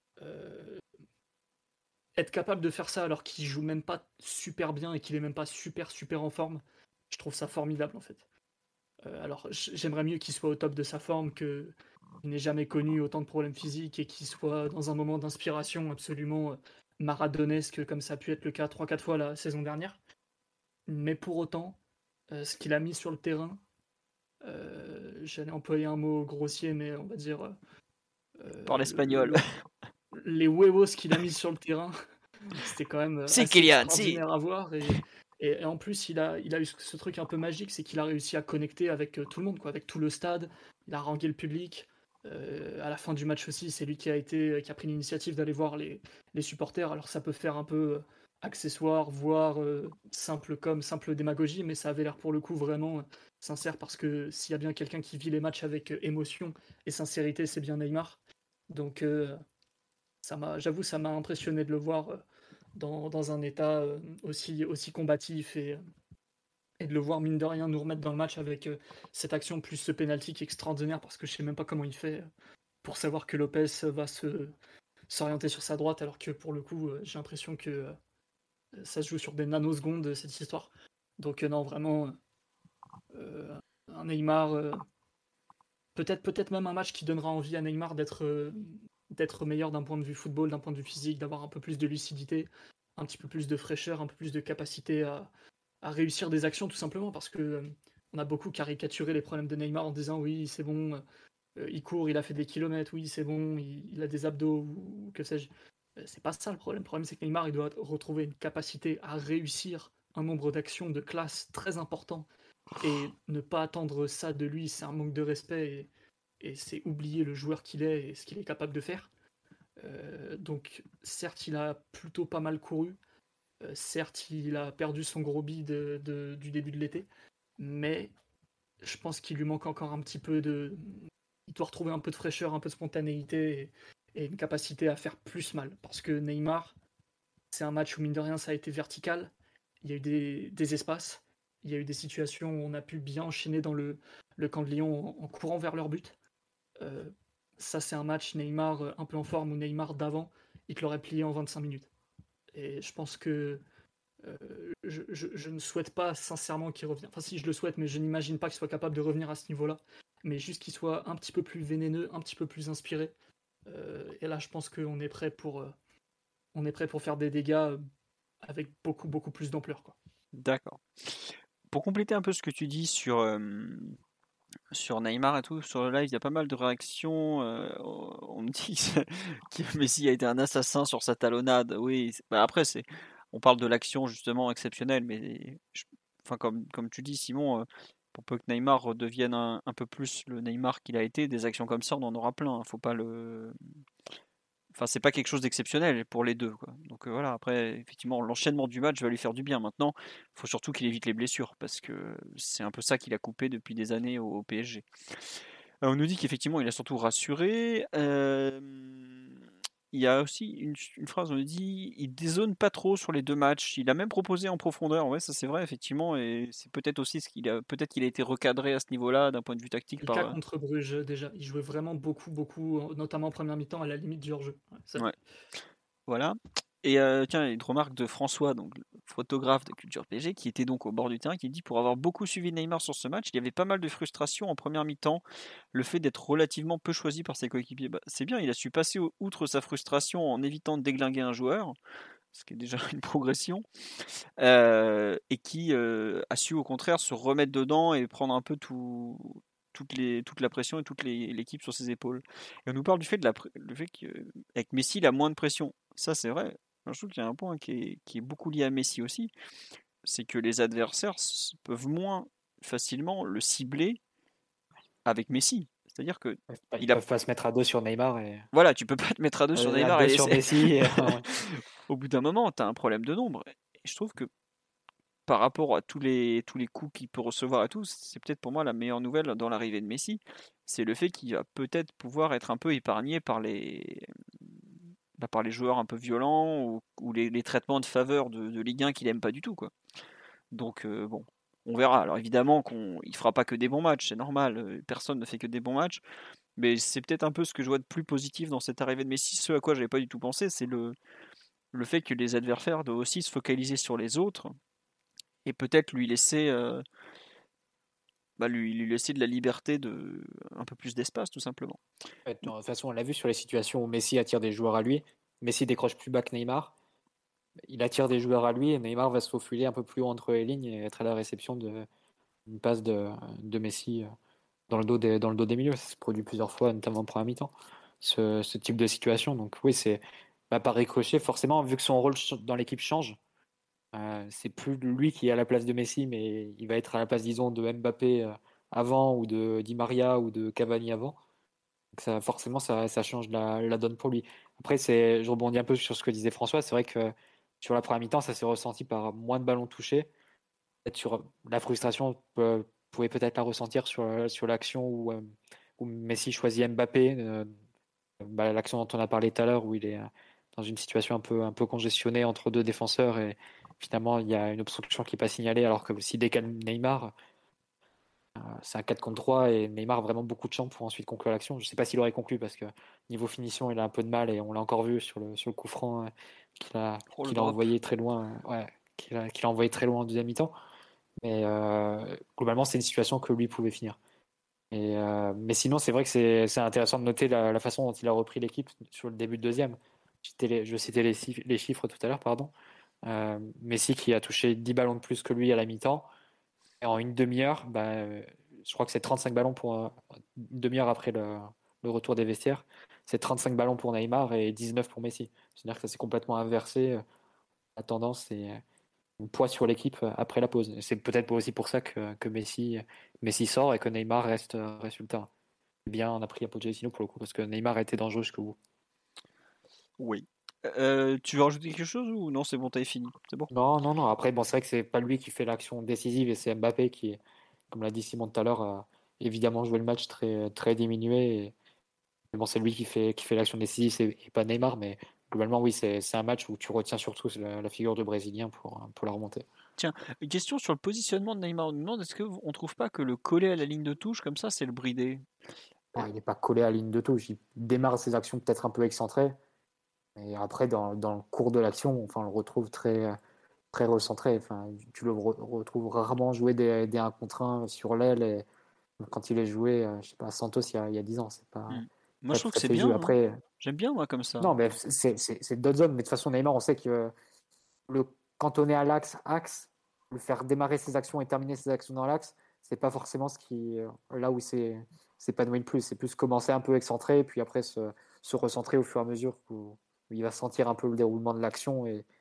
Être capable de faire ça alors qu'il joue même pas super bien et qu'il est même pas super en forme, je trouve ça formidable en fait. Alors j'aimerais mieux qu'il soit au top de sa forme, qu'il n'ait jamais connu autant de problèmes physiques et qu'il soit dans un moment d'inspiration absolument maradonesque comme ça a pu être le cas 3-4 fois la saison dernière. Mais pour autant, ce qu'il a mis sur le terrain, j'allais employer un mot grossier, mais on va dire Par l'espagnol. Les huevos qu'il a mis sur le terrain, c'était quand même C'est assez Kylian, extraordinaire à voir. Et en plus, il a eu ce truc un peu magique, c'est qu'il a réussi à connecter avec tout le monde, quoi, avec tout le stade. Il a harangué le public. À la fin du match aussi, c'est lui qui a pris l'initiative d'aller voir les supporters. Alors ça peut faire un peu accessoire, voire simple démagogie, mais ça avait l'air pour le coup vraiment sincère, parce que s'il y a bien quelqu'un qui vit les matchs avec émotion et sincérité, c'est bien Neymar. Donc j'avoue, ça m'a impressionné de le voir dans un état aussi combatif, et de le voir, mine de rien, nous remettre dans le match avec cette action plus ce penalty qui est extraordinaire, parce que je sais même pas comment il fait pour savoir que Lopez va s'orienter sur sa droite, alors que pour le coup, j'ai l'impression que ça se joue sur des nanosecondes, cette histoire. Donc non, vraiment, un Neymar, peut-être même un match qui donnera envie à Neymar d'être meilleur d'un point de vue football, d'un point de vue physique, d'avoir un peu plus de lucidité, un petit peu plus de fraîcheur, un peu plus de capacité à réussir des actions, tout simplement parce que on a beaucoup caricaturé les problèmes de Neymar en disant oui, c'est bon, il court, il a fait des kilomètres, oui, c'est bon, il a des abdos, ou que sais-je. C'est pas ça le problème. Le problème, c'est que Neymar, il doit retrouver une capacité à réussir un nombre d'actions de classe très important, et ne pas attendre ça de lui, c'est un manque de respect, et c'est oublier le joueur qu'il est et ce qu'il est capable de faire. Donc certes, il a plutôt pas mal couru, certes, il a perdu son gros bide du début de l'été, mais je pense qu'il lui manque encore un petit peu il doit retrouver un peu de fraîcheur, un peu de spontanéité, et une capacité à faire plus mal. Parce que Neymar, c'est un match où, mine de rien, ça a été vertical. Il y a eu des espaces, il y a eu des situations où on a pu bien enchaîner dans le camp de Lyon en courant vers leur but. Ça, c'est un match Neymar un peu en forme, ou Neymar d'avant, il te l'aurait plié en 25 minutes. Et je pense que je ne souhaite pas sincèrement qu'il revienne. Enfin, si, je le souhaite, mais je n'imagine pas qu'il soit capable de revenir à ce niveau-là. Mais juste qu'il soit un petit peu plus vénéneux, un petit peu plus inspiré. Et là, je pense qu'on est prêt pour faire des dégâts avec beaucoup plus d'ampleur, quoi. D'accord. Pour compléter un peu ce que tu dis sur Neymar et tout, sur le live, il y a pas mal de réactions. On me dit que Messi a été un assassin sur sa talonnade. Oui, après, on parle de l'action justement exceptionnelle, mais enfin, comme tu dis, Simon, pour peu que Neymar redevienne un peu plus le Neymar qu'il a été, des actions comme ça, on en aura plein. enfin, c'est pas quelque chose d'exceptionnel pour les deux, quoi. Donc voilà, après, effectivement, l'enchaînement du match va lui faire du bien. Maintenant, il faut surtout qu'il évite les blessures parce que c'est un peu ça qu'il a coupé depuis des années au PSG. On nous dit qu'effectivement, il a surtout rassuré. Il y a aussi une phrase, on nous dit, il dézone pas trop sur les deux matchs. Il a même proposé en profondeur. Ouais, ça c'est vrai, effectivement, et c'est peut-être aussi peut-être qu'il a été recadré à ce niveau-là d'un point de vue tactique Le cas par. contre Bruges, déjà, il jouait vraiment beaucoup, notamment en première mi-temps, à la limite du hors-jeu. Ouais, c'est vrai. Ouais, voilà. Et tiens, une remarque de François, donc le photographe de Culture PSG, qui était donc au bord du terrain, qui dit pour avoir beaucoup suivi Neymar sur ce match, il y avait pas mal de frustration en première mi-temps, le fait d'être relativement peu choisi par ses coéquipiers. Bah, c'est bien, il a su passer outre sa frustration en évitant de déglinguer un joueur, ce qui est déjà une progression, et qui a su au contraire se remettre dedans et prendre un peu toute la pression et toute l'équipe sur ses épaules. Et on nous parle du fait, le fait qu'avec Messi, il a moins de pression. Ça, c'est vrai. Moi, je trouve qu'il y a un point qui est beaucoup lié à Messi aussi, c'est que les adversaires peuvent moins facilement le cibler avec Messi. C'est-à-dire que Ils il a, peuvent pas se mettre à dos sur Neymar et voilà, tu peux pas te mettre à deux sur à Neymar et deux sur laisser. Messi. Au bout d'un moment, tu as un problème de nombre. Et je trouve que par rapport à tous les coups qu'il peut recevoir et tout, c'est peut-être pour moi la meilleure nouvelle dans l'arrivée de Messi, c'est le fait qu'il va peut-être pouvoir être un peu épargné par les joueurs un peu violents ou les traitements de faveur de Ligue 1 qu'il aime pas du tout, quoi. Donc bon, on verra. Alors évidemment il fera pas que des bons matchs, c'est normal, personne ne fait que des bons matchs, mais c'est peut-être un peu ce que je vois de plus positif dans cette arrivée de Messi, ce à quoi j'avais pas du tout pensé, c'est le fait que les adversaires doivent aussi se focaliser sur les autres et peut-être lui laisser de la liberté, un peu plus d'espace, tout simplement. De toute façon, on l'a vu sur les situations où Messi attire des joueurs à lui. Messi décroche plus bas que Neymar. Il attire des joueurs à lui et Neymar va se faufiler un peu plus haut entre les lignes et être à la réception d'une passe de Messi dans le dos des milieux. Ça se produit plusieurs fois, notamment en première mi-temps, ce type de situation. Donc oui, c'est par ricochet, forcément, vu que son rôle dans l'équipe change, c'est plus lui qui est à la place de Messi, mais il va être à la place, disons, de Mbappé avant ou de Di Maria ou de Cavani avant. Donc ça, forcément, ça change la donne pour lui. Après, je rebondis un peu sur ce que disait François. C'est vrai que sur la première mi-temps, ça s'est ressenti par moins de ballons touchés. Peut-être sur la frustration, pouvait peut-être la ressentir sur l'action où Messi choisit Mbappé. L'action dont on a parlé tout à l'heure, où il est dans une situation un peu congestionnée entre deux défenseurs et finalement il y a une obstruction qui n'est pas signalée alors que s'il décale Neymar, c'est un 4 contre 3 et Neymar a vraiment beaucoup de champs pour ensuite conclure l'action. Je ne sais pas s'il aurait conclu parce que niveau finition il a un peu de mal et on l'a encore vu sur le coup franc qu'il a envoyé très loin, qu'il a envoyé très loin en deuxième mi-temps. Mais globalement c'est une situation que lui pouvait finir. Mais sinon, c'est vrai que c'est intéressant de noter la façon dont il a repris l'équipe sur le début de deuxième. Je citais les chiffres tout à l'heure, pardon. Messi qui a touché 10 ballons de plus que lui à la mi-temps. Et en une demi-heure, je crois que c'est 35 ballons pour une demi-heure après le retour des vestiaires. C'est 35 ballons pour Neymar et 19 pour Messi. C'est-à-dire que ça s'est complètement inversé. La tendance est un poids sur l'équipe après la pause. C'est peut-être aussi pour ça que Messi sort et que Neymar reste sur le terrain. Bien, on a pris à Pochettino pour le coup parce que Neymar a été dangereux jusqu'au bout. Oui. Tu veux rajouter quelque chose ou non, c'est bon, t'avais fini. C'est bon. Non. Après, bon, c'est vrai que c'est pas lui qui fait l'action décisive et c'est Mbappé qui, comme l'a dit Simon tout à l'heure, a évidemment joué le match très, très diminué. Mais bon, c'est lui qui fait l'action décisive et pas Neymar. Mais globalement, oui, c'est un match où tu retiens surtout la figure de Brésilien pour la remonter. Tiens, une question sur le positionnement de Neymar. On nous demande est-ce qu'on trouve pas que le coller à la ligne de touche comme ça, c'est le brider? Il n'est pas collé à la ligne de touche. Il démarre ses actions peut-être un peu excentrées. Et après, dans le cours de l'action, enfin, on le retrouve très, très recentré. Enfin, tu le retrouves rarement jouer des 1 contre 1 sur l'aile. Et quand il est joué, je sais pas, à Santos il y a 10 ans, c'est pas Moi, je trouve que très c'est paisible. bien. Après, J'aime bien, moi, comme ça. non, mais c'est d'autres zones. Mais de toute façon, Neymar, on sait que le cantonner à axe, le faire démarrer ses actions et terminer ses actions dans l'axe, c'est pas forcément là où c'est s'épanouit le plus. C'est plus commencer un peu excentré, puis après se recentrer au fur et à mesure où il va sentir un peu le déroulement de l'action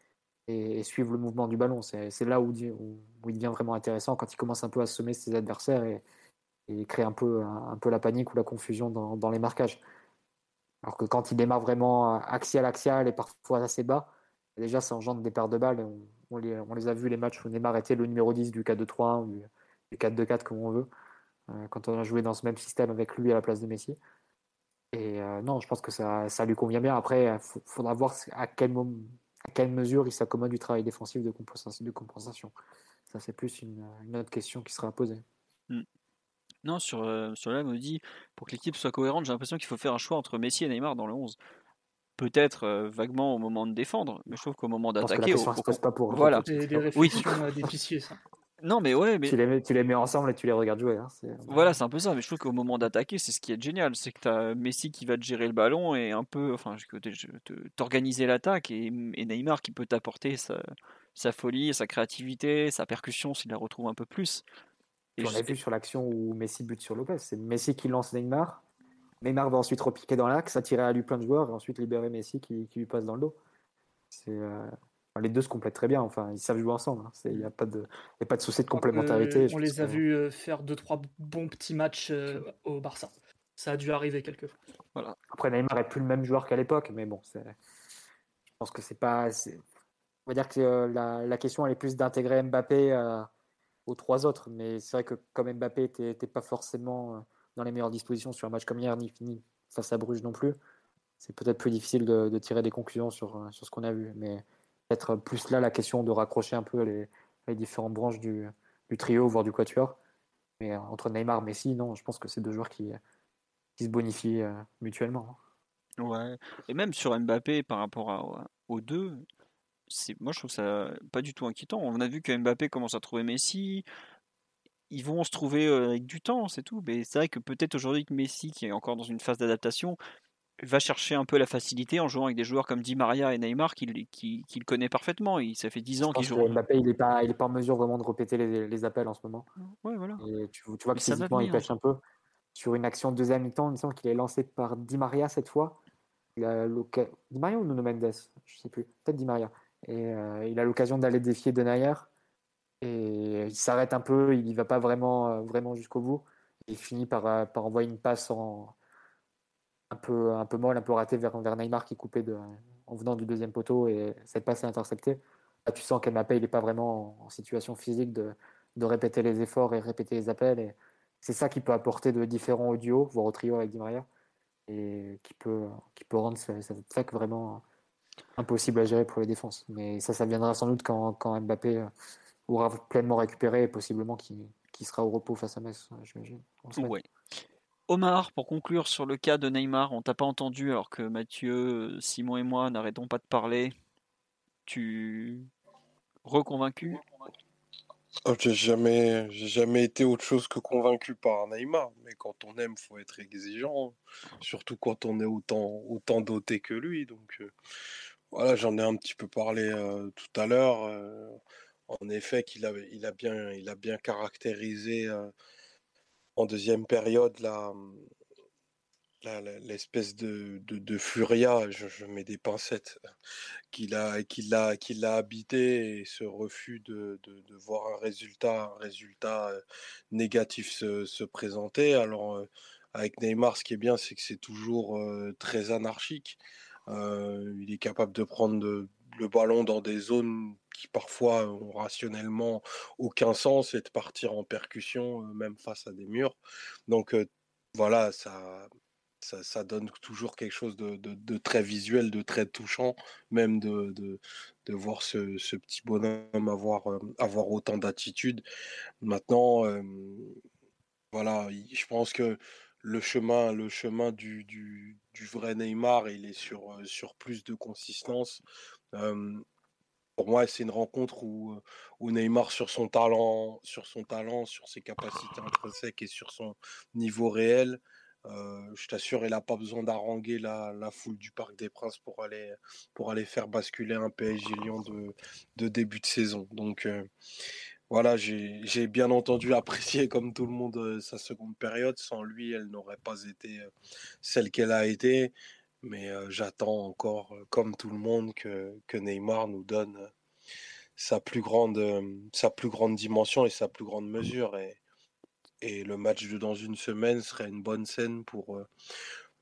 et suivre le mouvement du ballon. C'est là où il devient vraiment intéressant quand il commence un peu à semer ses adversaires et créer un peu la panique ou la confusion dans les marquages. Alors que quand il démarre vraiment axial et parfois assez bas, déjà ça engendre des pertes de balles. On les a vus, les matchs où Neymar était le numéro 10 du 4-2-3-1 ou du 4-2-4 comme on veut, quand on a joué dans ce même système avec lui à la place de Messi. Et non, je pense que ça lui convient bien. Après, il faudra voir à quelle mesure il s'accommode du travail défensif de compensation. Ça, c'est plus une autre question qui sera posée. Mm. Non, sur là, me dit, pour que l'équipe soit cohérente, j'ai l'impression qu'il faut faire un choix entre Messi et Neymar dans le 11. Peut-être vaguement au moment de défendre, mais je trouve qu'au moment Je pense que la d'attaquer, question ne se pose pas pour voilà. Des Oui. réflexions d'épicier, ça. Non, mais ouais, mais tu les mets ensemble et tu les regardes jouer. Hein, voilà, c'est un peu ça. Mais je trouve qu'au moment d'attaquer, c'est ce qui est génial, c'est que t'as Messi qui va te gérer le ballon et un peu, enfin, t'organiser l'attaque et Neymar qui peut t'apporter sa folie, sa créativité, sa percussion s'il la retrouve un peu plus. Et Puis on l'a vu sur l'action où Messi bute sur Lopez. C'est Messi qui lance Neymar. Neymar va ensuite repiquer dans l'axe, attirer à lui plein de joueurs et ensuite libérer Messi qui lui passe dans le dos. Les deux se complètent très bien. Enfin, ils savent jouer ensemble. Il n'y a pas de souci de complémentarité. On les a vus faire 2-3 bons petits matchs au Barça. Ça a dû arriver quelquefois. Voilà. Après, Neymar n'est plus le même joueur qu'à l'époque, mais bon, je pense que c'est pas. On va dire que la question elle est plus d'intégrer Mbappé aux trois autres, mais c'est vrai que comme Mbappé n'était pas forcément dans les meilleures dispositions sur un match comme hier, ni face à Bruges non plus, c'est peut-être plus difficile de tirer des conclusions sur ce qu'on a vu. Mais peut-être plus là la question de raccrocher un peu les différentes branches du trio, voire du quatuor. Mais entre Neymar et Messi, non, je pense que c'est deux joueurs qui se bonifient mutuellement. Ouais. Et même sur Mbappé par rapport aux deux, moi je trouve ça pas du tout inquiétant. On a vu que Mbappé commence à trouver Messi. Ils vont se trouver avec du temps, c'est tout. Mais c'est vrai que peut-être aujourd'hui que Messi, qui est encore dans une phase d'adaptation, va chercher un peu la facilité en jouant avec des joueurs comme Di Maria et Neymar qu'il connaît parfaitement. Ça fait 10 ans qu'il Je joue. pense que Mbappé, il est pas en mesure vraiment de répéter les appels en ce moment. Ouais, voilà. Et tu vois Mais que ça va physiquement, il venir. pêche un peu. Sur une action de deuxième mi-temps, il me semble qu'il est lancé par Di Maria cette fois. Di Maria ou Nuno Mendes? Je sais plus. Peut-être Di Maria. Et il a l'occasion d'aller défier Denayer. Et il s'arrête un peu, il n'y va pas vraiment jusqu'au bout. Il finit par envoyer une passe un peu molle, un peu ratée vers Neymar qui coupait en venant du deuxième poteau et cette passe est interceptée. Là, tu sens qu'Mbappé il n'est pas vraiment en situation physique de répéter les efforts et répéter les appels. Et c'est ça qui peut apporter de différents au duo, voire au trio avec Di Maria, et qui peut rendre cette attaque vraiment impossible à gérer pour les défenses. Mais ça viendra sans doute quand Mbappé aura pleinement récupéré et possiblement qui sera au repos face à Metz, j'imagine. Ouais. Omar, pour conclure sur le cas de Neymar, on t'a pas entendu alors que Mathieu, Simon et moi n'arrêtons pas de parler. Tu reconvaincu? J'ai jamais été autre chose que convaincu par Neymar, mais quand on aime, faut être exigeant, surtout quand on est autant doté que lui. Donc voilà, j'en ai un petit peu parlé tout à l'heure. En effet, il a bien caractérisé en deuxième période l'espèce de furia, je mets des pincettes, qu'il a habité et ce refus de voir un résultat négatif se présenter. Alors, avec Neymar, ce qui est bien, c'est que c'est toujours très anarchique. Il est capable de prendre le ballon dans des zones qui parfois ont rationnellement aucun sens et de partir en percussion, même face à des murs. Donc voilà, ça donne toujours quelque chose de très visuel, de très touchant, même de voir ce petit bonhomme avoir autant d'attitude. Maintenant, voilà, je pense que le chemin du vrai Neymar, il est sur plus de consistance. Pour moi, c'est une rencontre où Neymar, sur son talent, sur ses capacités intrinsèques et sur son niveau réel, je t'assure, il n'a pas besoin d'haranguer la foule du Parc des Princes pour aller faire basculer un PSG Lyon de début de saison. Donc voilà, j'ai bien entendu apprécier comme tout le monde sa seconde période. Sans lui, elle n'aurait pas été celle qu'elle a été. Mais j'attends encore, comme tout le monde, que Neymar nous donne sa plus grande dimension et sa plus grande mesure. Et le match de dans une semaine serait une bonne scène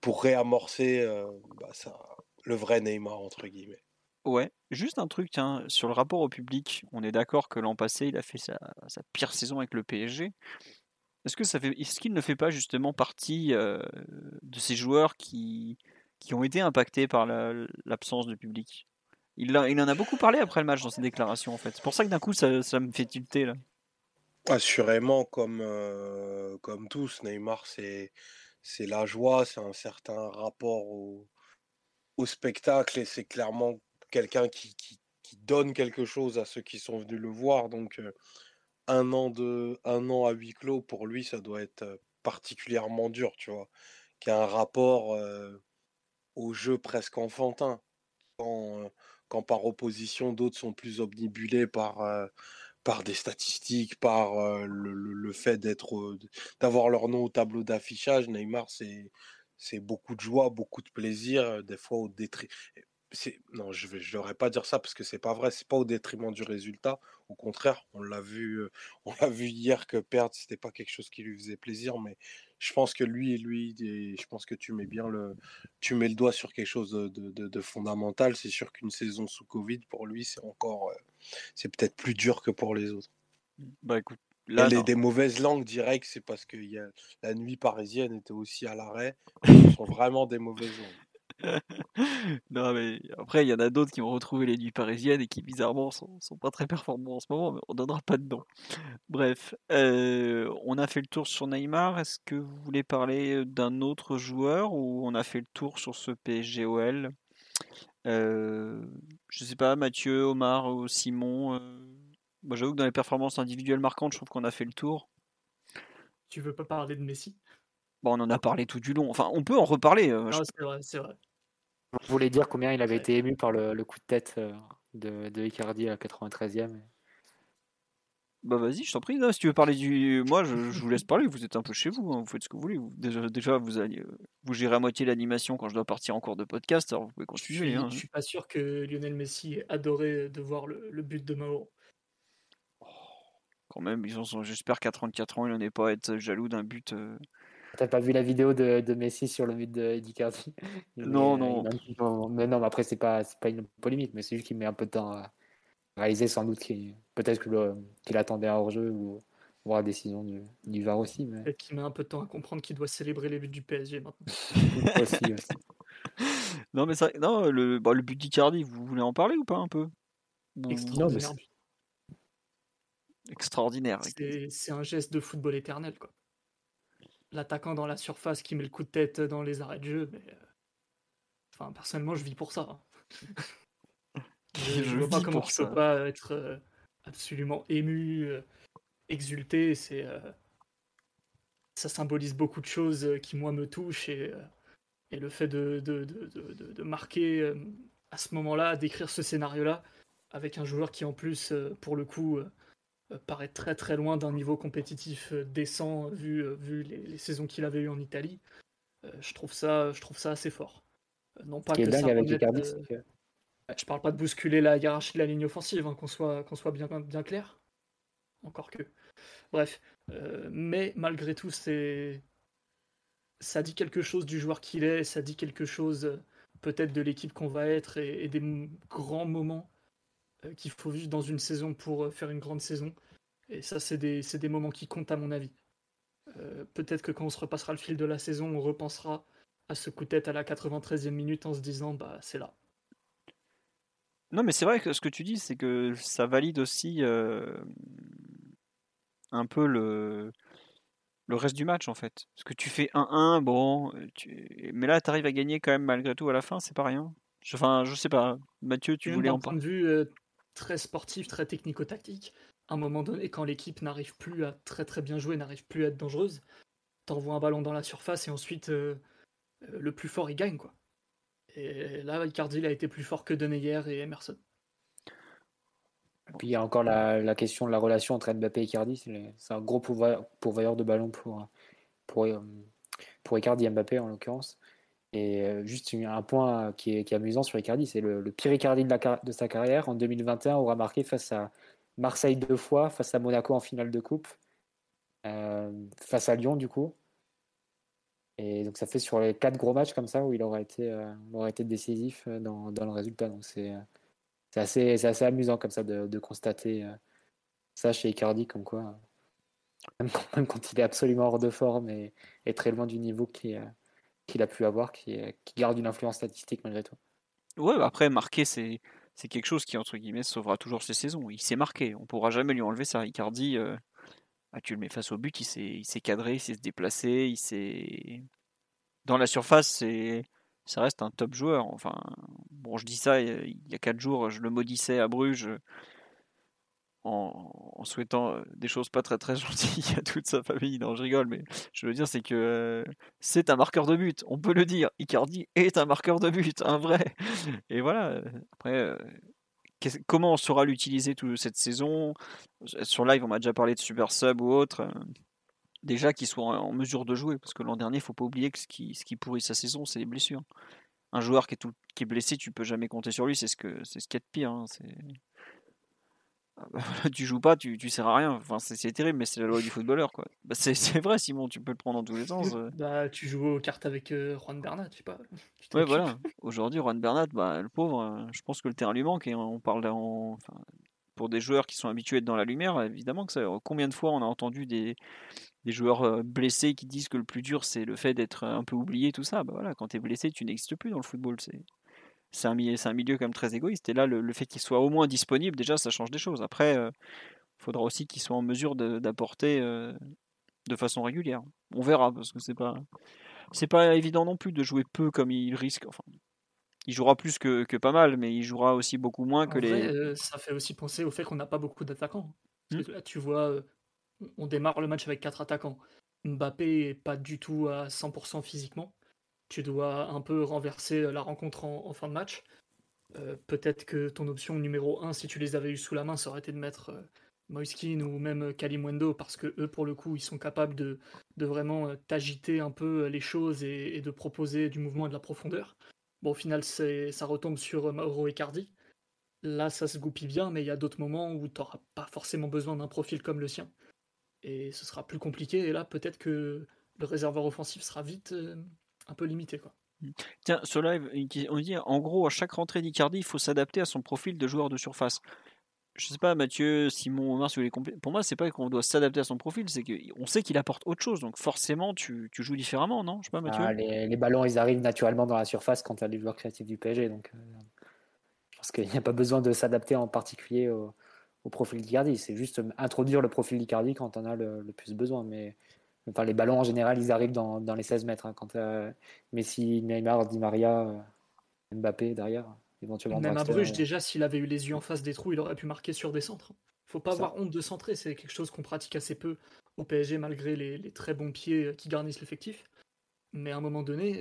pour réamorcer le vrai Neymar, entre guillemets. Ouais, juste un truc, tiens, sur le rapport au public, on est d'accord que l'an passé, il a fait sa pire saison avec le PSG. Est-ce qu'il ne fait pas justement partie de ces joueurs qui ont été impactés par l'absence de public? Il en a beaucoup parlé après le match dans ses déclarations, en fait. C'est pour ça que d'un coup, ça me fait tilter, là. Assurément, comme tous, Neymar, c'est la joie, c'est un certain rapport au spectacle et c'est clairement quelqu'un qui donne quelque chose à ceux qui sont venus le voir. Donc, un an à huis clos, pour lui, ça doit être particulièrement dur, tu vois. Qui a un rapport au jeu presque enfantin. Quand, quand par opposition, d'autres sont plus obnubilés par des statistiques, par le fait d'avoir leur nom au tableau d'affichage. Neymar, c'est beaucoup de joie, beaucoup de plaisir, des fois au détriment. Non, je ne devrais pas dire ça parce que c'est pas vrai, c'est pas au détriment du résultat. Au contraire, on l'a vu hier que perdre, c'était pas quelque chose qui lui faisait plaisir, mais je pense que je pense que tu mets le doigt sur quelque chose de fondamental. C'est sûr qu'une saison sous Covid, pour lui, c'est peut-être plus dur que pour les autres. Bah écoute, Et là, non. des mauvaises langues directes, c'est parce que la nuit parisienne était aussi à l'arrêt. Ce sont vraiment des mauvaises langues. Non, mais après, il y en a d'autres qui ont retrouvé les nuits parisiennes et qui, bizarrement, sont pas très performants en ce moment, mais on donnera pas de nom. Bref, on a fait le tour sur Neymar. Est-ce que vous voulez parler d'un autre joueur ou on a fait le tour sur ce PSG-OL? Je sais pas, Mathieu, Omar ou Simon. Moi, j'avoue que dans les performances individuelles marquantes, je trouve qu'on a fait le tour. Tu veux pas parler de Messi? Bon, on en a parlé tout du long. Enfin, on peut en reparler. Non, c'est vrai, c'est vrai. Vous voulez dire combien il avait Ouais. été ému par le coup de tête de Icardi à la 93e? Bah vas-y, je t'en prie. Là, si tu veux parler du... Moi, je vous laisse parler. Vous êtes un peu chez vous. Hein, vous faites ce que vous voulez. Déjà vous gérez à moitié l'animation quand je dois partir en cours de podcast. Alors vous pouvez continuer. Hein. Je suis pas sûr que Lionel Messi ait adoré de voir le but de Mao. Quand même, j'espère qu'à 34 ans, il n'en est pas à être jaloux d'un but. T'as pas vu la vidéo de Messi sur le but d'Icardi? Non. Mais non, mais après, c'est pas une polémique, mais c'est juste qu'il met un peu de temps à réaliser, sans doute peut-être qu'il attendait un hors-jeu ou voir la décision du VAR aussi. Mais... Et qui met un peu de temps à comprendre qu'il doit célébrer les buts du PSG maintenant. aussi. Non, mais ça, non, le but d'Icardi, vous voulez en parler ou pas un peu? Extraordinaire but. Extraordinaire. C'est un geste de football éternel, quoi. L'attaquant dans la surface qui met le coup de tête dans les arrêts de jeu, mais enfin, personnellement, je vis pour ça. Je vois pas comment tu peux pas être absolument ému, exulté. Ça symbolise beaucoup de choses qui, moi, me touchent. Et le fait de marquer à ce moment-là, d'écrire ce scénario-là, avec un joueur qui, en plus, pour le coup, paraît très très loin d'un niveau compétitif décent vu les saisons qu'il avait eues en Italie, je trouve ça assez fort. Non pas Ce qui est que dingue ça avec remette, Icardi, c'est que... je parle pas de bousculer la hiérarchie de la ligne offensive, hein, qu'on soit bien clair. Encore que. Bref. Mais malgré tout, ça dit quelque chose du joueur qu'il est, ça dit quelque chose peut-être de l'équipe qu'on va être et des grands moments qu'il faut vivre dans une saison pour faire une grande saison. Et ça, c'est des moments qui comptent à mon avis. Peut-être que quand on se repassera le fil de la saison, on repensera à ce coup de tête à la 93e minute en se disant bah c'est là. Non, mais c'est vrai que ce que tu dis, c'est que ça valide aussi un peu le reste du match en fait. Parce que tu fais 1-1, bon, mais là tu arrives à gagner quand même malgré tout à la fin, c'est pas rien. Enfin, je sais pas. Mathieu, tu Et même voulais d'un en point parler? de vue très sportif, très technico-tactique, à un moment donné, quand l'équipe n'arrive plus à très très bien jouer, n'arrive plus à être dangereuse, t'envoies un ballon dans la surface et ensuite le plus fort il gagne, quoi. Et là, Icardi il a été plus fort que Deneyer et Emerson. Puis il y a encore la question de la relation entre Mbappé et Icardi. C'est un gros pourvoyeur de ballon pour Icardi et Mbappé en l'occurrence. Et juste un point qui est amusant sur Icardi, c'est le pire Icardi de sa carrière. En 2021, aura marqué face à Marseille 2 fois, face à Monaco en finale de coupe, face à Lyon du coup. Et donc ça fait sur les 4 gros matchs comme ça où il aurait été décisif dans le résultat. Donc c'est assez amusant comme ça de constater ça chez Icardi, comme quoi, même quand il est absolument hors de forme et très loin du niveau qu'il a pu avoir, qui garde une influence statistique malgré tout. Ouais, bah après, marquer, c'est quelque chose qui, entre guillemets, sauvera toujours ses saisons. Il s'est marqué, on pourra jamais lui enlever ça. Icardi, tu le mets face au but, il s'est cadré, il s'est déplacé, il s'est. Dans la surface, ça reste un top joueur. Enfin, bon, je dis ça, il y a 4 jours, je le maudissais à Bruges en souhaitant des choses pas très très gentilles à toute sa famille. Non, je rigole, mais je veux dire, c'est que c'est un marqueur de but, on peut le dire. Icardi est un marqueur de but, un vrai. Et voilà, après, comment on saura l'utiliser toute cette saison? Sur live, on m'a déjà parlé de super sub ou autre. Déjà qu'il soit en mesure de jouer, parce que l'an dernier, il faut pas oublier que ce qui pourrit sa saison, c'est les blessures. Un joueur qui est blessé, tu peux jamais compter sur lui, c'est ce qu'il y a de pire. Hein. Tu joues pas, tu sers à rien. Enfin, c'est terrible, mais c'est la loi du footballeur, quoi. Bah, c'est vrai, Simon, tu peux le prendre dans tous les sens. Bah, tu joues aux cartes avec Juan Bernat, je sais pas. Tu Ouais, t'occupes. voilà. Aujourd'hui, Juan Bernat, bah, le pauvre, je pense que le terrain lui manque et on parle enfin, pour des joueurs qui sont habitués à être dans la lumière, évidemment que ça. Combien de fois on a entendu des joueurs blessés qui disent que le plus dur c'est le fait d'être un peu oublié, tout ça. Bah voilà, quand tu es blessé, tu n'existes plus dans le football. C'est un milieu quand même très égoïste. Et là, le fait qu'il soit au moins disponible, déjà, ça change des choses. Après, il faudra aussi qu'il soit en mesure d'apporter de façon régulière. On verra, parce que c'est pas évident non plus de jouer peu comme il risque. Enfin, il jouera plus que pas mal, mais il jouera aussi beaucoup moins que En vrai, les. ça fait aussi penser au fait qu'on n'a pas beaucoup d'attaquants. Hmm. Parce que là, tu vois, on démarre le match avec 4 attaquants. Mbappé est pas du tout à 100% physiquement. Tu dois un peu renverser la rencontre en fin de match. Peut-être que ton option numéro 1, si tu les avais eu sous la main, ça aurait été de mettre Moiskin ou même Kalimundo, parce que eux, pour le coup, ils sont capables de vraiment t'agiter un peu les choses et de proposer du mouvement et de la profondeur. Bon, au final, ça retombe sur Mauro Icardi. Là, ça se goupille bien, mais il y a d'autres moments où tu n'auras pas forcément besoin d'un profil comme le sien. Et ce sera plus compliqué, et là, peut-être que le réservoir offensif sera vite un peu limité, quoi. Tiens, sur live, on dit en gros, à chaque rentrée d'Icardi, il faut s'adapter à son profil de joueur de surface. Je sais pas, Mathieu, Simon, Omar, si vous voulez pour moi, c'est pas qu'on doit s'adapter à son profil, c'est qu'on sait qu'il apporte autre chose, donc forcément, tu joues différemment, non? Je sais pas, Mathieu? Les ballons, ils arrivent naturellement dans la surface quand tu as les joueurs créatifs du PSG. Donc, je pense qu'il n'y a pas besoin de s'adapter en particulier au profil d'Icardi. C'est juste introduire le profil d'Icardi quand on a le plus besoin. Mais enfin, les ballons, en général, ils arrivent dans les 16 mètres. Hein, quand Messi, Neymar, Di Maria, Mbappé derrière, éventuellement Même à Draxler. Bruges, déjà, s'il avait eu les yeux en face des trous, il aurait pu marquer sur des centres. Faut pas Ça. avoir honte de centrer, c'est quelque chose qu'on pratique assez peu au PSG malgré les très bons pieds qui garnissent l'effectif. Mais à un moment donné,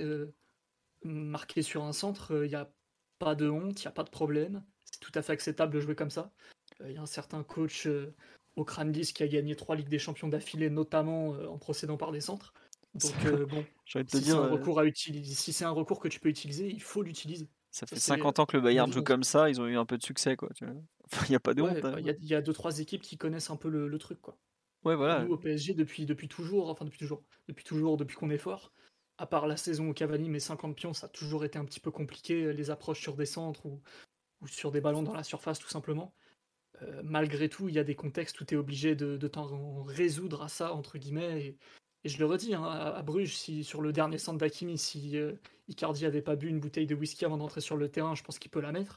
marquer sur un centre, il n'y a pas de honte, il n'y a pas de problème. C'est tout à fait acceptable de jouer comme ça. Il y a un certain coach au crâne lisse qui a gagné 3 Ligues des Champions d'affilée, notamment en procédant par des centres. Donc bon, J'ai envie de te si c'est dire, un recours à utiliser, si c'est un recours que tu peux utiliser, il faut l'utiliser. ça fait Ça, c'est 50 ans que le mon Bayern avis joue constant. comme ça, ils ont eu un peu de succès, quoi. Tu vois. Enfin, il n'y a pas de honte. Ouais, Hein. il y a 2-3 équipes qui connaissent un peu le truc, quoi. Ouais, voilà. Nous, au PSG, depuis toujours, enfin depuis qu'on est fort, à part la saison où Cavani met 50 pions, ça a toujours été un petit peu compliqué, les approches sur des centres ou sur des ballons dans la surface, tout simplement. Malgré tout, il y a des contextes où tu es obligé de t'en résoudre à ça, entre guillemets. Et je le redis, hein, à Bruges, si, sur le dernier centre d'Hakimi, si Icardi avait pas bu une bouteille de whisky avant d'entrer sur le terrain, je pense qu'il peut la mettre.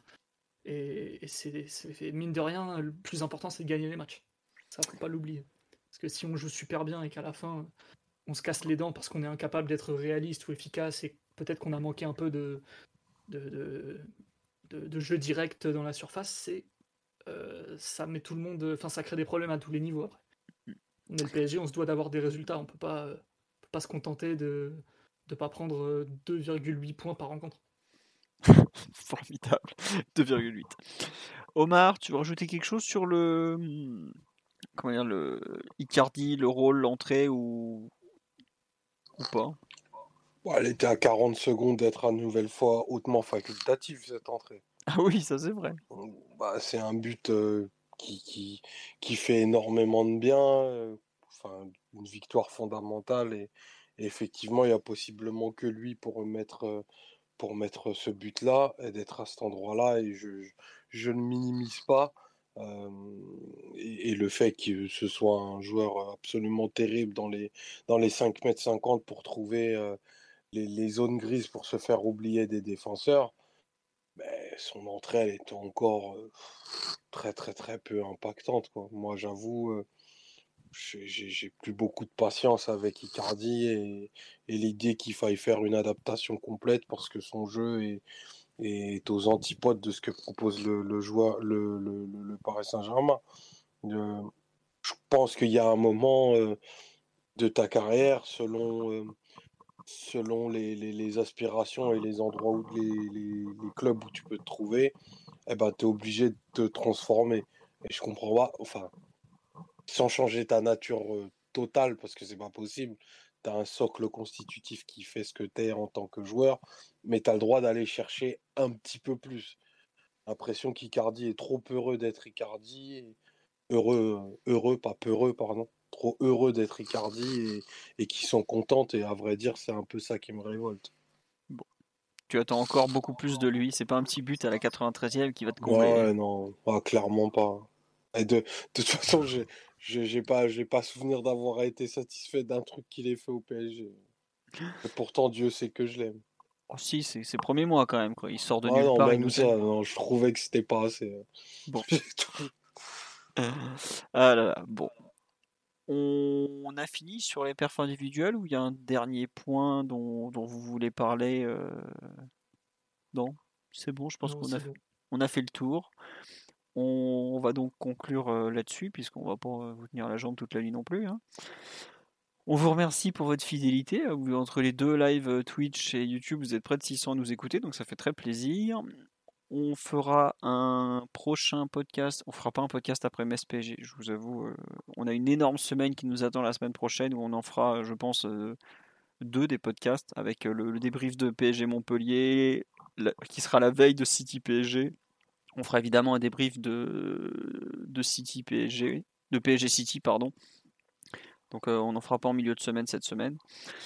Et mine de rien, le plus important, c'est de gagner les matchs. Ça, faut pas l'oublier. Parce que si on joue super bien et qu'à la fin, on se casse les dents parce qu'on est incapable d'être réaliste ou efficace et peut-être qu'on a manqué un peu de jeu direct dans la surface, ça met tout le monde, enfin ça crée des problèmes à tous les niveaux après. On est le PSG, on se doit d'avoir des résultats, on peut pas se contenter de ne pas prendre 2,8 points par rencontre. Formidable. 2,8. Omar, tu veux rajouter quelque chose sur comment dire, le Icardi, le rôle, l'entrée ou pas? Bon, elle était à 40 secondes d'être à nouvelle fois hautement facultative, cette entrée. Ah oui, ça c'est vrai. Bah, c'est un but qui fait énormément de bien. Enfin, une victoire fondamentale Et effectivement, il y a possiblement que lui pour mettre ce but-là et d'être à cet endroit-là. Et je ne minimise pas. euh, et le fait que ce soit un joueur absolument terrible dans les 5,50 m pour trouver les zones grises pour se faire oublier des défenseurs, mais son entrée, elle est encore très, très, très peu impactante, quoi. Moi, j'avoue, j'ai plus beaucoup de patience avec Icardi et l'idée qu'il faille faire une adaptation complète parce que son jeu est aux antipodes de ce que propose le joueur, le Paris Saint-Germain. Euh, je pense qu'il y a un moment de ta carrière, selon les aspirations et les endroits où les clubs où tu peux te trouver, eh ben, tu es obligé de te transformer. Et je comprends pas, enfin, sans changer ta nature totale, parce que c'est pas possible. Tu as un socle constitutif qui fait ce que tu es en tant que joueur, mais tu as le droit d'aller chercher un petit peu plus. L'impression qu'Icardi est trop heureux d'être Icardi, heureux, pas peureux, pardon, trop heureux d'être Icardi et qui sont contentes, et à vrai dire, c'est un peu ça qui me révolte. Bon. Tu attends encore beaucoup plus de lui. C'est pas un petit but à la 93e qui va te combler. Ouais, non, clairement pas. Et de toute façon, j'ai pas souvenir d'avoir été satisfait d'un truc qu'il ait fait au PSG. Et pourtant, Dieu sait que je l'aime. Oh, si, c'est ses premiers mois quand même, quoi. Il sort de Ah nulle non, part, il même nous ça, aide. non, je trouvais que c'était pas assez. Bon. Ah là là, bon. On a fini sur les perfs individuels ou il y a un dernier point dont vous voulez parler Non, c'est bon, je pense Non, c'est bon. on a fait le tour. On va donc conclure là-dessus, puisqu'on va pas vous tenir la jambe toute la nuit non plus, hein. On vous remercie pour votre fidélité. Entre les deux lives Twitch et YouTube, vous êtes près de 600 à nous écouter, donc ça fait très plaisir. On fera un prochain podcast. On fera pas un podcast après Metz PSG, je vous avoue. On a une énorme semaine qui nous attend la semaine prochaine où on en fera, je pense, deux des podcasts avec le débrief de PSG Montpellier, qui sera la veille de City PSG. On fera évidemment un débrief de City PSG, de PSG City, pardon. Donc on n'en fera pas en milieu de semaine cette semaine.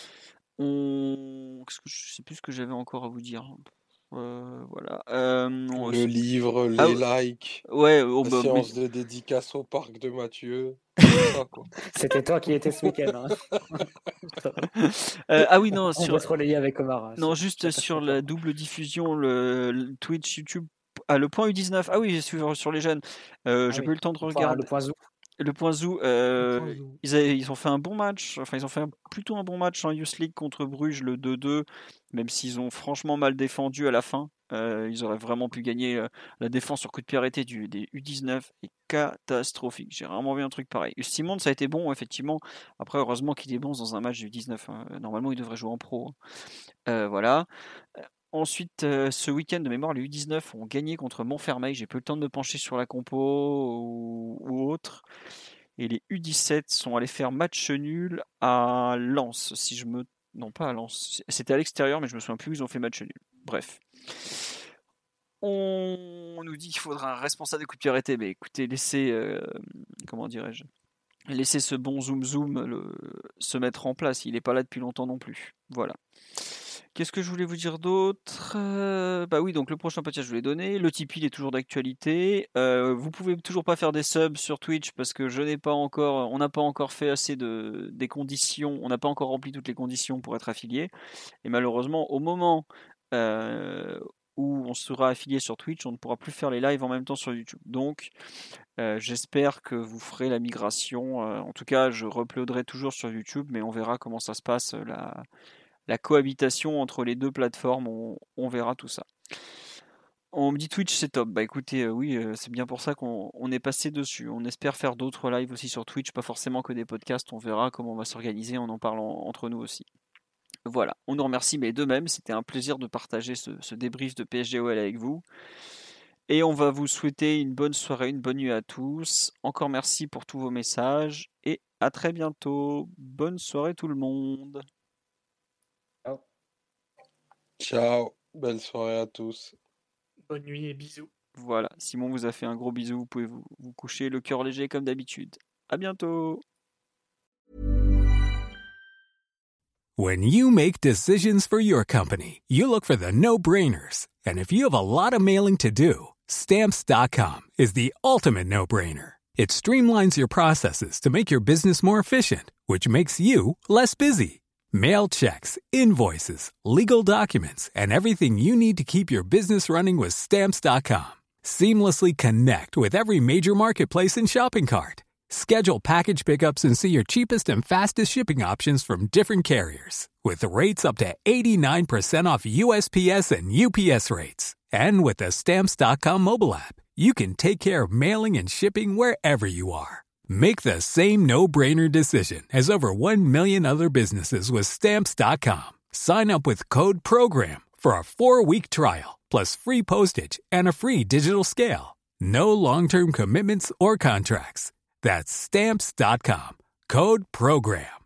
Je sais plus ce que j'avais encore à vous dire. Voilà. Le livre, Ah, les likes, ouais, la séance de dédicace au parc de Mathieu, tout ça, quoi. C'était toi qui étais ce week-end. Hein. ah oui, non, On va se relayer avec Omar. Hein, non, juste sur la double diffusion, le Twitch, YouTube. Ah, le point U19. Ah oui, sur les jeunes. J'ai pas eu le temps de regarder. Le point Zou. Le point Zou, ils ont fait un bon match. Enfin, ils ont fait plutôt un bon match en Youth League contre Bruges, le 2-2, même s'ils ont franchement mal défendu à la fin. Ils auraient vraiment pu gagner. La défense sur coup de pied arrêté des U19 est catastrophique. J'ai vraiment vu un truc pareil. Simon, ça a été bon, effectivement. Après, heureusement qu'il est bon dans un match du U19. Hein. Normalement, il devrait jouer en pro. Hein. Voilà. Ensuite, ce week-end de mémoire, les U19 ont gagné contre Montfermeil. J'ai peu le temps de me pencher sur la compo ou autre. Et les U17 sont allés faire match nul à Lens. Non, pas à Lens. C'était à l'extérieur, mais je me souviens plus où ils ont fait match nul. Bref. On nous dit qu'il faudra un responsable des coups de pied arrêtés. Mais écoutez, laissez... comment dirais-je Laissez ce bon zoom se mettre en place. Il n'est pas là depuis longtemps non plus. Voilà. Qu'est-ce que je voulais vous dire d'autre Bah oui, donc le prochain podcast, je vous l'ai donné. Le Tipeee, il est toujours d'actualité. Vous pouvez toujours pas faire des subs sur Twitch parce que on n'a pas encore fait assez des conditions. On n'a pas encore rempli toutes les conditions pour être affilié. Et malheureusement, au moment où on sera affilié sur Twitch, on ne pourra plus faire les lives en même temps sur YouTube. Donc, j'espère que vous ferez la migration. En tout cas, je uploaderai toujours sur YouTube, mais on verra comment ça se passe la cohabitation entre les deux plateformes, on verra tout ça. On me dit Twitch c'est top. Bah écoutez, oui, c'est bien pour ça qu'on est passé dessus. On espère faire d'autres lives aussi sur Twitch, pas forcément que des podcasts. On verra comment on va s'organiser en parlant entre nous aussi. Voilà, on nous remercie, mais de même, c'était un plaisir de partager ce débrief de PSGOL avec vous. Et on va vous souhaiter une bonne soirée, une bonne nuit à tous. Encore merci pour tous vos messages et à très bientôt. Bonne soirée tout le monde. Ciao, belle soirée à tous. Bonne nuit et bisous. Voilà, Simon vous a fait un gros bisou, vous pouvez vous coucher le cœur léger comme d'habitude. À bientôt. When you make decisions for your company, you look for the no-brainers. And if you have a lot of mailing to do, Stamps.com is the ultimate no-brainer. It streamlines your processes to make your business more efficient, which makes you less busy. Mail checks, invoices, legal documents, and everything you need to keep your business running with Stamps.com. Seamlessly connect with every major marketplace and shopping cart. Schedule package pickups and see your cheapest and fastest shipping options from different carriers, with rates up to 89% off USPS and UPS rates. And with the Stamps.com mobile app, you can take care of mailing and shipping wherever you are. Make the same no-brainer decision as over 1 million other businesses with Stamps.com. Sign up with code PROGRAM for a 4-week trial, plus free postage and a free digital scale. No long-term commitments or contracts. That's Stamps.com. Code PROGRAM.